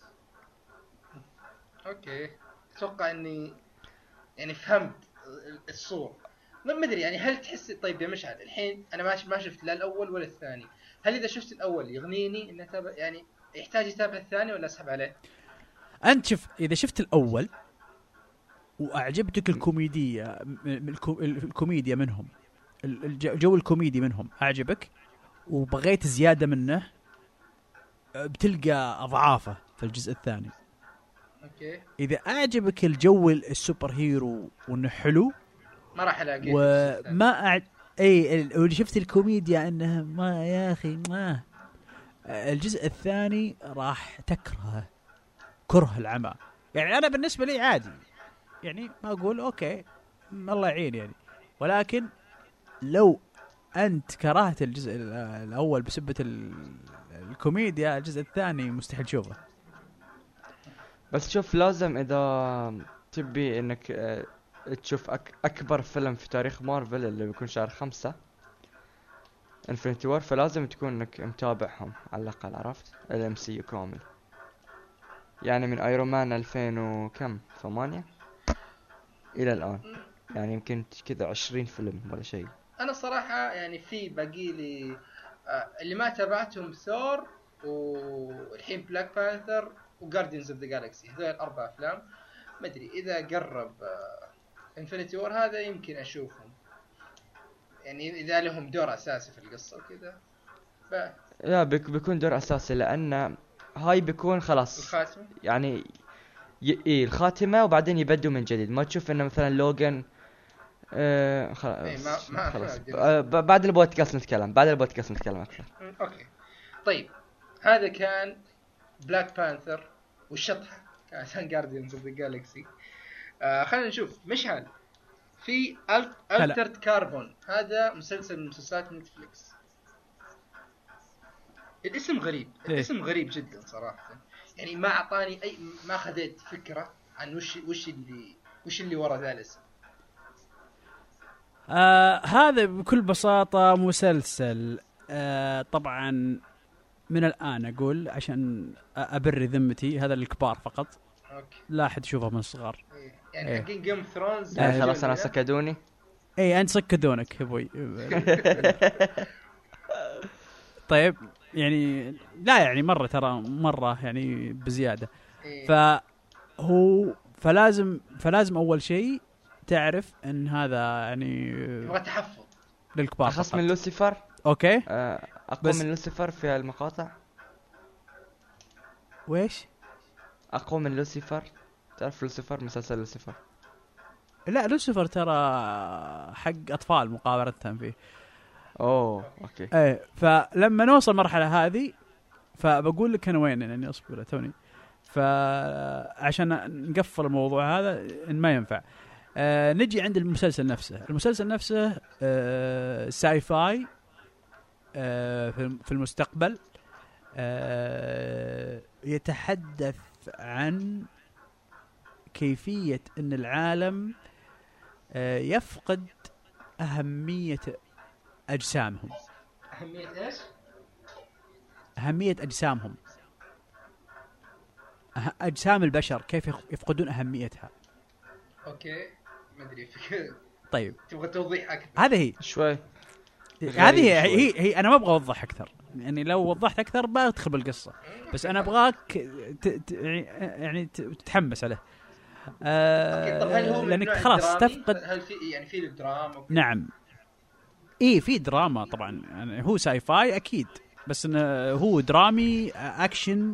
اوكي اتوقع اني يعني فهمت الصورة. ما ادري يعني هل تحس طيب يا مشعل الحين انا ما شفت لا الاول ولا الثاني، هل اذا شفت الاول يغنيني ان اتابع، يعني يحتاج اتابع الثاني ولا اسحب عليه؟ انت شوف، اذا شفت الاول واعجبتك الكوميديا منهم، الجو الكوميدي منهم اعجبك وبغيت زياده منه، بتلقى اضعافه في الجزء الثاني. اوكي اذا اعجبك الجو السوبر هيرو وانه حلو ما راح الاقيه، وما واللي شفت الكوميديا انها ما يا اخي ما، الجزء الثاني راح تكره كره العمى. يعني انا بالنسبه لي عادي، يعني ما اقول اوكي الله يعين يعني، ولكن لو انت كرهت الجزء الاول بسبة الكوميديا، الجزء الثاني مستحيل تشوفه. بس شوف، لازم اذا تبي انك تشوف اكبر فيلم في تاريخ مارفل اللي بيكون شهر 5 انفينيتي وور، فلازم تكون انك متابعهم على الاقل، عرفت؟ الام سي كامل. يعني من ايرون مان 2000 وكم 8 الى الان، يعني يمكن كذا 20 فيلم ولا شيء. انا صراحه يعني في باقي لي اللي ما تابعتهم ثور والحين بلاك بانثر وجاردينز اوف ذا جالكسي، هذول الاربع افلام. ما ادري اذا قرب انفينيتي وور هذا يمكن اشوفهم، يعني اذا لهم دور اساسي في القصه وكذا. لا بيكون دور اساسي، لان هاي بيكون خلاص الخاتمه يعني إيه الخاتمة، وبعدين يبدوا من جديد. ما تشوف انه مثلا لوجان خلاص خلاص بعد البودكاست نتكلم، اكثر. اوكي طيب، هذا كان بلاك بانثر والشطحه عشان جارديانز اوف ذا جالكسي. خلينا نشوف مشعل في الترد كاربون. هذا مسلسل من مسلسلات نتفليكس. الاسم غريب، الاسم غريب جدا صراحه، يعني ما اعطاني ما خذيت فكره عن وش اللي ورا ذا الاسم. هذا بكل بساطة مسلسل طبعا من الآن أقول عشان أبري ذمتي، هذا للكبار فقط. أوكي. لا أحد يشوفه من الصغار. يعني حقين جيم ثرونز. خلاص أنا سكدوني. أنت سكدونك يا أبوي. طيب يعني لا يعني مرة ترى مرة يعني بزيادة. فلازم أول شيء تعرف ان هذا يعني يبغى تحفظ للكبار. اخص من لوسيفر. اوكي اقوى من لوسيفر في المقاطع. ويش اقوى من لوسيفر؟ تعرف لوسيفر مسلسل لوسيفر؟ لا لوسيفر ترى حق اطفال مقارنة فيه. اوكي. ايه فلما نوصل مرحلة هذه فبقول لك انا وين يعني اصبر توني. فعشان نقفل الموضوع هذا ان ما ينفع نجي عند المسلسل نفسه. ساي فاي في المستقبل. يتحدث عن كيفية ان العالم يفقد أهمية أجسامهم. أهمية إيش؟ أهمية أجسامهم. أجسام البشر كيف يفقدون أهميتها. أوكي ما أدري فكرة. طيب تبغى توضيح أكثر؟ هذه هي شوي. هذه هي أنا ما أبغى أوضح أكثر، يعني لو وضحت أكثر بدخل بالقصة، بس أنا أبغاك يعني تتحمس عليه. طب هل هو لأنك خلاص تفقد. هل في يعني في دراما؟ نعم في دراما طبعا، يعني هو ساي فاي أكيد، بس إنه هو درامي أكشن.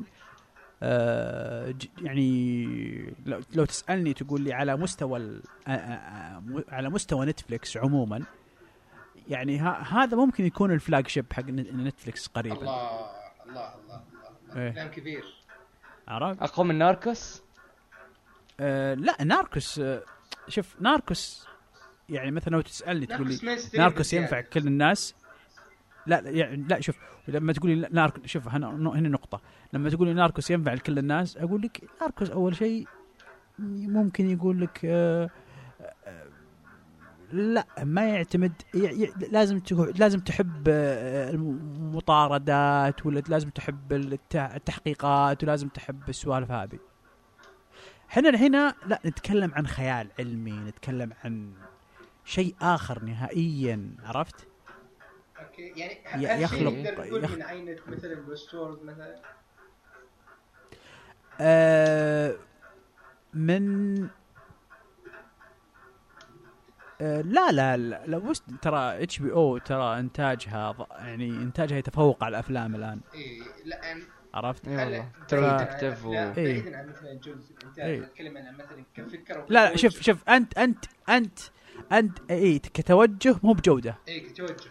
يعني لو تسألني تقول لي على مستوى نتفليكس عموما، يعني هذا ممكن يكون الفلاج شيب حق نتفليكس قريبا. الله كلام كبير. عرفت؟ أقوى من ناركوس؟ لا ناركوس شوف ناركوس يعني مثلا لو تسألني تقول لي ناركوس ينفع كل الناس. لا يعني لا شوف لما تقولي ناركوس، شوف هنا نقطة. لما تقولي ناركوس ينفع لكل الناس، أقول لك ناركوس أول شيء ممكن يقول لك لا ما يعتمد لازم تحب المطاردات، ولا لازم تحب التحقيقات، ولازم تحب السوالف هذه. هنا لا نتكلم عن خيال علمي، نتكلم عن شيء آخر نهائيا. عرفت؟ اوكي يعني يخلق من عينك مثلا وستورد مثلا من لا ترى اتش بي او ترى انتاجها يعني انتاجها يتفوق على الافلام الان. لا عرفت والله تكتف بعيدا عن مثلا جزء انتاج، نتكلم عن مثلا كفكره. لا شوف انت كتوجه مو بجوده. كتوجه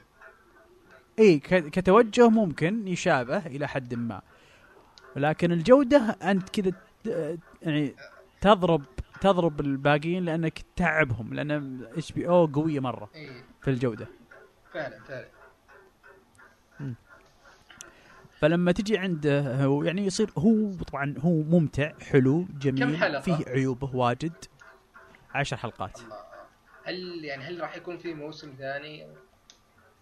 كتوجه ممكن يشابه الى حد ما، ولكن الجوده انت كذا يعني تضرب الباقيين، لانك تعبهم، لان اتش بي او قويه مره في الجوده فعلا. فلما تجي عنده هو يعني يصير هو طبعا هو ممتع حلو جميل، فيه عيوبه واجد. 10 حلقات. هل راح يكون في موسم ثاني؟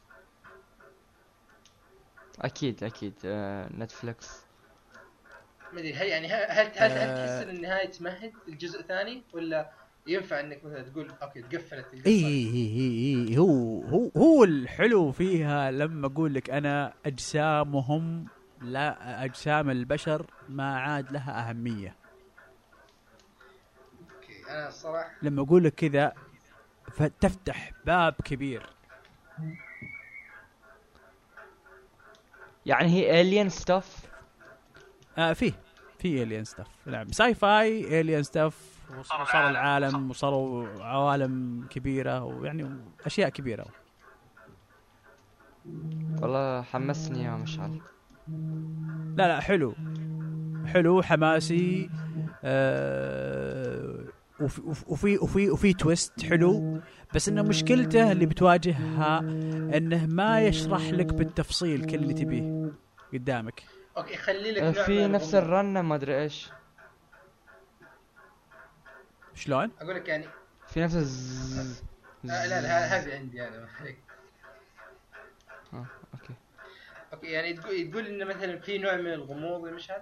اكيد نتفليكس ما ادري هل يعني هل تحس ان النهايه تمهد الجزء الثاني ولا ينفع انك مثلا تقول اوكي تقفلت القصه؟ اي هو الحلو فيها لما اقول لك انا اجسامهم، لا اجسام البشر ما عاد لها اهميه. اوكي انا الصراحه لما اقول لك كذا فتفتح باب كبير. يعني هي الين ستاف. في الين ستاف، نعم ساي فاي الين ستاف، وصار العالم وصاروا عوالم كبيره ويعني اشياء كبيره. والله حمسني يا مشعل. لا حلو حماسي. وفي تويست حلو، بس انه مشكلته اللي بتواجهها انه ما يشرح لك بالتفصيل كل اللي تبيه قدامك. اوكي خلي لك نوع في من نفس الغموض. الرنة ما ادري ايش. شلون؟ اقول لك يعني في نفس لا هذه عندي انا اوكي. اوكي يعني تقول انه مثلا في نوع من الغموض يا مشعل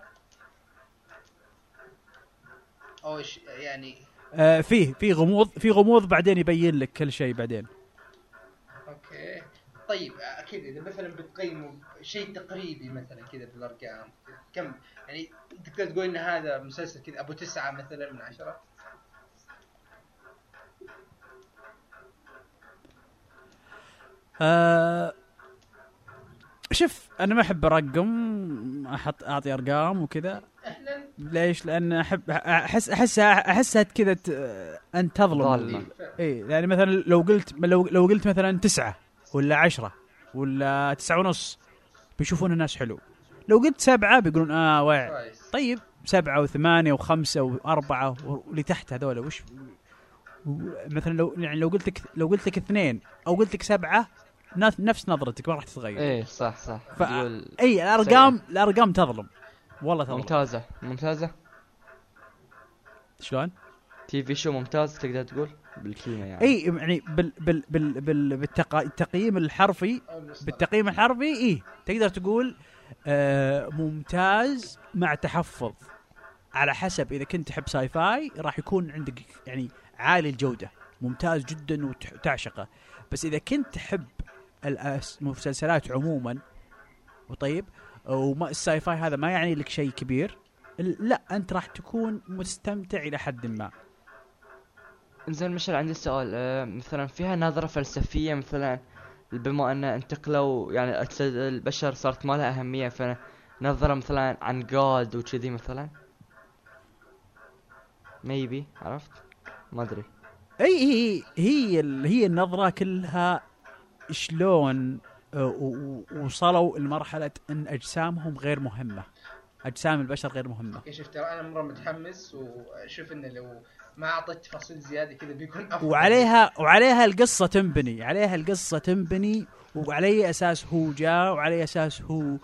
او ايش يعني؟ في غموض بعدين يبين لك كل شيء بعدين. اوكي طيب اكيد اذا مثلا بتقيموا شيء تقريبي مثلا كذا بالارقام كم يعني تقدر تقول ان هذا مسلسل كذا ابو 9 مثلا من 10؟ شوف انا ما احب ارقم، اعطي ارقام وكذا. ليش؟ لان احسها كذا انت تظلم. اي يعني مثلا لو قلت مثلا 9 ولا 10 ولا 9.5 بيشوفون الناس حلو. لو قلت 7 بيقولون واع. طيب 7 و8 و5 و4 واللي تحت هذول وش مثلا؟ لو قلت لك 2 او قلت لك 7 نفس نظرتك ما راح تتغير. ايه صح اي الارقام تظلم والله تظلم. ممتازة شلون؟ تي في شو ممتاز تقدر تقول بالكلمة يعني. اي يعني بالتقييم الحرفي ايه تقدر تقول ممتاز مع تحفظ، على حسب اذا كنت تحب ساي فاي راح يكون عندك يعني عالي الجودة ممتاز جدا وتعشقه. بس اذا كنت تحب المسلسلات عموما وطيب وما الساي فاي هذا ما يعني لك شيء كبير، لا انت راح تكون مستمتع الى حد ما. انزين مشعل عندي سؤال. مثلا فيها نظرة فلسفية مثلا بما ان انتقلوا يعني اجساد البشر صارت ما لها اهمية، فنظرة مثلا عن جاد وكذي مثلا ميبي عرفت ما ادري. هي النظرة كلها شلون وصلوا لمرحلة ان اجسامهم غير مهمة، اجسام البشر غير مهمة. شفت انا مرة متحمس واشوف انه لو ما اعطيت تفاصيل زيادة كذا بيكون افضل. وعليها القصة تنبني وعلى اساس هو جاء وعلى اساس هو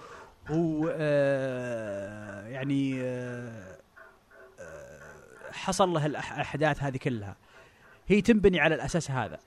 يعني حصل له الاحداث هذه كلها، هي تنبني على الاساس هذا.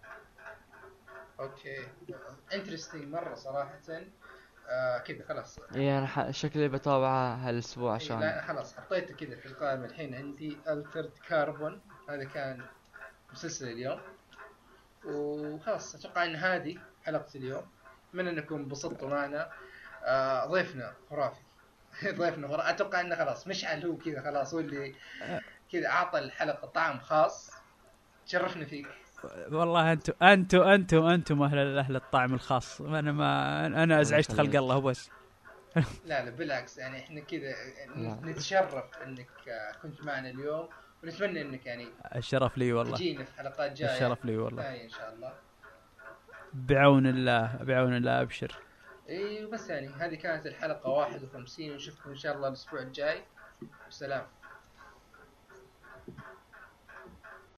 اوكي انترستينج مرة صراحة. كذا خلاص يعني شكلي بتابعها هالاسبوع عشان لا خلاص حطيته كذا في القائمة الحين عندي. ألترد كاربون هذا كان مسلسل اليوم، وخلاص اتوقع ان هذه حلقة اليوم. من انكم انبسطتوا معنا. ضيفنا خرافي ضيفنا اتوقع انه خلاص مشعل هو كذا خلاص هو اللي كذا اعطى الحلقة طعم خاص. تشرفنا فيك والله. انتم اهل الطعم الخاص. انا ازعجت خلق الله وبس. لا بالعكس يعني احنا كذا نتشرف انك كنت معنا اليوم، ونتمنى انك يعني الشرف لي والله تجينا في حلقات جايه. الشرف لي والله ان شاء الله بعون الله ابشر. اي بس يعني هذه كانت الحلقة 51 ونشوفكم ان شاء الله الاسبوع الجاي. والسلام.